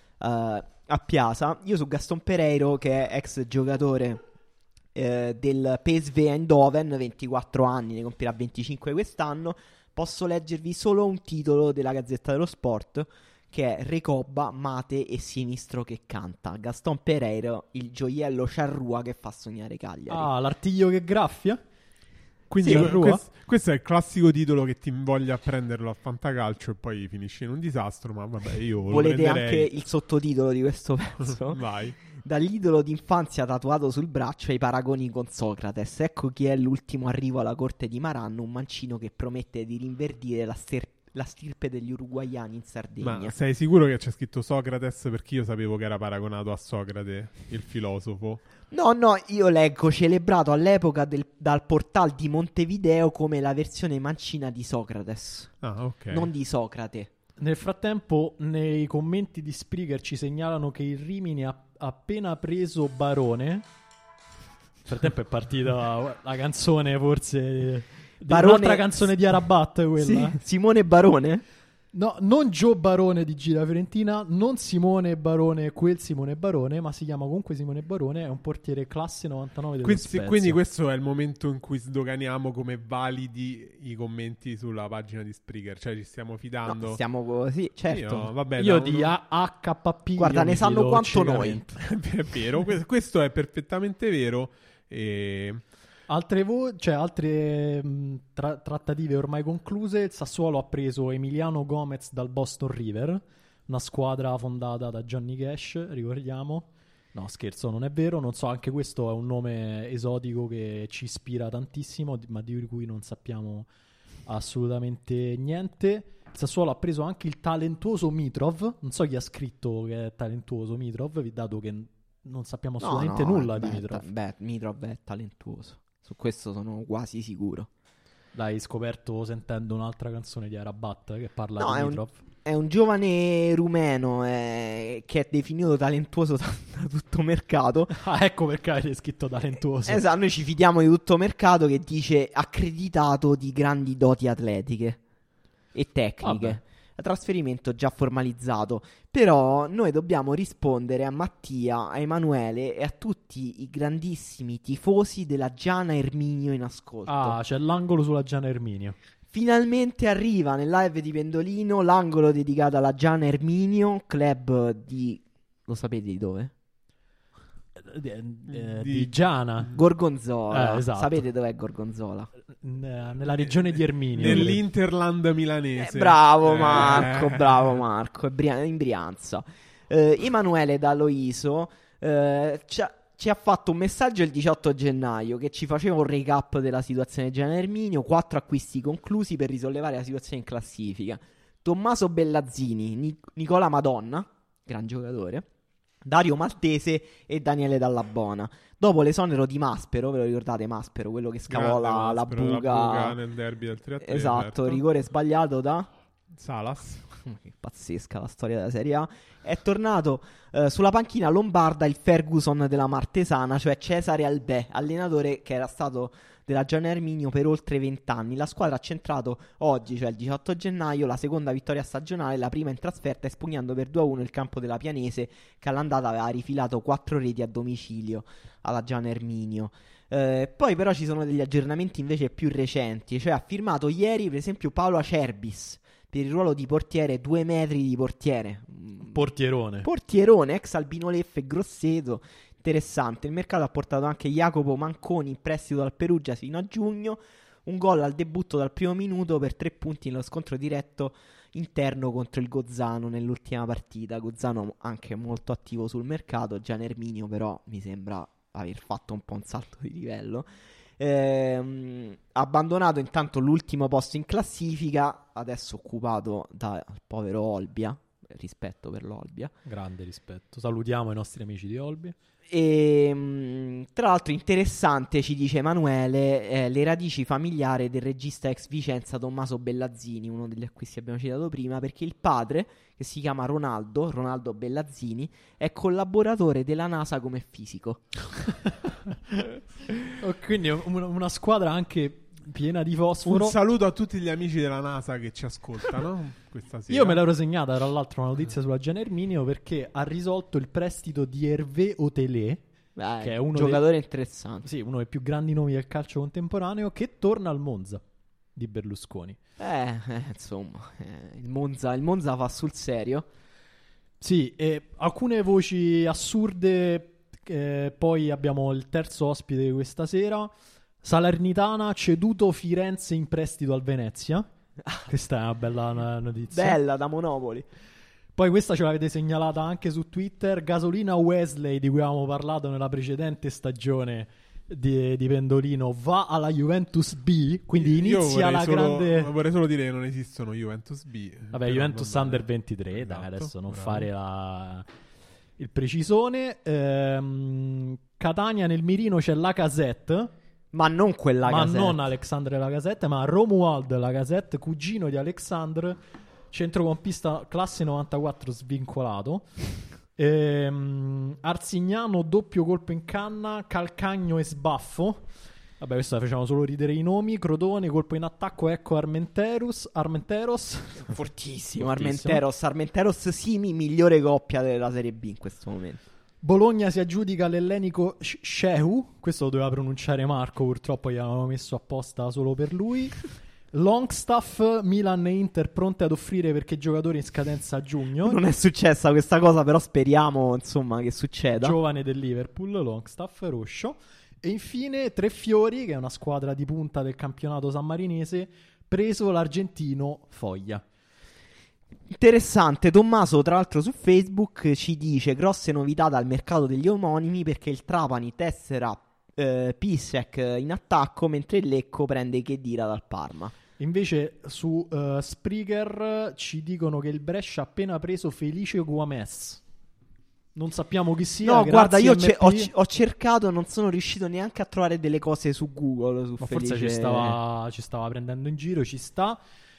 a Piazza. Io su Gaston Pereiro, che è ex giocatore del PSV Eindhoven, 24 anni, ne compirà 25 quest'anno, posso leggervi solo un titolo della Gazzetta dello Sport, che è Recoba, Mate e Sinistro che canta. Gaston Pereiro, il gioiello charrua che fa sognare Cagliari. Ah, l'artiglio che graffia? Quindi Sì, Rua? questo è il classico titolo che ti invoglia a prenderlo a fantacalcio e poi finisce in un disastro, ma vabbè, io lo Volete prenderei. anche il sottotitolo di questo pezzo? Vai. Dall'idolo d'infanzia tatuato sul braccio ai paragoni con Socrates. Ecco chi è l'ultimo arrivo alla corte di Maranno, un mancino che promette di rinverdire la stirpe degli uruguaiani in Sardegna. Ma sei sicuro che c'è scritto Socrates? Perché io sapevo che era paragonato a Socrate, il filosofo. No, io leggo celebrato all'epoca dal portal di Montevideo come la versione mancina di Socrates, Ah, ok. non di Socrate. Nel frattempo, nei commenti di Spreaker ci segnalano che il Rimini ha appena preso Barone. Nel frattempo è partita la canzone, forse... Barone- Un'altra canzone di Arabat, quella. Sì, Simone Barone? No, non Joe Barone di Gira Fiorentina, non Simone Barone, quel Simone Barone, ma si chiama comunque Simone Barone, è un portiere classe 99 dello Spezia. Quindi questo è il momento in cui sdoganiamo come validi i commenti sulla pagina di Spreaker. Cioè ci stiamo fidando. No, stiamo così, certo. Vabbè, Io da di uno- HPP Guarda, io ne mi sanno fido quanto noi. ciecamente. È vero, questo è perfettamente vero. Altre trattative ormai concluse. Il Sassuolo ha preso Emiliano Gomez dal Boston River, una squadra fondata da Johnny Cash, ricordiamo. No, scherzo, non è vero. Non so, anche questo è un nome esotico che ci ispira tantissimo, ma di cui non sappiamo assolutamente niente. Il Sassuolo ha preso anche il talentuoso Mitrov. Non so chi ha scritto che è talentuoso Mitrov, dato che non sappiamo assolutamente nulla di Mitrov. Mitrov è talentuoso. Su questo sono quasi sicuro. L'hai scoperto sentendo un'altra canzone di Arabat che parla No, di è Mitrov? È un giovane rumeno che è definito talentuoso da tutto mercato. Ah, ecco perché hai scritto talentuoso. Esatto, noi ci fidiamo di tutto mercato, che dice accreditato di grandi doti atletiche e tecniche. Vabbè. Trasferimento già formalizzato. Però noi dobbiamo rispondere a Mattia, a Emanuele e a tutti i grandissimi tifosi della Giana Erminio in ascolto. Ah, c'è l'angolo sulla Giana Erminio. Finalmente arriva nel live di Pendolino l'angolo dedicato alla Giana Erminio, club di... lo sapete di dove? Di Giana. Gorgonzola. Esatto. Sapete dov'è Gorgonzola? Nella regione di Erminio. Nell'Interland milanese. Bravo Marco, è in Brianza. Emanuele da Loiso ci ha fatto un messaggio il 18 gennaio che ci faceva un recap della situazione di Giana Erminio, 4 acquisti conclusi per risollevare la situazione in classifica. Tommaso Bellazzini, Nicola Madonna, gran giocatore, Dario Maltese e Daniele Dall'Abona. Dopo l'esonero di Maspero, ve lo ricordate Maspero, quello che scavò la buca nel derby del 3-3, esatto, certo. Rigore sbagliato da... Salas. Che pazzesca la storia della Serie A. È tornato sulla panchina lombarda il Ferguson della Martesana, cioè Cesare Albè, allenatore che era stato della Giana Erminio per oltre 20 anni. La squadra ha centrato oggi, cioè il 18 gennaio, la seconda vittoria stagionale, la prima in trasferta, espugnando per 2-1 il campo della Pianese, che all'andata aveva rifilato 4 reti a domicilio alla Giana Erminio. Poi però ci sono degli aggiornamenti invece più recenti, cioè ha firmato ieri per esempio Paolo Acerbis per il ruolo di portiere, 2 metri di portierone, ex Albino Leffe e Grosseto. Interessante. Il mercato ha portato anche Jacopo Manconi in prestito dal Perugia fino a giugno, un gol al debutto dal primo minuto per 3 punti nello scontro diretto interno contro il Gozzano nell'ultima partita. Gozzano anche molto attivo sul mercato, Giana Erminio però mi sembra aver fatto un po' un salto di livello. Abbandonato intanto l'ultimo posto in classifica, adesso occupato dal povero Olbia, rispetto per l'Olbia. Grande rispetto. Salutiamo i nostri amici di Olbia. E tra l'altro interessante, ci dice Emanuele, le radici familiari del regista ex Vicenza Tommaso Bellazzini, uno degli acquisti che abbiamo citato prima, perché il padre, che si chiama Ronaldo Bellazzini, è collaboratore della NASA come fisico. Quindi una squadra anche piena di fosforo. Un saluto a tutti gli amici della NASA che ci ascoltano questa sera. Io me l'ero segnata, tra l'altro, una notizia sulla Gian Erminio, perché ha risolto il prestito di Hervé Otelé, che è uno giocatore interessante. Sì, uno dei più grandi nomi del calcio contemporaneo, che torna al Monza di Berlusconi. Insomma, il Monza fa sul serio. Sì, e alcune voci assurde. Poi abbiamo il terzo ospite di questa sera, Salernitana, ceduto Firenze in prestito al Venezia. Questa è una bella notizia. Bella, da Monopoli. Poi questa ce l'avete segnalata anche su Twitter. Gasolina Wesley, di cui avevamo parlato nella precedente stagione di Pendolino, va alla Juventus B. Quindi inizia la grande... Vorrei solo dire che non esistono Juventus B. Vabbè, Juventus Under 23, esatto, dai, adesso non bravo. fare il precisone. Catania, nel mirino c'è Lacazette. Ma non quella Ma Lacazette. non Alexandre Lacazette, ma Romuald Lacazette, cugino di Alexandre, centrocampista classe 94 svincolato. Arsignano, doppio colpo in canna, Calcagno e Sbaffo. Vabbè, questa facciamo solo ridere i nomi. Crotone, colpo in attacco, ecco Armenteros. Fortissimo. Armenteros Simi, migliore coppia della Serie B in questo momento. Bologna si aggiudica l'ellenico Shehu. Questo lo doveva pronunciare Marco, purtroppo gli avevano messo apposta solo per lui. Longstaff, Milan e Inter pronte ad offrire perché giocatori in scadenza a giugno. Non è successa questa cosa, però speriamo insomma che succeda. Giovane del Liverpool, Longstaff, Roscio. E infine Trefiori, che è una squadra di punta del campionato sammarinese, preso l'argentino Foglia. Interessante. Tommaso, tra l'altro, su Facebook ci dice grosse novità dal mercato degli omonimi, perché il Trapani tessera Pisek in attacco, mentre il Lecco prende Khedira dal Parma. Invece su Spreaker ci dicono che il Brescia ha appena preso Felice Guames. Non sappiamo chi sia. No, guarda, io MP. ho cercato, non sono riuscito neanche a trovare delle cose su Google. Su Ma Felice. forse ci stava prendendo in giro, ci sta.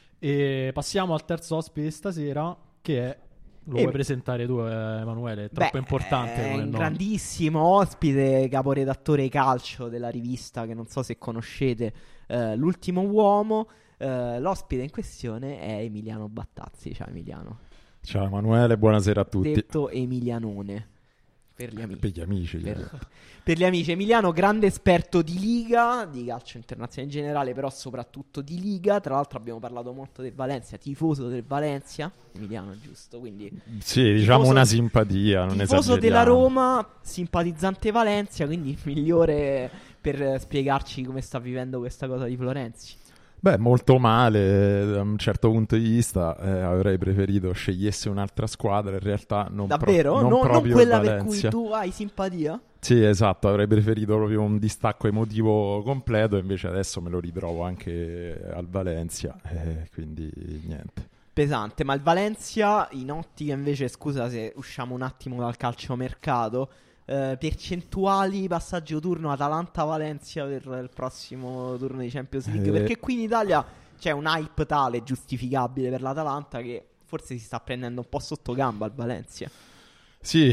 E passiamo al terzo ospite di stasera, che è... Lo vuoi presentare tu, Emanuele? È troppo importante. È come un nome. grandissimo ospite, caporedattore calcio della rivista, che non so se conoscete, L'Ultimo Uomo. L'ospite in questione è Emiliano Battazzi. Ciao Emiliano. Ciao Emanuele, buonasera a tutti. Detto Emilianone per gli amici. Per gli amici. Per gli amici. Emiliano, grande esperto di Liga, di calcio internazionale in generale, però soprattutto di Liga. Tra l'altro abbiamo parlato molto del Valencia, tifoso del Valencia. Emiliano, giusto? Quindi Sì, diciamo una simpatia, non tifoso esageriamo. della Roma, simpatizzante Valencia, quindi il migliore per spiegarci come sta vivendo questa cosa di Florenzi. Beh, molto male, da un certo punto di vista avrei preferito scegliesse un'altra squadra, in realtà non Davvero? non non proprio quella il per cui Valencia. tu hai simpatia? Sì, esatto, avrei preferito proprio un distacco emotivo completo, invece adesso me lo ritrovo anche al Valencia, quindi niente. Pesante, ma il Valencia in ottica invece, scusa se usciamo un attimo dal calciomercato, percentuali passaggio turno Atalanta-Valencia per il prossimo turno di Champions League, perché qui in Italia c'è un hype tale giustificabile per l'Atalanta che forse si sta prendendo un po' sotto gamba al Valencia. Sì,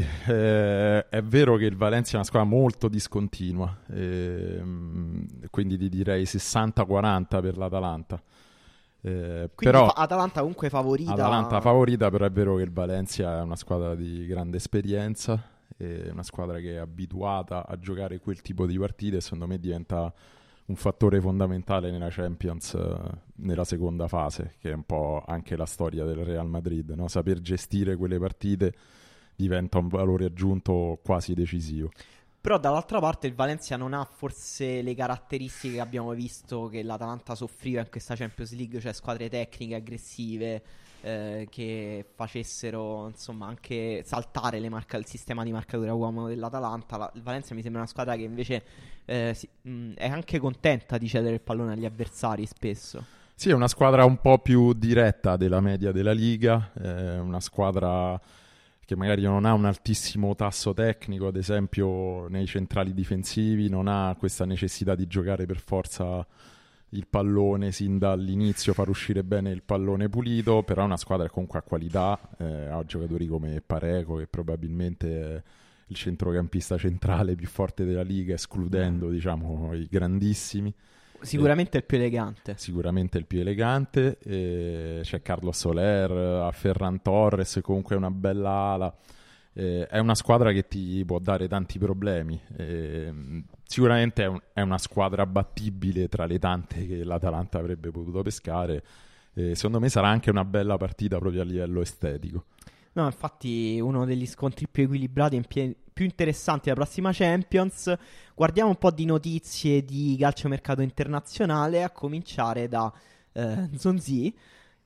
è vero che il Valencia è una squadra molto discontinua, quindi ti direi 60-40 per l'Atalanta. Quindi però Atalanta comunque favorita. Atalanta favorita, però è vero che il Valencia è una squadra di grande esperienza, è una squadra che è abituata a giocare quel tipo di partite e secondo me diventa un fattore fondamentale nella Champions nella seconda fase, che è un po' anche la storia del Real Madrid, no? Saper gestire quelle partite diventa un valore aggiunto quasi decisivo. Però dall'altra parte il Valencia non ha forse le caratteristiche che abbiamo visto che l'Atalanta soffriva in questa Champions League, cioè squadre tecniche, aggressive, che facessero insomma anche saltare il sistema di marcatura uomo dell'Atalanta. Il Valencia mi sembra una squadra che invece è anche contenta di cedere il pallone agli avversari spesso. Sì, è una squadra un po' più diretta della media della Liga, una squadra che magari non ha un altissimo tasso tecnico, ad esempio nei centrali difensivi, non ha questa necessità di giocare per forza il pallone sin dall'inizio, far uscire bene il pallone pulito, però è una squadra che comunque ha qualità, ha giocatori come Pareco, che probabilmente è il centrocampista centrale più forte della Liga, escludendo diciamo i grandissimi. Sicuramente il più elegante. Sicuramente il più elegante. C'è Carlos Soler, a Ferran Torres, comunque è una bella ala. È una squadra che ti può dare tanti problemi. Sicuramente è una squadra battibile tra le tante che l'Atalanta avrebbe potuto pescare. Secondo me sarà anche una bella partita proprio a livello estetico. No, infatti uno degli scontri più equilibrati e più interessanti della prossima Champions. Guardiamo un po' di notizie di calciomercato internazionale, a cominciare da Nzonzi,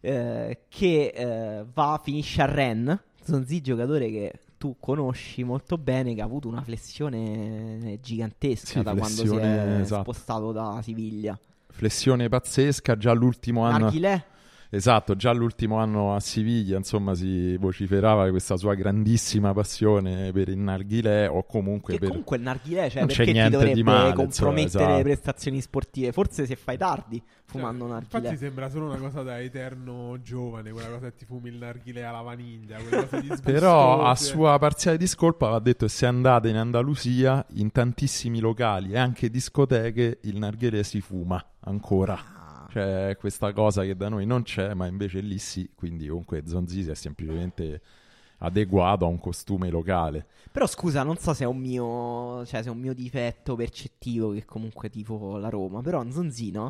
che finisce a Rennes. Nzonzi, giocatore che tu conosci molto bene, che ha avuto una flessione gigantesca quando si è spostato da Siviglia. Flessione pazzesca, già l'ultimo anno. Narghilè. Esatto, già l'ultimo anno a Siviglia, insomma, si vociferava questa sua grandissima passione per il narghilè, o comunque che per... comunque il narghilè, cioè, non perché c'è niente ti dovrebbe di male, compromettere insomma, le prestazioni sportive? Forse se fai tardi fumando narghilè. Infatti sembra solo una cosa da eterno giovane, quella cosa che ti fumi il narghilè alla vaniglia, quella cosa di Però a sua parziale discolpa va detto che se andate in Andalusia, in tantissimi locali e anche discoteche, il narghilè si fuma ancora. Cioè questa cosa che da noi non c'è, ma invece lì sì, quindi comunque Nzonzi si è semplicemente adeguato a un costume locale. Però scusa, non so se è un mio difetto percettivo, che comunque tifo la Roma, però Nzonzi, no?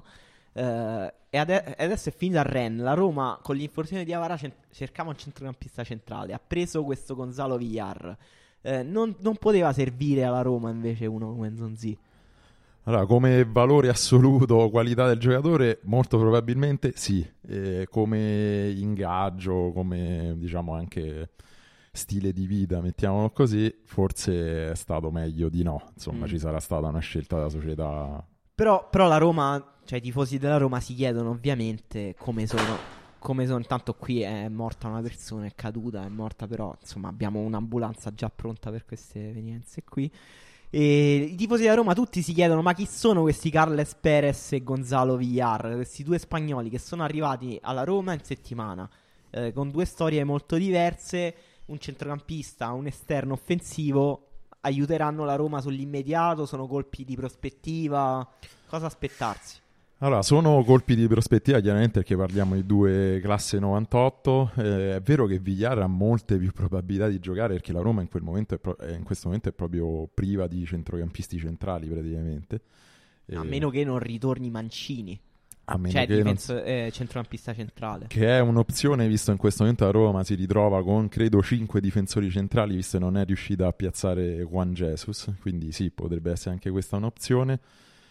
E adesso è finita a Rennes. La Roma con l'infortunio di Avara cercava un centrocampista centrale, ha preso questo Gonzalo Villar. Non poteva servire alla Roma invece uno come Nzonzi? Allora, come valore assoluto, qualità del giocatore, molto probabilmente sì. Come ingaggio, come diciamo anche stile di vita, mettiamolo così, forse è stato meglio di no. Insomma, ci sarà stata una scelta della società. Però la Roma, cioè i tifosi della Roma si chiedono ovviamente come sono. Intanto qui è morta una persona, è caduta, è morta, però insomma abbiamo un'ambulanza già pronta per queste evenienze qui. E i tifosi della Roma tutti si chiedono: ma chi sono questi Carles Perez e Gonzalo Villar, questi due spagnoli che sono arrivati alla Roma in settimana, con due storie molto diverse, un centrocampista, un esterno offensivo, aiuteranno la Roma sull'immediato? Sono colpi di prospettiva? Cosa aspettarsi? Allora, sono colpi di prospettiva chiaramente perché parliamo di due classe 98. È vero che Villar ha molte più probabilità di giocare perché la Roma in questo momento è proprio priva di centrocampisti centrali praticamente. A meno che non ritorni Mancini, a meno cioè che centrocampista centrale. Che è un'opzione, visto in questo momento la Roma si ritrova con credo 5 difensori centrali, visto che non è riuscita a piazzare Juan Jesus, quindi sì, potrebbe essere anche questa un'opzione.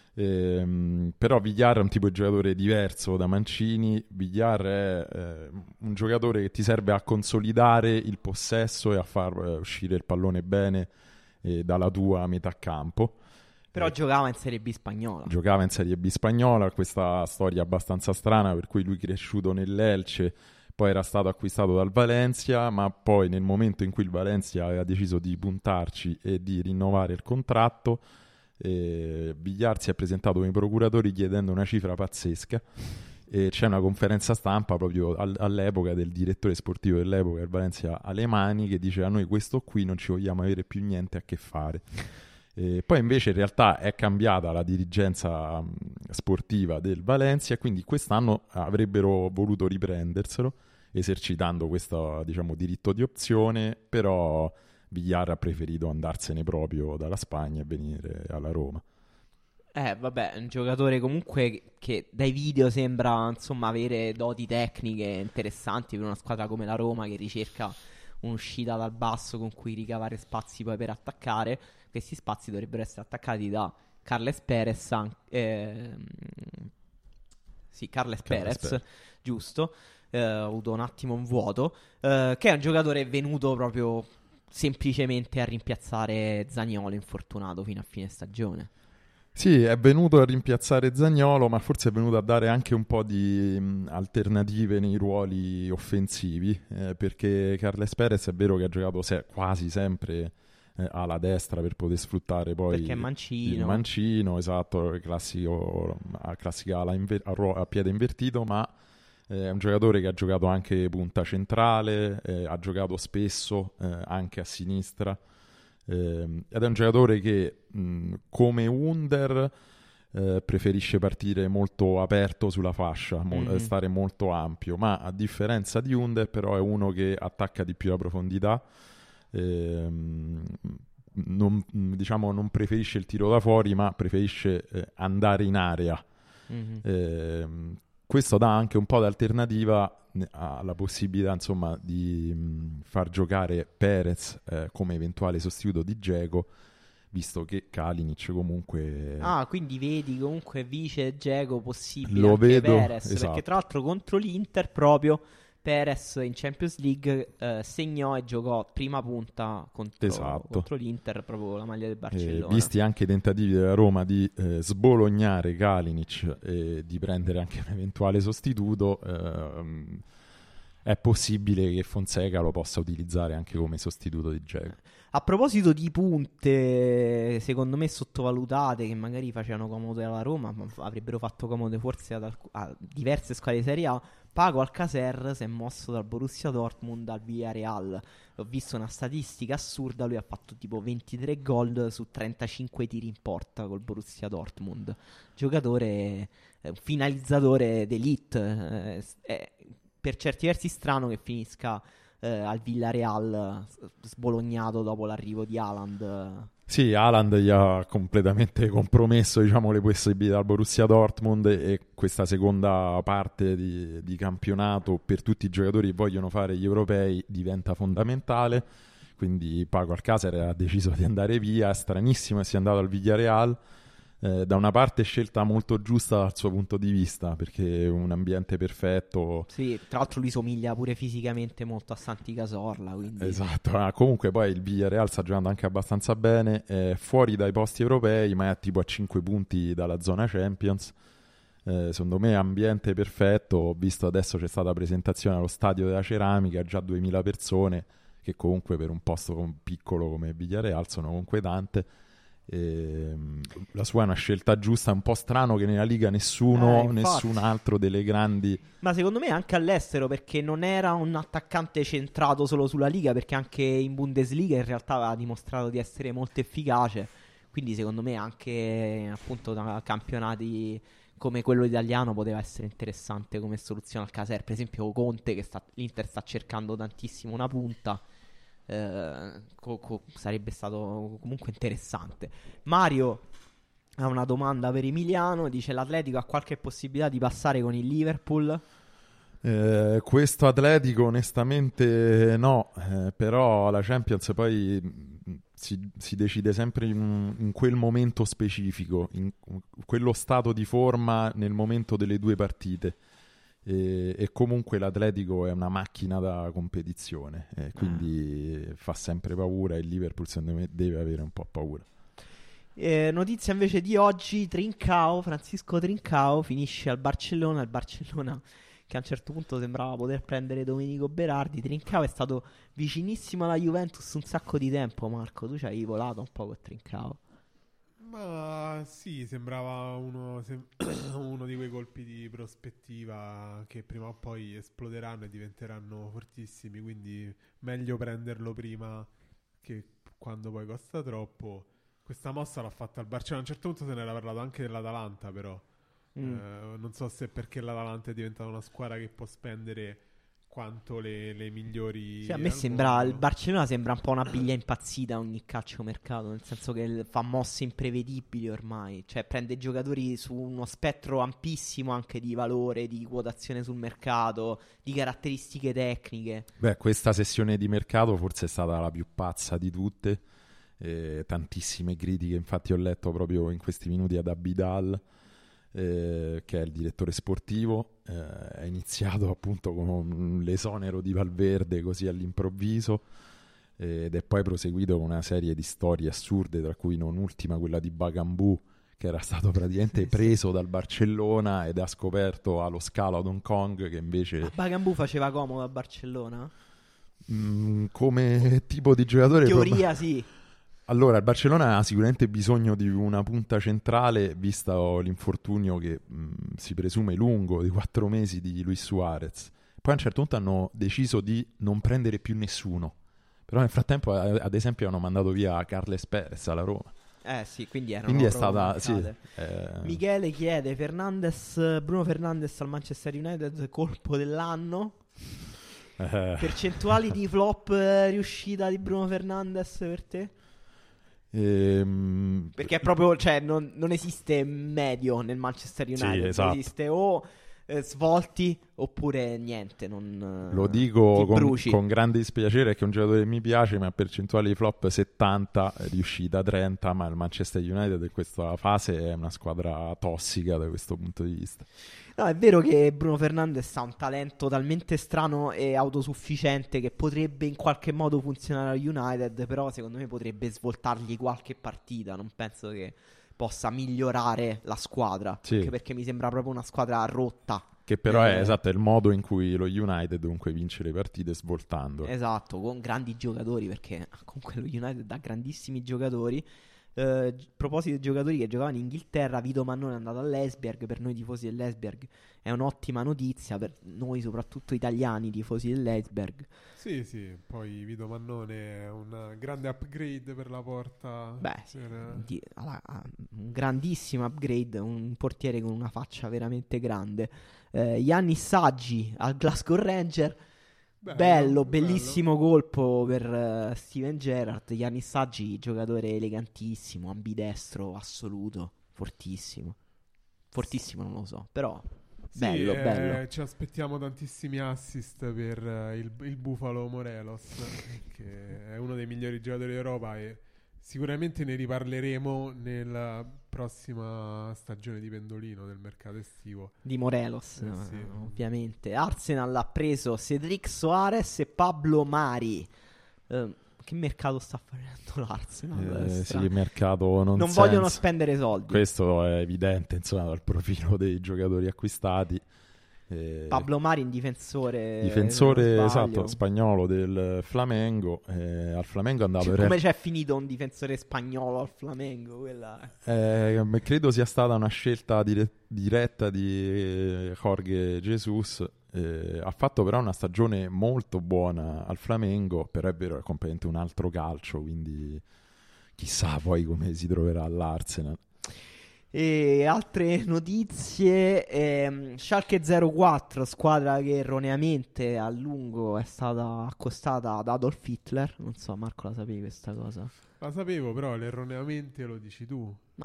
Però Villar è un tipo di giocatore diverso da Mancini. Villar è un giocatore che ti serve a consolidare il possesso e a far uscire il pallone bene dalla tua metà campo. Però giocava in Serie B spagnola. Giocava in Serie B spagnola, questa storia abbastanza strana per cui lui è cresciuto nell'Elche, poi era stato acquistato dal Valencia, ma poi nel momento in cui il Valencia aveva deciso di puntarci e di rinnovare il contratto, Villar si è presentato come procuratori chiedendo una cifra pazzesca, e c'è una conferenza stampa proprio all'epoca del direttore sportivo dell'epoca del Valencia Alemani che dice: a noi questo qui non ci vogliamo avere più niente a che fare. Poi invece in realtà è cambiata la dirigenza sportiva del Valencia e quindi quest'anno avrebbero voluto riprenderselo esercitando questo, diciamo, diritto di opzione, però Villar ha preferito andarsene proprio dalla Spagna e venire alla Roma. Vabbè, un giocatore comunque che dai video sembra insomma avere doti tecniche interessanti per una squadra come la Roma che ricerca un'uscita dal basso con cui ricavare spazi poi per attaccare. Questi spazi dovrebbero essere attaccati da Carles Perez, Carles Perez, giusto, ho avuto un attimo un vuoto, che è un giocatore venuto proprio semplicemente a rimpiazzare Zaniolo infortunato fino a fine stagione. Sì, è venuto a rimpiazzare Zaniolo, ma forse è venuto a dare anche un po' di alternative nei ruoli offensivi, perché Carles Perez è vero che ha giocato quasi sempre alla destra per poter sfruttare poi Perché è mancino. il mancino, esatto, il classica ala a piede invertito, ma è un giocatore che ha giocato anche punta centrale, ha giocato spesso anche a sinistra. Ed è un giocatore che come Under preferisce partire molto aperto sulla fascia, stare molto ampio, ma a differenza di Under però è uno che attacca di più la profondità, non preferisce il tiro da fuori, ma preferisce andare in area. Questo dà anche un po' di alternativa alla possibilità, insomma, di far giocare Perez come eventuale sostituto di Dzeko, visto che Kalinic comunque... quindi vedi comunque vice Dzeko possibile Lo anche vedo, Perez, esatto. perché tra l'altro contro l'Inter proprio Perez in Champions League segnò e giocò prima punta contro l'Inter, proprio la maglia del Barcellona. Visti anche i tentativi della Roma di sbolognare Kalinic e di prendere anche un eventuale sostituto, è possibile che Fonseca lo possa utilizzare anche come sostituto di Dzeko. A proposito di punte, secondo me sottovalutate, che magari facevano comodo alla Roma, ma avrebbero fatto comodo forse a diverse squadre di Serie A, Paco Alcacer si è mosso dal Borussia Dortmund al Villarreal. Ho visto una statistica assurda, lui ha fatto tipo 23 gol su 35 tiri in porta col Borussia Dortmund. Giocatore, un finalizzatore d'élite, è per certi versi strano che finisca al Villarreal sbolognato dopo l'arrivo di Haaland. Sì, Haaland gli ha completamente compromesso, diciamo, le possibilità al Borussia Dortmund, e questa seconda parte di campionato per tutti i giocatori che vogliono fare gli europei diventa fondamentale. Quindi Paco Alcacer ha deciso di andare via, è stranissimo che sia andato al Villarreal. Da una parte scelta molto giusta dal suo punto di vista, perché è un ambiente perfetto. Sì, tra l'altro lui somiglia pure fisicamente molto a Santi Cazorla, quindi... Esatto, comunque poi il Villarreal sta giocando anche abbastanza bene, è fuori dai posti europei, ma è tipo a 5 punti dalla zona Champions. Secondo me è ambiente perfetto. Ho visto adesso c'è stata presentazione allo Stadio della Ceramica, già 2000 persone, che comunque per un posto piccolo come Villarreal sono comunque tante. La sua è una scelta giusta. È un po' strano che nella Liga nessun altro delle grandi, ma secondo me anche all'estero, perché non era un attaccante centrato solo sulla Liga, perché anche in Bundesliga in realtà aveva dimostrato di essere molto efficace. Quindi secondo me anche appunto da campionati come quello italiano poteva essere interessante come soluzione al Caser. Per esempio Conte, che l'Inter sta cercando tantissimo una punta, sarebbe stato comunque interessante. Mario ha una domanda per Emiliano, dice: l'Atletico ha qualche possibilità di passare con il Liverpool? Questo Atletico onestamente no, però la Champions poi si decide sempre in quel momento specifico, in quello stato di forma nel momento delle due partite. E comunque l'Atletico è una macchina da competizione, quindi fa sempre paura, e il Liverpool secondo me deve avere un po' paura. Notizia invece di oggi: Francisco Trincao finisce al Barcellona. Il Barcellona che a un certo punto sembrava poter prendere Domenico Berardi. Trincao è stato vicinissimo alla Juventus un sacco di tempo. Marco, tu ci hai volato un po' con Trincao. Ma sì, sembrava uno di quei colpi di prospettiva che prima o poi esploderanno e diventeranno fortissimi, quindi meglio prenderlo prima che quando poi costa troppo. Questa mossa l'ha fatta al Barcellona. A un certo punto se ne era parlato anche dell'Atalanta, però non so se perché l'Atalanta è diventata una squadra che può spendere quanto le migliori. Sì, a me sembra il Barcellona sembra un po' una biglia impazzita ogni calciomercato, nel senso che fa mosse imprevedibili ormai, cioè prende giocatori su uno spettro ampissimo anche di valore, di quotazione sul mercato, di caratteristiche tecniche. Beh, questa sessione di mercato forse è stata la più pazza di tutte, tantissime critiche, infatti ho letto proprio in questi minuti ad Abidal, che è il direttore sportivo. È iniziato appunto con l'esonero di Valverde così all'improvviso, ed è poi proseguito con una serie di storie assurde, tra cui non ultima quella di Bakambu, che era stato praticamente preso dal Barcellona ed ha scoperto allo scalo ad Hong Kong che invece Bakambu faceva comodo a Barcellona? come tipo di giocatore In teoria sì. Allora, il Barcellona ha sicuramente bisogno di una punta centrale, visto l'infortunio che si presume lungo, di 4 mesi di Luis Suarez. Poi a un certo punto hanno deciso di non prendere più nessuno. Però nel frattempo, ad esempio, hanno mandato via Carles Perez alla Roma. Sì, quindi erano Quindi è proprio stata... Sì, mancate. Michele chiede Bruno Fernandes al Manchester United, colpo dell'anno. Percentuali di flop riuscita di Bruno Fernandes per te? Perché è proprio, cioè, non esiste medio nel Manchester United. Sì, esatto. Esiste o svolti oppure niente. Lo dico bruci. con grande dispiacere, che è un giocatore che mi piace, ma percentuale di flop 70, riuscita 30, ma il Manchester United in questa fase è una squadra tossica da questo punto di vista. No, è vero che Bruno Fernandes ha un talento talmente strano e autosufficiente che potrebbe in qualche modo funzionare al United, però secondo me potrebbe svoltargli qualche partita. Non penso che possa migliorare la squadra, sì. Anche perché mi sembra proprio una squadra rotta. Che però è esatto, è il modo in cui lo United comunque vince le partite svoltando. Esatto, con grandi giocatori, perché comunque lo United ha grandissimi giocatori. A proposito di giocatori che giocavano in Inghilterra, Vito Mannone è andato all'Esbjerg. Per noi tifosi dell'Esbjerg è un'ottima notizia, per noi soprattutto italiani tifosi dell'Esbjerg. Sì, poi Vito Mannone è un grande upgrade per la Porta. Beh, sì, un grandissimo upgrade, un portiere con una faccia veramente grande. Yannis Saggi al Glasgow Ranger. Bello, bellissimo colpo per Steven Gerrard. Yannis Saggi, giocatore elegantissimo, ambidestro, assoluto, fortissimo. Fortissimo non lo so, però bello, bello. Ci aspettiamo tantissimi assist per il Bufalo Morelos, che è uno dei migliori giocatori d'Europa e sicuramente ne riparleremo nella prossima stagione di Pendolino del mercato estivo. Di Morelos, sì. Ovviamente. Arsenal ha preso Cedric Soares e Pablo Mari. Che mercato sta facendo l'Arsenal? Sì, il mercato non vogliono spendere soldi. Questo è evidente, insomma, dal profilo dei giocatori acquistati. Pablo Mari, un difensore esatto, spagnolo del Flamengo. Al Flamengo è andato come c'è finito un difensore spagnolo al Flamengo? Credo sia stata una scelta diretta di Jorge Jesus. Ha fatto però una stagione molto buona al Flamengo, però è vero, è completamente un altro calcio, quindi chissà poi come si troverà all'Arsenal. E altre notizie, Schalke 04, squadra che erroneamente a lungo è stata accostata ad Adolf Hitler. Non so, Marco, la sapevi questa cosa? La sapevo, però l'erroneamente lo dici tu. Ma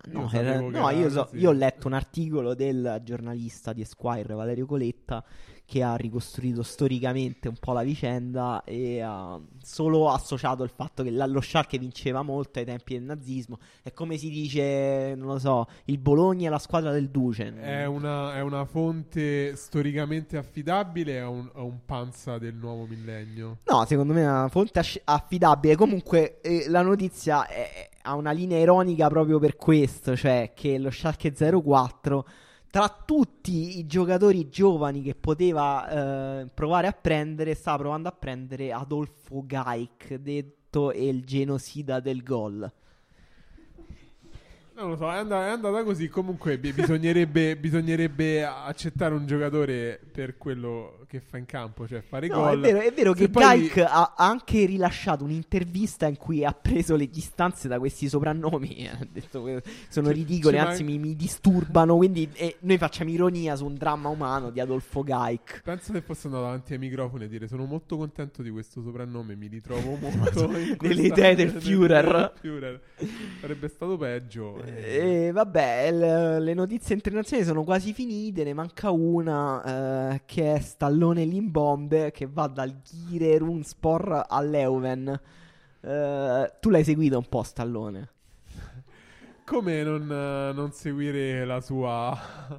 io ho letto un articolo del giornalista di Esquire Valerio Coletta che ha ricostruito storicamente un po' la vicenda e ha solo associato il fatto che lo Schalke vinceva molto ai tempi del nazismo. È come si dice, non lo so, il Bologna è la squadra del Duce. È una fonte storicamente affidabile o un panza del nuovo millennio? No, secondo me è una fonte affidabile. Comunque la notizia ha una linea ironica proprio per questo, cioè che lo Schalke 04, tra tutti i giocatori giovani che poteva provare a prendere, stava provando a prendere Adolfo Gaik, detto il genocida del gol. Non lo so, è andata così. Comunque bisognerebbe accettare un giocatore per quello che fa in campo, cioè fare gol. È vero che Gaik ha anche rilasciato un'intervista in cui ha preso le distanze da questi soprannomi. Ha detto che sono ridicoli, anzi mi disturbano. Quindi noi facciamo ironia su un dramma umano di Adolfo Gaik. Penso che fosse andato davanti ai microfoni e dire: sono molto contento di questo soprannome, mi ritrovo molto nelle idee del Führer. Sarebbe stato peggio. Vabbè, le notizie internazionali sono quasi finite. Ne manca una, che è Stallone Limbombe, che va dal Giresunspor all'Euven. Tu l'hai seguito un po' Stallone? Come non seguire la sua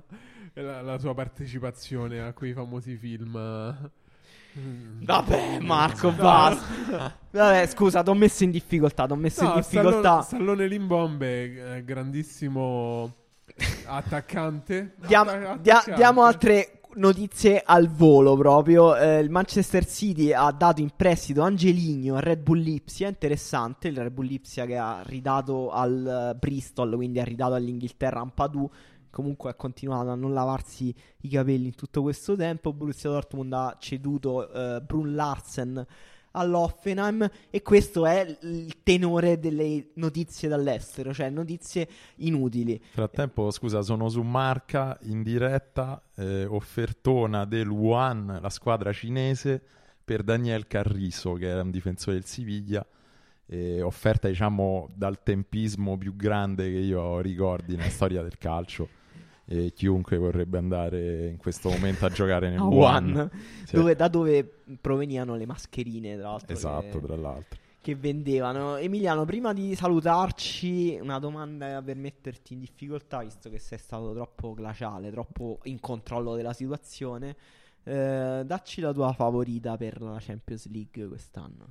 partecipazione a quei famosi film? Vabbè, Marco, basta. Vabbè, scusa, t'ho messo in difficoltà. Stallone Limbombe, grandissimo Attaccante. Diamo altre notizie al volo proprio. Il Manchester City ha dato in prestito Angelino al Red Bull Lipsia. Interessante, il Red Bull Lipsia che ha ridato al Bristol, quindi ha ridato all'Inghilterra Ampadu. Comunque ha continuato a non lavarsi i capelli in tutto questo tempo. Borussia Dortmund ha ceduto Brun Larsen all'Hoffenheim, e questo è il tenore delle notizie dall'estero, cioè notizie inutili. Frattempo, scusa, sono su Marca in diretta, offertona del Wuhan, la squadra cinese, per Daniel Carrizo, che era un difensore del Siviglia, offerta diciamo dal tempismo più grande che io ricordi nella storia del calcio. E chiunque vorrebbe andare in questo momento a giocare nel Wuhan, sì. Da dove provenivano le mascherine, tra l'altro. Esatto, tra l'altro. Che vendevano. Emiliano, prima di salutarci, una domanda per metterti in difficoltà, visto che sei stato troppo glaciale, troppo in controllo della situazione. Dacci la tua favorita per la Champions League quest'anno.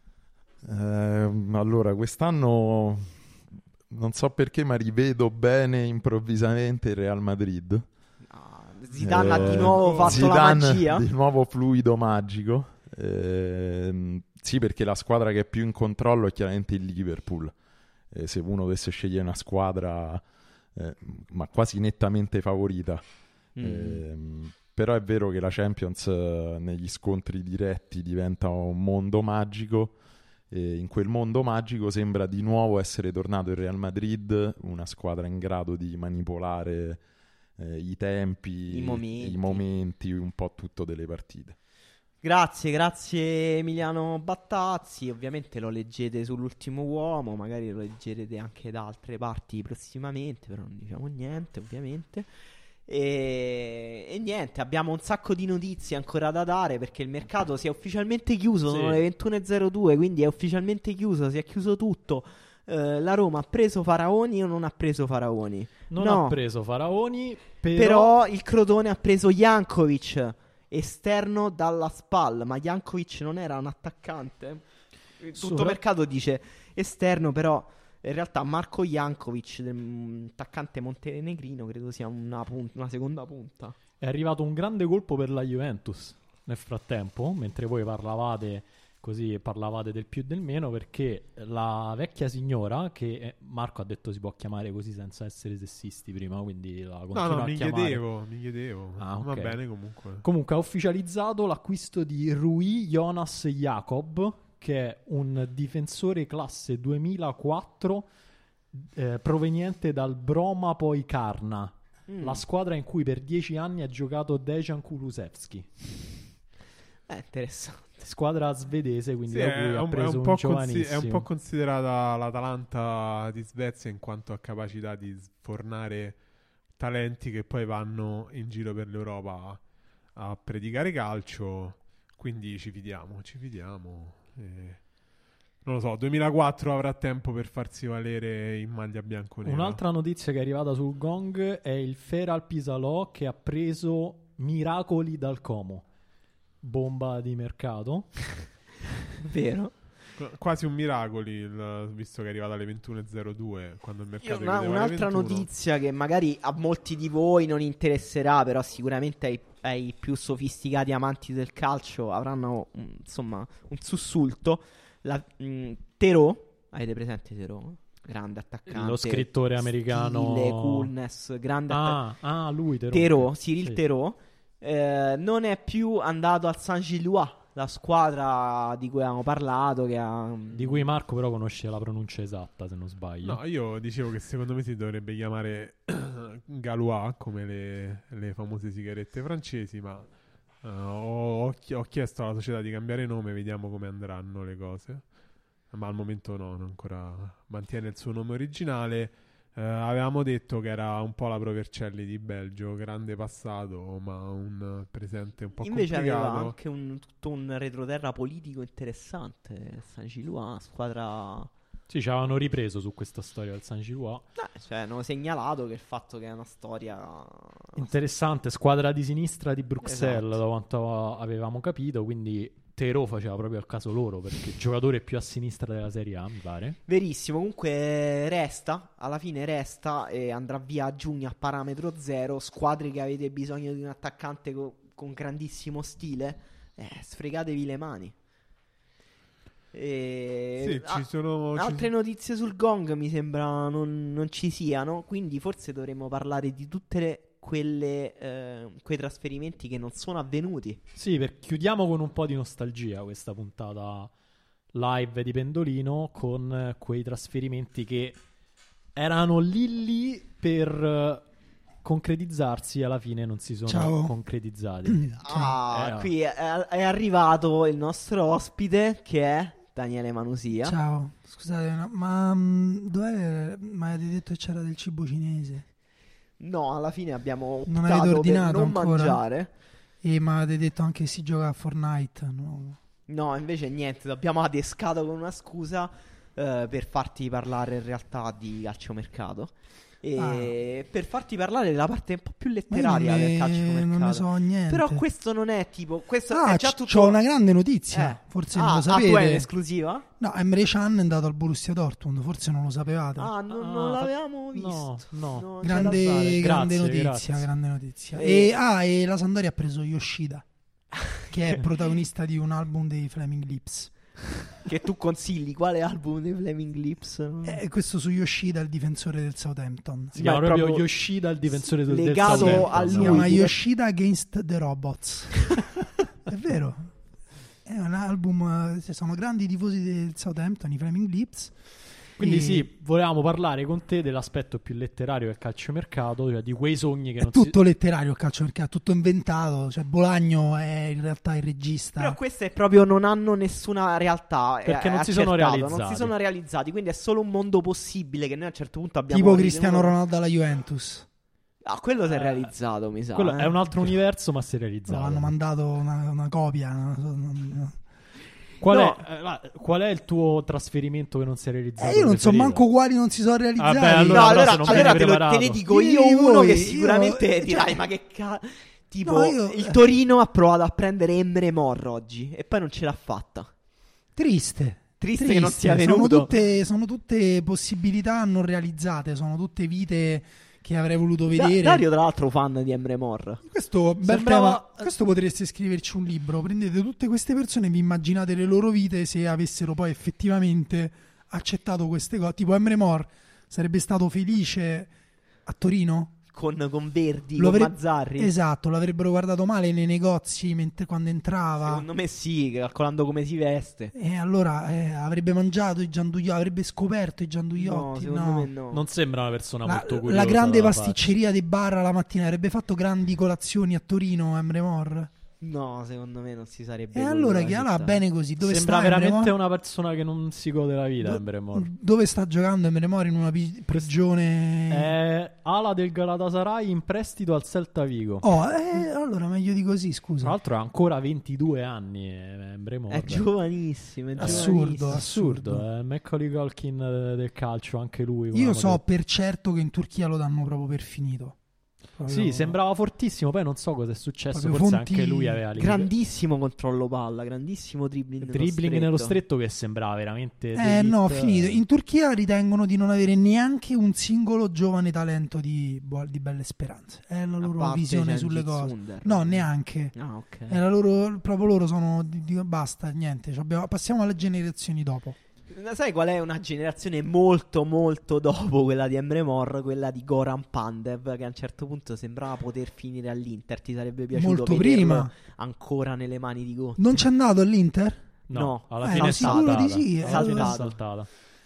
Allora, quest'anno non so perché, ma rivedo bene improvvisamente il Real Madrid. Zidane ha di nuovo fatto la magia. Di nuovo fluido magico. Sì, perché la squadra che è più in controllo è chiaramente il Liverpool. Se uno dovesse scegliere una squadra, ma quasi nettamente favorita. Però è vero che la Champions negli scontri diretti diventa un mondo magico. E in quel mondo magico sembra di nuovo essere tornato il Real Madrid, una squadra in grado di manipolare i tempi, i momenti, un po' tutto delle partite. Grazie Emiliano Battazzi. Ovviamente lo leggete sull'Ultimo Uomo, magari lo leggerete anche da altre parti prossimamente, però non diciamo niente ovviamente. E niente, abbiamo un sacco di notizie ancora da dare, perché il mercato si è ufficialmente chiuso. Sono le 21:02, quindi è ufficialmente chiuso, si è chiuso tutto. La Roma ha preso Faraoni o non ha preso Faraoni? Non ha preso Faraoni, però il Crotone ha preso Jankovic, esterno dalla SPAL. Ma Jankovic non era un attaccante? Tutto mercato dice esterno, però in realtà Marco Jankovic, attaccante montenegrino, credo sia una seconda punta. È arrivato un grande colpo per la Juventus nel frattempo, mentre voi parlavate del più e del meno, perché la vecchia signora, che Marco ha detto si può chiamare così senza essere sessisti prima, quindi la continua a chiamare. mi chiedevo. Ah, okay. Va bene comunque. Comunque ha ufficializzato l'acquisto di Rui Jonas Jacob, che è un difensore classe 2004 proveniente dal Broma Poikarna, la squadra in cui per 10 anni ha giocato Dejan Kulusevski. Interessante. Squadra svedese, quindi sì, da cui ha preso un giovanissimo. È un po' considerata l'Atalanta di Svezia in quanto a capacità di sfornare talenti che poi vanno in giro per l'Europa a predicare calcio, quindi ci fidiamo. Non lo so, 2004 avrà tempo per farsi valere in maglia bianconera. Un'altra notizia che è arrivata sul Gong è il Feral Pisalò, che ha preso Miracoli dal Como. Bomba di mercato. Vero? Quasi un miracoli, visto che è arrivata alle 21:02 quando il mercato un'altra notizia che magari a molti di voi non interesserà, però sicuramente ai più sofisticati amanti del calcio avranno insomma un sussulto. Terò, avete presente Terò? Grande attaccante, lo scrittore americano stile coolness, grande lui Terò, Cyril Terò, non è più andato al Saint-Gilloise, la squadra di cui avevamo parlato, di cui Marco però conosce la pronuncia esatta, se non sbaglio. No, io dicevo che secondo me si dovrebbe chiamare Galois, come le famose sigarette francesi, ma ho chiesto alla società di cambiare nome, vediamo come andranno le cose, ma al momento no, ancora mantiene il suo nome originale. Avevamo detto che era un po' la Provercelli di Belgio, grande passato ma un presente un po' invece complicato. Aveva anche tutto un retroterra politico interessante. Saint-Gilloise, squadra... Sì, ci avevano ripreso su questa storia del Saint-Gilloise. Cioè hanno segnalato che il fatto che è una storia interessante, squadra di sinistra di Bruxelles, esatto, da quanto avevamo capito, quindi Montero faceva proprio al caso loro, perché giocatore più a sinistra della Serie A, mi pare. Verissimo, comunque alla fine resta e andrà via a giugno a parametro zero. Squadre che avete bisogno di un attaccante con grandissimo stile, sfregatevi le mani. Sì, ci sono altre notizie sul Gong mi sembra non ci siano, quindi forse dovremmo parlare di tutte quei trasferimenti che non sono avvenuti. Sì, chiudiamo con un po' di nostalgia questa puntata live di Pendolino, con quei trasferimenti che erano lì per concretizzarsi, alla fine non si sono concretizzati. Qui è arrivato il nostro ospite, che è Daniele Manusia. Ciao, scusate, ma dov'è? Ma avete detto che c'era del cibo cinese? No, alla fine abbiamo non avete optato ordinato per non ancora? mangiare. Ma avete detto anche che si gioca a Fortnite? No, invece niente, abbiamo adescato con una scusa per farti parlare in realtà di calciomercato. E per farti parlare della parte un po' più letteraria del calciomercato. Non ne so niente. Però questo non è tipo, questo è già tutto. C'ho una grande notizia. Forse non lo sapete. Tu hai un'esclusiva? No, Emre Can è andato al Borussia Dortmund. Forse non lo sapevate. Non l'avevamo visto. No. Grande notizia. E la Sampdoria ha preso Yoshida, che è protagonista di un album dei Flaming Lips. Che tu consigli? Quale album dei Flaming Lips? Questo su Yoshida, il difensore del Southampton. Si chiama proprio Yoshida, il difensore del legato Southampton. a lui. Si chiama Yoshida Against the Robots. È vero. È un album. Sono grandi tifosi del Southampton, i Flaming Lips. Quindi sì, volevamo parlare con te dell'aspetto più letterario del calciomercato, cioè di quei sogni che è tutto letterario il calciomercato, tutto inventato, cioè Bolagno è in realtà il regista. Però queste è proprio non hanno nessuna realtà, perché non si sono realizzati. Non si sono realizzati, quindi è solo un mondo possibile che noi a un certo punto abbiamo tipo Cristiano Ronaldo alla Juventus. Quello si è realizzato, mi sa. Quello è un altro universo, ma si è realizzato. No, hanno mandato una copia. Qual è il tuo trasferimento che non si è realizzato? Io non so manco quali non si sono realizzati. Allora te ne dico io uno che sicuramente dirai, ma che tipo il Torino ha provato a prendere Emre Mor oggi e poi non ce l'ha fatta. Triste che non sia venuto. Sono tutte possibilità non realizzate, sono tutte vite che avrei voluto vedere. Dario, tra l'altro, fan di Emre Mor. Questo bel tema. Questo potreste scriverci un libro. Prendete tutte queste persone e vi immaginate le loro vite se avessero poi effettivamente accettato queste cose. Tipo Emre Mor sarebbe stato felice a Torino? Con Verdi, con Mazzarri. Esatto, l'avrebbero guardato male nei negozi quando entrava. Secondo me sì, calcolando come si veste. E allora avrebbe mangiato i gianduiotti, avrebbe scoperto i gianduiotti. No, secondo me no. Non sembra una persona molto curiosa. La grande pasticceria di Barra la mattina avrebbe fatto grandi colazioni a Torino, Emre Mor? No, secondo me non si sarebbe. E allora che allora bene così. Dove sembra sta veramente una persona che non si gode la vita. Emre Mor. Dove sta giocando Emre Mor? In una prigione. Ala del Galatasaray in prestito al Celta Vigo. Allora meglio di così, scusa. Tra l'altro ha ancora 22 anni. Emre Mor è giovanissimo. Assurdo. Macaulay Culkin del calcio, anche lui. Io so per certo che in Turchia lo danno proprio per finito. Sì, sembrava fortissimo, poi non so cosa è successo, proprio forse anche lui aveva grandissimo controllo palla, grandissimo dribbling nello stretto che sembrava veramente finito. In Turchia ritengono di non avere neanche un singolo giovane talento di belle speranze. È la loro visione sulle cose. No, neanche. Okay. È la loro, proprio loro sono basta, niente, passiamo alle generazioni dopo. Sai qual è una generazione molto molto dopo quella di Emre Mor? Quella di Goran Pandev, che a un certo punto sembrava poter finire all'Inter. Ti sarebbe piaciuto molto prima ancora nelle mani di Gotti? Non c'è andato all'Inter? No, alla fine è saltata. È saltata.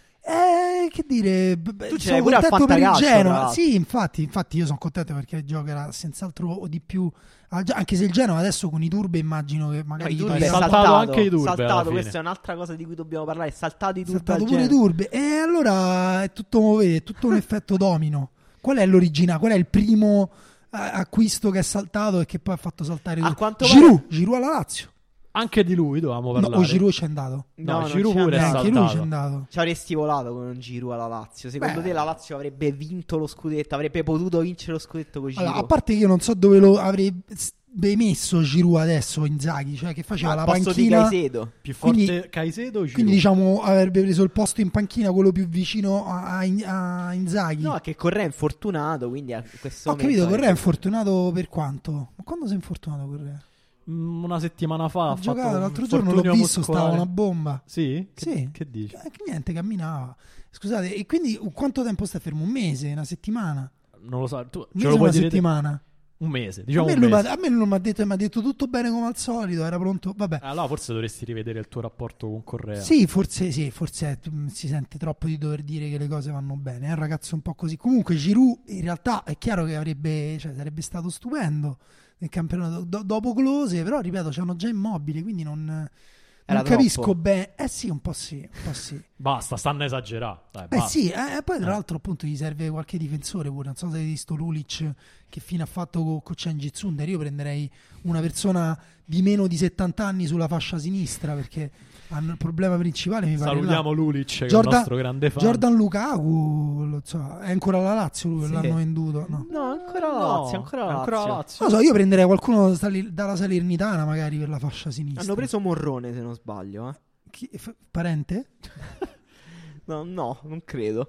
Che dire, tu sono pure contento per il Genoa. però. Sì, infatti io sono contento perché giocherà senz'altro di più. Anche se il Genoa adesso con i turbe immagino che magari è saltato anche i turbe. Saltato, questa è un'altra cosa di cui dobbiamo parlare. È saltato i turbe. Saltato pure i turbe. E allora è tutto un effetto domino. Qual è l'originale? Qual è il primo acquisto che è saltato e che poi ha fatto saltare tutto? Giroud alla Lazio. Anche di lui dovevamo parlare. O Giroud c'è andato? No, Giroud pure è saltato. Anche lui c'è andato. Ci avresti volato con un Giroud alla Lazio. Secondo te la Lazio avrebbe vinto lo scudetto? Avrebbe potuto vincere lo scudetto con Giroud? Allora, a parte che io non so dove lo avrei messo Giroud adesso Inzaghi, cioè che faceva Al la posto di panchina Caicedo. Più forte Quindi- Caicedo o Giroud? quindi diciamo avrebbe preso il posto in panchina quello più vicino a Inzaghi. No, che Correa è infortunato, quindi a questo Ho capito, momento Correa è infortunato per quanto? Ma quando si è infortunato Correa? Una settimana fa Ha giocato fatto l'altro un giorno, l'ho infortunio visto, muscolare. stava una bomba. Sì? Sì. Che dici? Niente, camminava. Scusate, e quindi quanto tempo stai fermo? Un mese? Una settimana? Non lo so, tu Un ce mese lo o puoi una dire te? settimana? Un mese, diciamo a me un lui mese. a me non mi ha detto tutto bene come al solito, era pronto. Vabbè. Allora forse dovresti rivedere il tuo rapporto con Correa. Sì, forse si sente troppo di dover dire che le cose vanno bene. È un ragazzo un po' così. Comunque Giroud in realtà è chiaro che sarebbe stato stupendo nel campionato dopo Klose, però ripeto, c'hanno già Immobile, quindi non Era capisco troppo. bene. Sì, un po' sì. Basta, stanno a esagerare. Dai, basta. Sì, poi tra l'altro appunto gli serve qualche difensore pure. Non so se hai visto Lulic che fine ha fatto con Cengiz Zunder. Io prenderei una persona di meno di 70 anni sulla fascia sinistra, perché il problema principale mi pare Salutiamo Lulic, che è il Jordan- nostro grande fan. Jordan Lukaku, lo so, è ancora la Lazio lui, Sì. l'hanno venduto, no? No, ancora la Lazio, ancora la Lazio. la Non lo so, io prenderei qualcuno dalla Salernitana magari per la fascia sinistra. Hanno preso Morrone, se non sbaglio, Parente? No, non credo.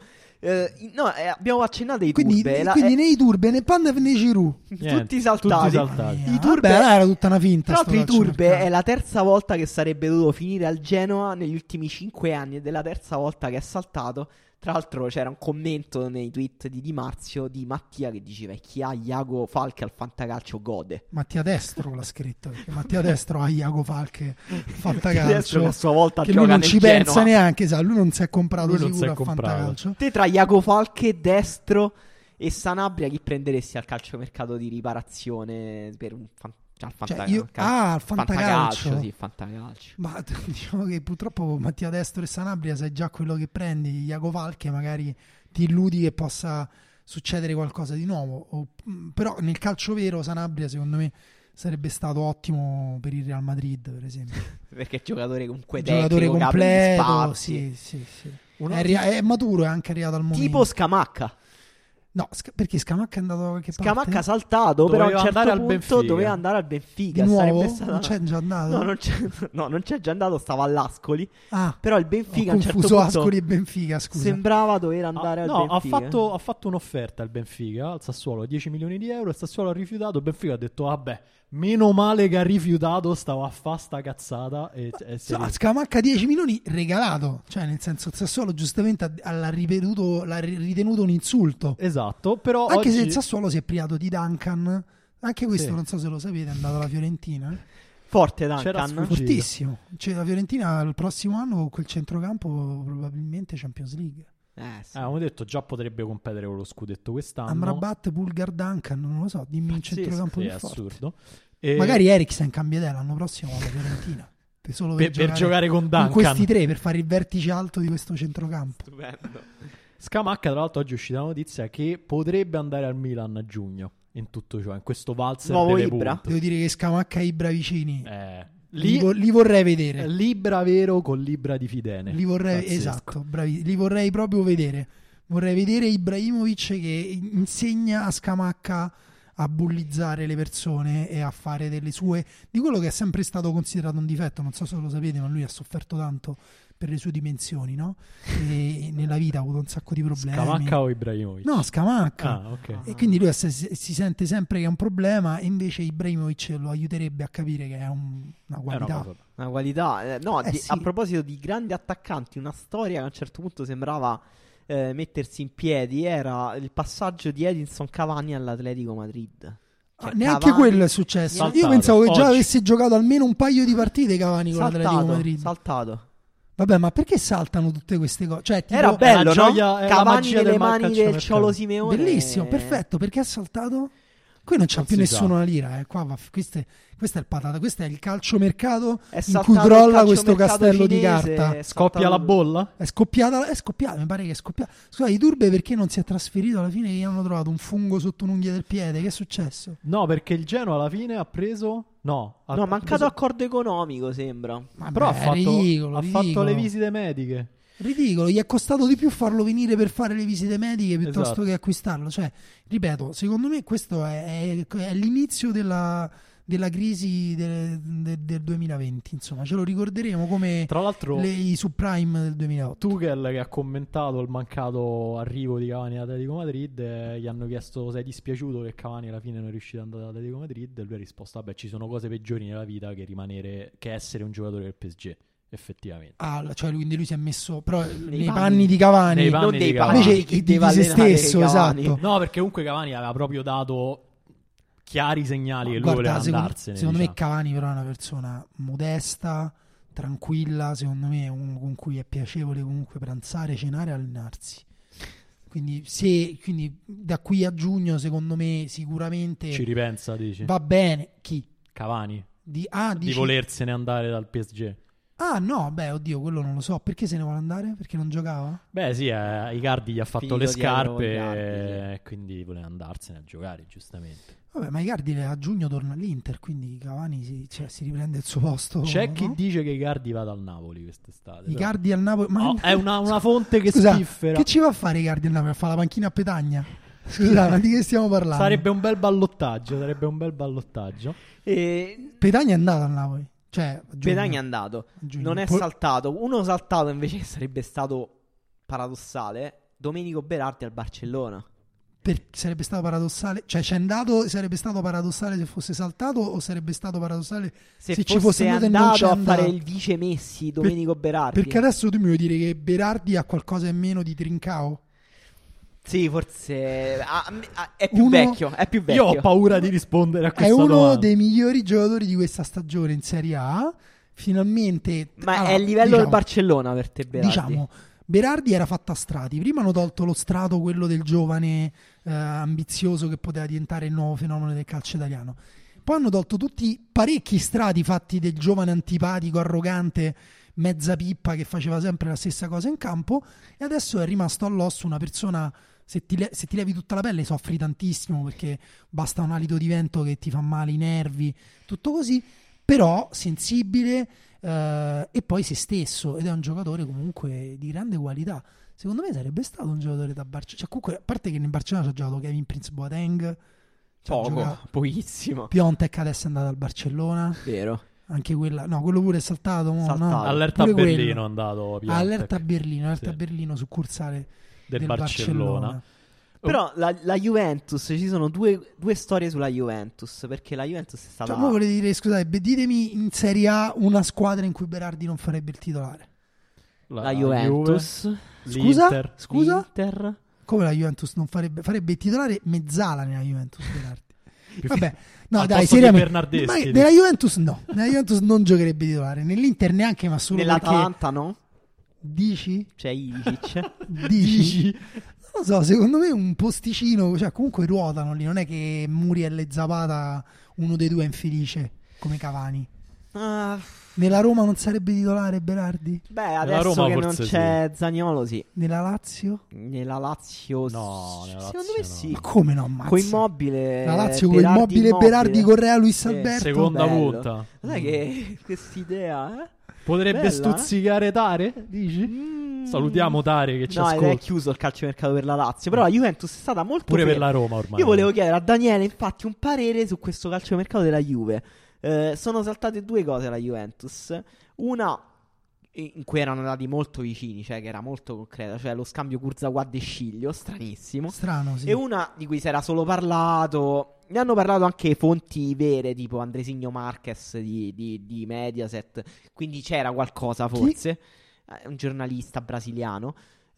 Abbiamo accennato ai Quindi, turbe. nei turbe, né Pandev né Giroud. Niente, tutti saltati. I I turbe Turbe- era tutta una finta. Tra l'altro, i sto calcio Turbe mercato. è la terza volta che sarebbe dovuto finire al Genoa negli ultimi 5 anni ed è la terza volta che è saltato. Tra l'altro c'era un commento nei tweet di Di Marzio di Mattia che diceva: chi ha Iago Falche al fantacalcio gode. Mattia Destro l'ha scritto, perché Mattia Destro ha Iago Falche Adesso fantacalcio che a sua volta che gioca lui non nel ci Genoa. pensa neanche, sa, lui non si è comprato Lui non si sicuro è a comprato. fantacalcio. Te tra Iago Falche, Destro e Sanabria chi prenderesti al calciomercato di riparazione per un al al fantacalcio. Sì, fantacalcio. Ma diciamo che purtroppo Mattia Destro e Sanabria sai già quello che prendi. Iago Falche magari ti illudi che possa succedere qualcosa di nuovo, però nel calcio vero Sanabria secondo me sarebbe stato ottimo per il Real Madrid, per esempio. Perché è giocatore comunque Giocatore tecnico, che apre gli completo, spazi. sì. Un È maturo, è anche arrivato al momento. Tipo Scamacca. No, perché Scamacca è andato da qualche parte? Scamacca saltato, però a un Doveva certo andare al punto Benfica. doveva andare al Benfica. Di nuovo? Sarebbe stata- Non c'è già andato? No, non c'è già andato, stava all'Ascoli. Ah, Però il ho Benfica a un certo confuso punto Ascoli e Benfica, scusa. sembrava dover andare al No, Benfica. ha fatto un'offerta al Benfica, al Sassuolo, 10 milioni di euro. Il Sassuolo ha rifiutato. Il Benfica ha detto: vabbè, meno male che ha rifiutato, stava a fa sta cazzata. E Scamacca 10 milioni regalato, cioè nel senso il Sassuolo giustamente l'ha ritenuto un insulto. Esatto, però Anche se oggi- il Sassuolo si è privato di Duncan, anche questo Sì. non so se lo sapete, è andato alla Fiorentina. Forte C'era Duncan. sfuggito. Fortissimo. Cioè, la Fiorentina il prossimo anno con quel centrocampo probabilmente Champions League. Sì. avevamo detto già potrebbe competere con lo scudetto quest'anno. Amrabat, Pulgar, Duncan, non lo so, dimmi un centrocampo Sì, più è forte. assurdo. E Magari Eriksen cambia idea l'anno prossimo alla Fiorentina. Solo per giocare con Duncan. con questi tre, per fare il vertice alto di questo centrocampo. Stupendo. Scamacca, tra l'altro, oggi è uscita la notizia che potrebbe andare al Milan a giugno. In tutto ciò, in questo valzer Nuovo delle Ibra? punte. Devo dire che Scamacca e Ibra vicini. Lì, Li vorrei vedere. Libra vero con Libra di Fidene. Li vorrei, Pazzesco. esatto, bravi. Li vorrei proprio vedere. Vorrei vedere Ibrahimovic che insegna a Scamacca a bullizzare le persone e a fare delle sue, di quello che è sempre stato considerato un difetto. Non so se lo sapete, ma lui ha sofferto tanto per le sue dimensioni, no? E nella vita ha avuto un sacco di problemi. Scamacca o Ibrahimovic? No, Scamacca. Ah, ok. E quindi lui si sente sempre che è un problema, e invece Ibrahimovic lo aiuterebbe a capire che è una qualità. Una qualità. Sì. A proposito di grandi attaccanti, una storia che a un certo punto sembrava mettersi in piedi era il passaggio di Edinson Cavani all'Atletico Madrid. Cioè, Neanche Cavani- quello è successo. Saltato. Io pensavo che già Oggi. avesse giocato almeno un paio di partite Cavani con l'Atletico Madrid. Saltato. Vabbè, ma perché saltano tutte queste cose? Cioè, tipo, Era bello, la gioia- no? è la Cavani magia nelle del mani del calciomercato. Ciolo Simeone. bellissimo, perfetto. Perché ha saltato? Qui non c'ha Non più si nessuno sa. una lira. Qua questo è il patata. Questo è il calciomercato È in saltato cui il crolla questo calciomercato castello di cinese, carta. è Scoppia saltato- la bolla? È scoppiata, mi pare che è scoppiata. Scusa, i Turbe perché non si è trasferito alla fine? Che gli hanno trovato un fungo sotto un'unghia del piede. Che è successo? No, perché il Genoa alla fine ha preso... No, No, ha mancato accordo economico, sembra. Però Vabbè, ha fatto, ridicolo, ha fatto ridicolo. le visite mediche. Ridicolo, gli è costato di più farlo venire per fare le visite mediche piuttosto Esatto. che acquistarlo. Cioè, ripeto, secondo me questo è l'inizio della crisi del 2020, insomma, ce lo ricorderemo come Tra l'altro i subprime del 2008. Tuchel, che ha commentato il mancato arrivo di Cavani all'Atletico Madrid, gli hanno chiesto se è dispiaciuto che Cavani alla fine non è riuscito ad andare all'Atletico Madrid, e lui ha risposto: vabbè, ci sono cose peggiori nella vita che essere un giocatore del PSG, effettivamente. Cioè quindi lui si è messo però nei panni panni di Cavani, Nei panni non dei di panni Cavani. invece chi di deve se allenare stesso, Cavani. esatto. No, perché comunque Cavani aveva proprio dato chiari segnali che lui Guarda, voleva secondo andarsene. me diciamo. Cavani però è una persona modesta, tranquilla, secondo me è uno con cui è piacevole comunque pranzare, cenare, allenarsi. Quindi da qui a giugno secondo me sicuramente Ci ripensa, dici? va bene. Chi? Cavani? Di Dici? volersene andare dal PSG? Ah no, beh, oddio, quello non lo so. Perché se ne vuole andare? Perché non giocava? Beh sì, Icardi gli ha fatto Finito le dietro scarpe Icardi, e quindi voleva andarsene a giocare, giustamente. Vabbè, ma Icardi a giugno torna all'Inter, quindi Cavani si riprende il suo posto. C'è no? chi dice che Icardi vada al Napoli quest'estate. Icardi al Napoli. Ma No, è una fonte che Scusa, spiffera. che ci va a fare Icardi al Napoli? A fare la panchina a Petagna? Scusa, ma di che stiamo parlando? Sarebbe un bel ballottaggio. Petagna è andato al Napoli. Cioè, a giugno. Petagna è andato, A giugno. non è Poi- saltato. Uno saltato invece sarebbe stato paradossale, Domenico Berardi al Barcellona. Sarebbe stato paradossale, cioè c'è andato, sarebbe stato paradossale se fosse saltato o sarebbe stato paradossale Se ci fosse andato e non andato c'è a andato? fare il vice Messi, Domenico Berardi. Perché adesso tu mi vuoi dire che Berardi ha qualcosa in meno di Trincao? Sì, forse è più Uno- vecchio, è più vecchio. Io ho paura di rispondere a È questa uno domanda. dei migliori giocatori di questa stagione in Serie A. Finalmente, Ma allora, è il livello diciamo, del Barcellona per te, Berardi. Diciamo, Berardi era fatto a strati. Prima hanno tolto lo strato, quello del giovane ambizioso che poteva diventare il nuovo fenomeno del calcio italiano. Poi hanno tolto parecchi strati fatti del giovane antipatico, arrogante, mezza pippa che faceva sempre la stessa cosa in campo, e adesso è rimasto all'osso una persona. Se ti levi tutta la pelle soffri tantissimo, perché basta un alito di vento che ti fa male i nervi, tutto così, però sensibile, e poi se stesso, ed è un giocatore comunque di grande qualità. Secondo me sarebbe stato un giocatore da Barcellona, cioè, comunque, a parte che nel Barcellona ci ha giocato Kevin Prince Boateng, Pochissimo. Piontek adesso è andato al Barcellona, Vero. anche quella, no, quello pure è saltato, mo, Saltato. no, All'Hertha pure quello. Berlino è andato Piontek. All'Hertha Berlino, Sì. Berlino, succursale del Barcellona. Però la Juventus, ci sono due storie sulla Juventus, perché la Juventus è stata... Cioè, voi volete dire, scusate, ditemi in Serie A una squadra in cui Berardi non farebbe il titolare. la Juventus, l'Inter. Scusa? l'Inter. Come la Juventus non farebbe il titolare? Mezzala nella Juventus Berardi. Vabbè, no, Al dai, posto di seriamente. Bernardeschi, Ma dici. nella Juventus no, nella Juventus non giocherebbe titolare, nell'Inter neanche, ma solo Nell'Atalanta no? perché dici? C'è Ilicic. Dici? Non lo so, secondo me un posticino, cioè comunque ruotano lì, non è che Muriel e Zapata uno dei due è infelice come Cavani. Ah, Nella Roma non sarebbe titolare Berardi? beh, adesso Roma che non forse c'è Zaniolo, sì. Nella Lazio? Nella Lazio, No, nella Lazio secondo me no. sì. Ma come no, ammazza? Con Immobile, La Lazio con Berardi, Immobile, Berardi, Correa, Luis Sì. Alberto. Seconda bello. punta. Non è che quest'idea, Potrebbe Bella, stuzzicare Tare, dici? Salutiamo Tare che ci No, ed ascolta. è chiuso il calciomercato per la Lazio. Però la Juventus è stata molto Pure per ferma. la Roma ormai. Io volevo chiedere a Daniele, infatti, un parere su questo calciomercato della Juve. Sono saltate due cose alla Juventus. Una in cui erano andati molto vicini, cioè che era molto concreta, cioè lo scambio Kurzawa De Sciglio, stranissimo. Strano, sì. E una di cui si era solo parlato. Ne hanno parlato anche fonti vere, tipo Andresigno Marquez di Mediaset. Quindi c'era qualcosa, forse. Un giornalista brasiliano.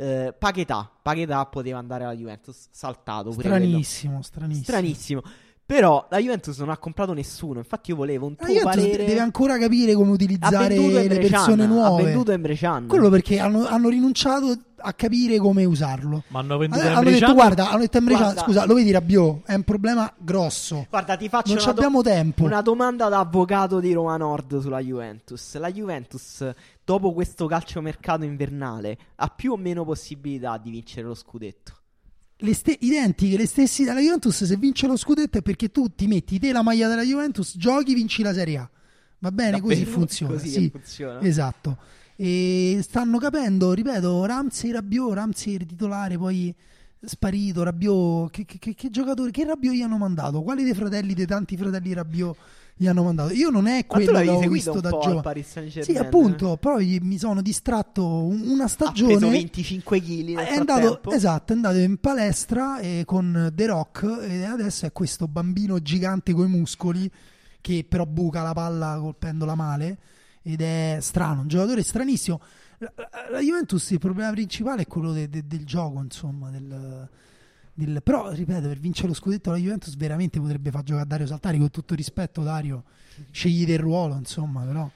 Paquetá poteva andare alla Juventus. Saltato pure quello. Stranissimo. Però la Juventus non ha comprato nessuno. Infatti io volevo un tuo parere. Deve ancora capire come utilizzare le persone Ha nuove. venduto Emre Can. Quello perché hanno rinunciato a capire come usarlo. Ma hanno venduto Hanno Emre detto, Can. guarda, hanno detto Emre Can, Guarda. scusa, lo vedi Rabiot? È un problema grosso. Guarda, ti faccio Non ci abbiamo tempo. una domanda da avvocato di Roma Nord sulla Juventus. La Juventus, dopo questo calciomercato invernale, ha più o meno possibilità di vincere lo scudetto? Identiche, le stesse della Juventus. Se vince lo scudetto è perché tu ti metti te la maglia della Juventus, giochi, vinci la Serie A. Va bene? Così Davvero? funziona. Così sì, funziona. esatto. E stanno capendo, ripeto, Ramsey era titolare, poi sparito. Rabiot, che giocatore, che Rabiot gli hanno mandato? Quali dei tanti fratelli Rabiot gli hanno mandato. Io non è Ma tu quello che l'avevi ho seguito visto un da po' al giovane. Paris Saint-Germain? Sì, appunto, poi mi sono distratto una Ha stagione. preso 25 kg nel È andato, frattempo. esatto, è andato in palestra con The Rock e adesso è questo bambino gigante coi muscoli che però buca la palla colpendola male ed è strano, un giocatore stranissimo. La Juventus il problema principale è quello del gioco, insomma, però ripeto, per vincere lo scudetto la Juventus veramente potrebbe far giocare Dario Saltari, con tutto rispetto Dario, scegli del ruolo, insomma, però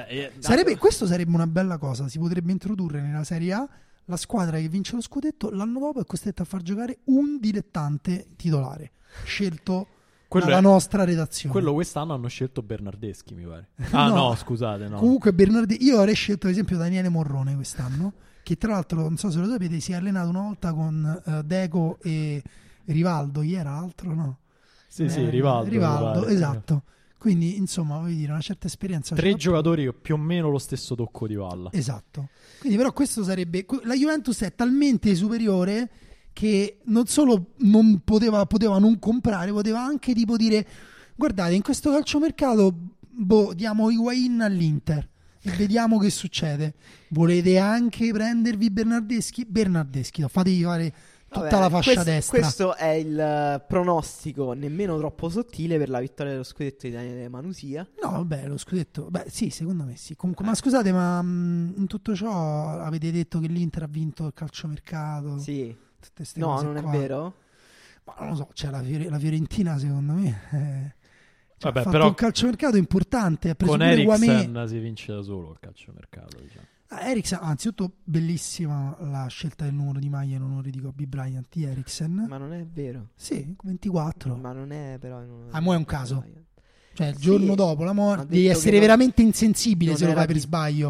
questo sarebbe una bella cosa, si potrebbe introdurre nella Serie A la squadra che vince lo scudetto l'anno dopo è costretta a far giocare un dilettante titolare scelto dalla nostra redazione. Quello quest'anno hanno scelto Bernardeschi, mi pare. No, scusate, no. Comunque io avrei scelto ad esempio Daniele Morrone quest'anno, che tra l'altro, non so se lo sapete, si è allenato una volta con Deco e Rivaldo. Chi era l'altro? No? Sì, Rivaldo, esatto. Quindi, insomma, voglio dire, una certa esperienza. 3 giocatori che più o meno lo stesso tocco di palla. Esatto. Quindi, però, questo sarebbe. La Juventus è talmente superiore che non solo non poteva non comprare, poteva anche tipo dire: guardate, in questo calciomercato diamo Higuain all'Inter e vediamo che succede. Volete anche prendervi Bernardeschi, fatevi fare tutta la fascia destra. Questo è il pronostico nemmeno troppo sottile per la vittoria dello scudetto di Daniele Manusia. No, vabbè, lo scudetto, sì, secondo me sì. Comunque, ma scusate, ma in tutto ciò avete detto che l'Inter ha vinto il calciomercato? Sì. No, non qua. È vero? Ma non lo so, cioè la Fiorentina secondo me ha fatto però un calciomercato importante, ha preso con pure Eriksen si vince da solo il calciomercato, diciamo. Eriksen, anzitutto bellissima la scelta del numero di maglia in onore di Kobe Bryant di Eriksen. Ma non è vero. Sì, 24. Ma non è però mo è un caso. Cioè il giorno dopo la morte devi essere non, veramente insensibile se lo fai per sbaglio.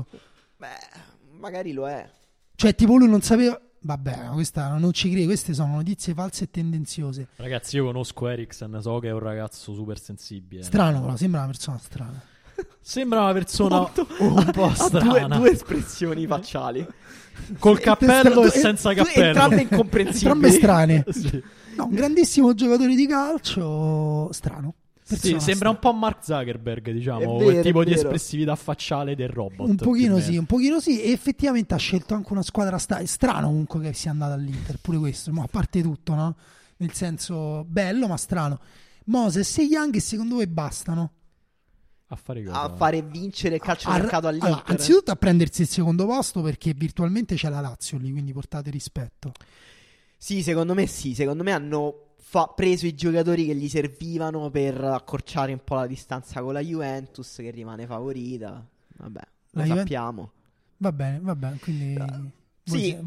Beh, magari lo è. Cioè tipo lui non sapeva. Vabbè, questa non ci credo, queste sono notizie false e tendenziose. Ragazzi, io conosco Eriksen, so che è un ragazzo super sensibile. Strano, però, sembra una persona strana. Sembra una persona un po' strana. Due espressioni facciali. Col cappello e senza cappello. Entrambe incomprensibili. Entrambe strane. Sì. No, un grandissimo giocatore di calcio, strano. Sì, sembra un po' Mark Zuckerberg, diciamo, vero, quel tipo di vero. espressività facciale del robot. Un pochino sì, e effettivamente ha scelto anche una squadra strano comunque che sia andata all'Inter, pure questo, ma a parte tutto, no? Nel senso, bello ma strano. Moses e Young secondo voi bastano? A fare cosa? A fare vincere il calciomercato all'Inter. Allora, anzitutto a prendersi il secondo posto perché virtualmente c'è la Lazio lì, quindi portate rispetto. Sì, secondo me sì, secondo me hanno preso i giocatori che gli servivano per accorciare un po' la distanza con la Juventus che rimane favorita. Vabbè, lo sappiamo. Va bene, quindi sì,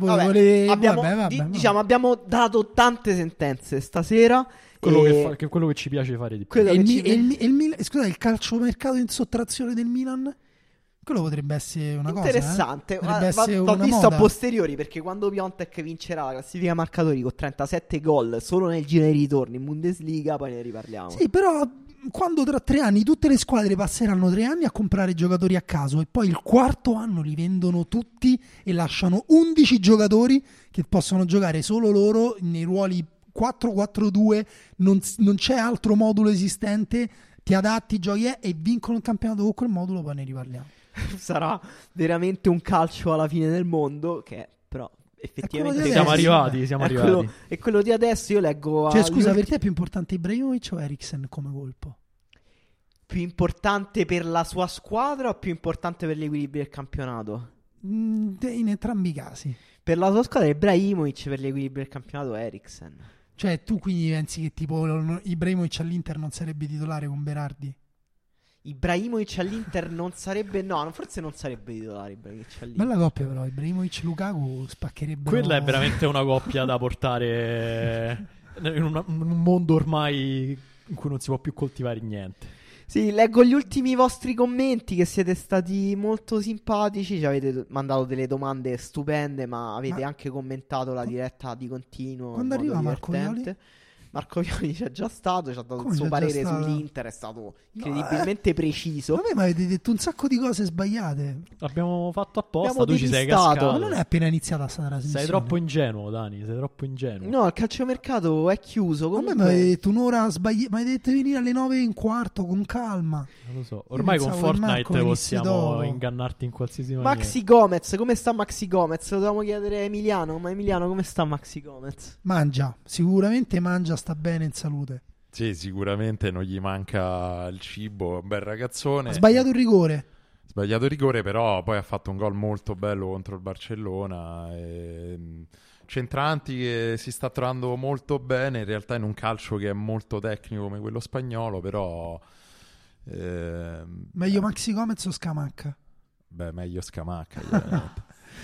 abbiamo dato tante sentenze stasera. Quello che ci piace fare di più. Scusa, il calciomercato in sottrazione del Milan? Quello potrebbe essere una interessante. Potrebbe essere l'ho una visto moda. A posteriori, perché quando Piontek vincerà la classifica marcatori con 37 gol solo nel giro dei ritorni in Bundesliga, poi ne riparliamo. Sì, però quando tra 3 anni tutte le squadre passeranno 3 anni a comprare giocatori a caso e poi il quarto anno li vendono tutti e lasciano 11 giocatori che possono giocare solo loro nei ruoli 4-4-2, non c'è altro modulo esistente, ti adatti, giochi e vincono il campionato con quel modulo, poi ne riparliamo. Sarà veramente un calcio alla fine del mondo, che però effettivamente siamo arrivati. E quello di adesso io leggo. Cioè, scusa, per te è più importante Ibrahimovic o Eriksen come colpo? Più importante per la sua squadra o più importante per l'equilibrio del campionato? In entrambi i casi. Per la sua squadra Ibrahimovic, per l'equilibrio del campionato Eriksen. Cioè tu quindi pensi che tipo Ibrahimovic all'Inter non sarebbe titolare con Berardi? Ibrahimovic all'Inter non sarebbe, forse non sarebbe titolare Ibrahimovic all'Inter. Bella coppia però, Ibrahimovic-Lukaku spaccherebbero. Quella è veramente una coppia da portare in un mondo ormai in cui non si può più coltivare niente. Sì, leggo gli ultimi vostri commenti, che siete stati molto simpatici, ci avete mandato delle domande stupende, ma avete anche commentato la diretta di continuo. Quando arriva Marco Violi? Marco Violi c'è già stato, ci ha dato Come il suo c'è già parere stato? sull'Inter, è stato incredibilmente preciso. Vabbè, ma avete detto un sacco di cose sbagliate. L'abbiamo fatto apposta, Abbiamo tu ci sei depistato. cascato. Ma non è appena iniziata sta trasmissione. Sei troppo ingenuo, Dani, sei troppo ingenuo. No, il calciomercato è chiuso. Vabbè, Comunque... ma avete detto un'ora sbagliata. Ma avete detto di venire alle 9:15 con calma. Non lo so. Ormai con pensavo che Fortnite Marco venisse possiamo dopo. ingannarti in qualsiasi maniera. Maxi Gomez, come sta Maxi Gomez? Lo dobbiamo chiedere a Emiliano. Ma Emiliano, come sta Maxi Gomez? Mangia, sicuramente mangia, sta bene in salute. Sì, sicuramente non gli manca il cibo, è un bel ragazzone. Ha sbagliato il rigore. Sbagliato il rigore, però poi ha fatto un gol molto bello contro il Barcellona. Centranti che si sta trovando molto bene, in realtà in un calcio che è molto tecnico come quello spagnolo, però... Meglio Maxi Gomez o Scamacca? Beh, meglio Scamacca, chiaramente.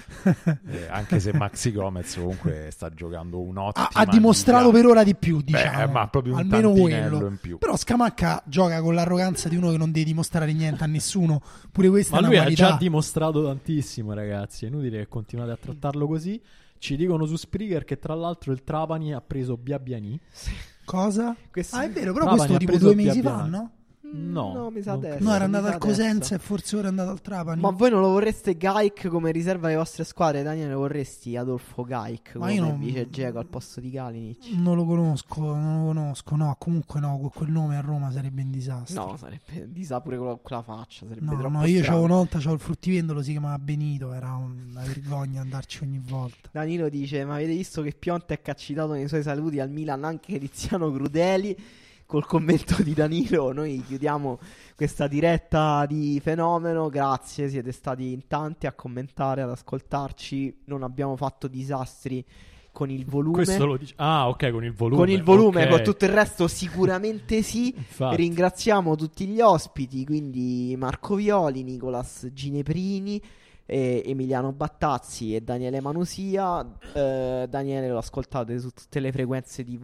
Anche se Maxi Gomez comunque sta giocando un'ottima Ha dimostrato liga. per ora di più, diciamo. Ma proprio un almeno tantinello quello in più. Però Scamacca gioca con l'arroganza di uno che non deve dimostrare niente a nessuno. Pure questa Ma è una lui ha qualità. già dimostrato tantissimo, ragazzi. È inutile che continuate a trattarlo così. Ci dicono su Spreaker che tra l'altro il Trapani ha preso Biabiani. Cosa? Questo- Ah, è vero, però Trapani questo ha tipo preso 2 mesi Biabiani. fa, no? No, mi sa non adesso. credo. No, era mi andato sa al Cosenza adesso. e forse ora è andato al Trapani. Ma voi non lo vorreste Gaik come riserva alle vostre squadre? Daniele, vorresti Adolfo Gaik Ma come io non- vice Dzeko al posto di Kalinic? Non lo conosco. No, comunque no, con quel nome a Roma sarebbe un disastro. No, sarebbe disa pure con la faccia, sarebbe No, troppo io strano. c'avevo una volta, c'avevo il fruttivendolo, si chiamava Benito, era una vergogna andarci ogni volta. Danilo dice: ma avete visto che Piontek ha citato nei suoi saluti al Milan anche Tiziano Crudeli? Col commento di Danilo noi chiudiamo questa diretta di Fenomeno. Grazie, siete stati in tanti a commentare, ad ascoltarci. Non abbiamo fatto disastri con il volume. Questo lo dice. Ah, ok, con il volume. Con il volume, ok. con tutto il resto sicuramente sì. Infatti. Ringraziamo tutti gli ospiti, quindi Marco Violi, Nicolas Gineprini, Emiliano Battazzi e Daniele Manusia. Daniele lo ascoltate su tutte le frequenze di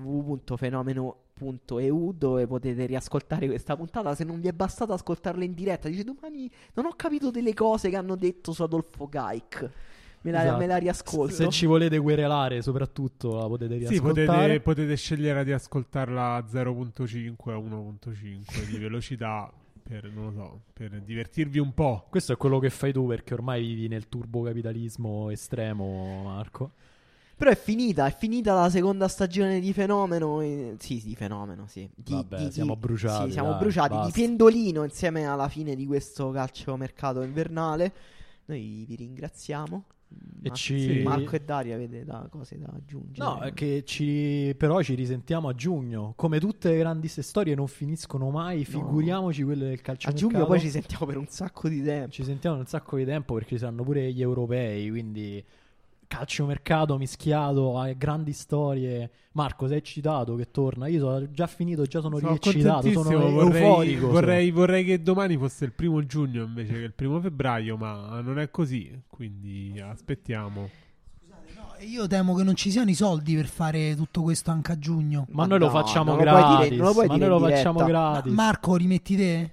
www.fenomeno.eu, dove potete riascoltare questa puntata se non vi è bastato ascoltarla in diretta. Dice: domani non ho capito delle cose che hanno detto su Adolfo Gaik, me la riascolto. Se ci volete querelare, soprattutto la potete Sì, riascoltare. potete scegliere di ascoltarla a 0.5 a 1.5 di velocità per, non lo so, per divertirvi un po'. Questo è quello che fai tu, perché ormai vivi nel turbocapitalismo estremo, Marco. Però è finita la seconda stagione di Fenomeno. Sì, di Fenomeno, sì. Vabbè, siamo bruciati, Sì, siamo dai, bruciati. basta. Di Pendolino insieme alla fine di questo calciomercato invernale. Noi vi ringraziamo. Marco e Dario avete cose da aggiungere? No, è che però ci risentiamo a giugno. Come tutte le grandi storie non finiscono mai, figuriamoci quelle del A calciomercato. giugno poi ci sentiamo per un sacco di tempo. Ci sentiamo un sacco di tempo perché ci saranno pure gli europei, quindi calciomercato mischiato a grandi storie. Marco, sei eccitato che torna? Io sono già finito, già sono rieccitato, sono euforico. Vorrei che domani fosse il 1 giugno invece che il 1 febbraio, ma non è così, quindi aspettiamo. Io temo che non ci siano i soldi per fare tutto questo anche a giugno. Ma noi lo no, facciamo non lo puoi gratis. dire- non lo puoi Ma dire noi lo in diretta. facciamo gratis. Marco, rimetti te?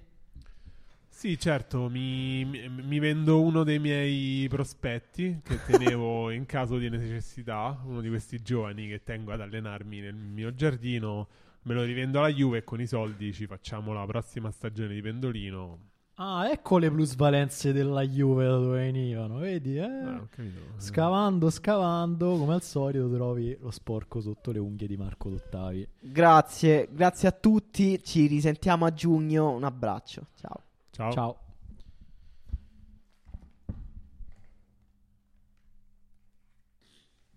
Sì, certo, mi vendo uno dei miei prospetti che tenevo in caso di necessità, uno di questi giovani che tengo ad allenarmi nel mio giardino, me lo rivendo alla Juve e con i soldi ci facciamo la prossima stagione di Pendolino. Ah, ecco le plusvalenze della Juve da dove venivano, vedi? Ho capito. Scavando, come al solito trovi lo sporco sotto le unghie di Marco Dottavi. Grazie a tutti. Ci risentiamo a giugno. Un abbraccio. Ciao. Ciao. Ciao.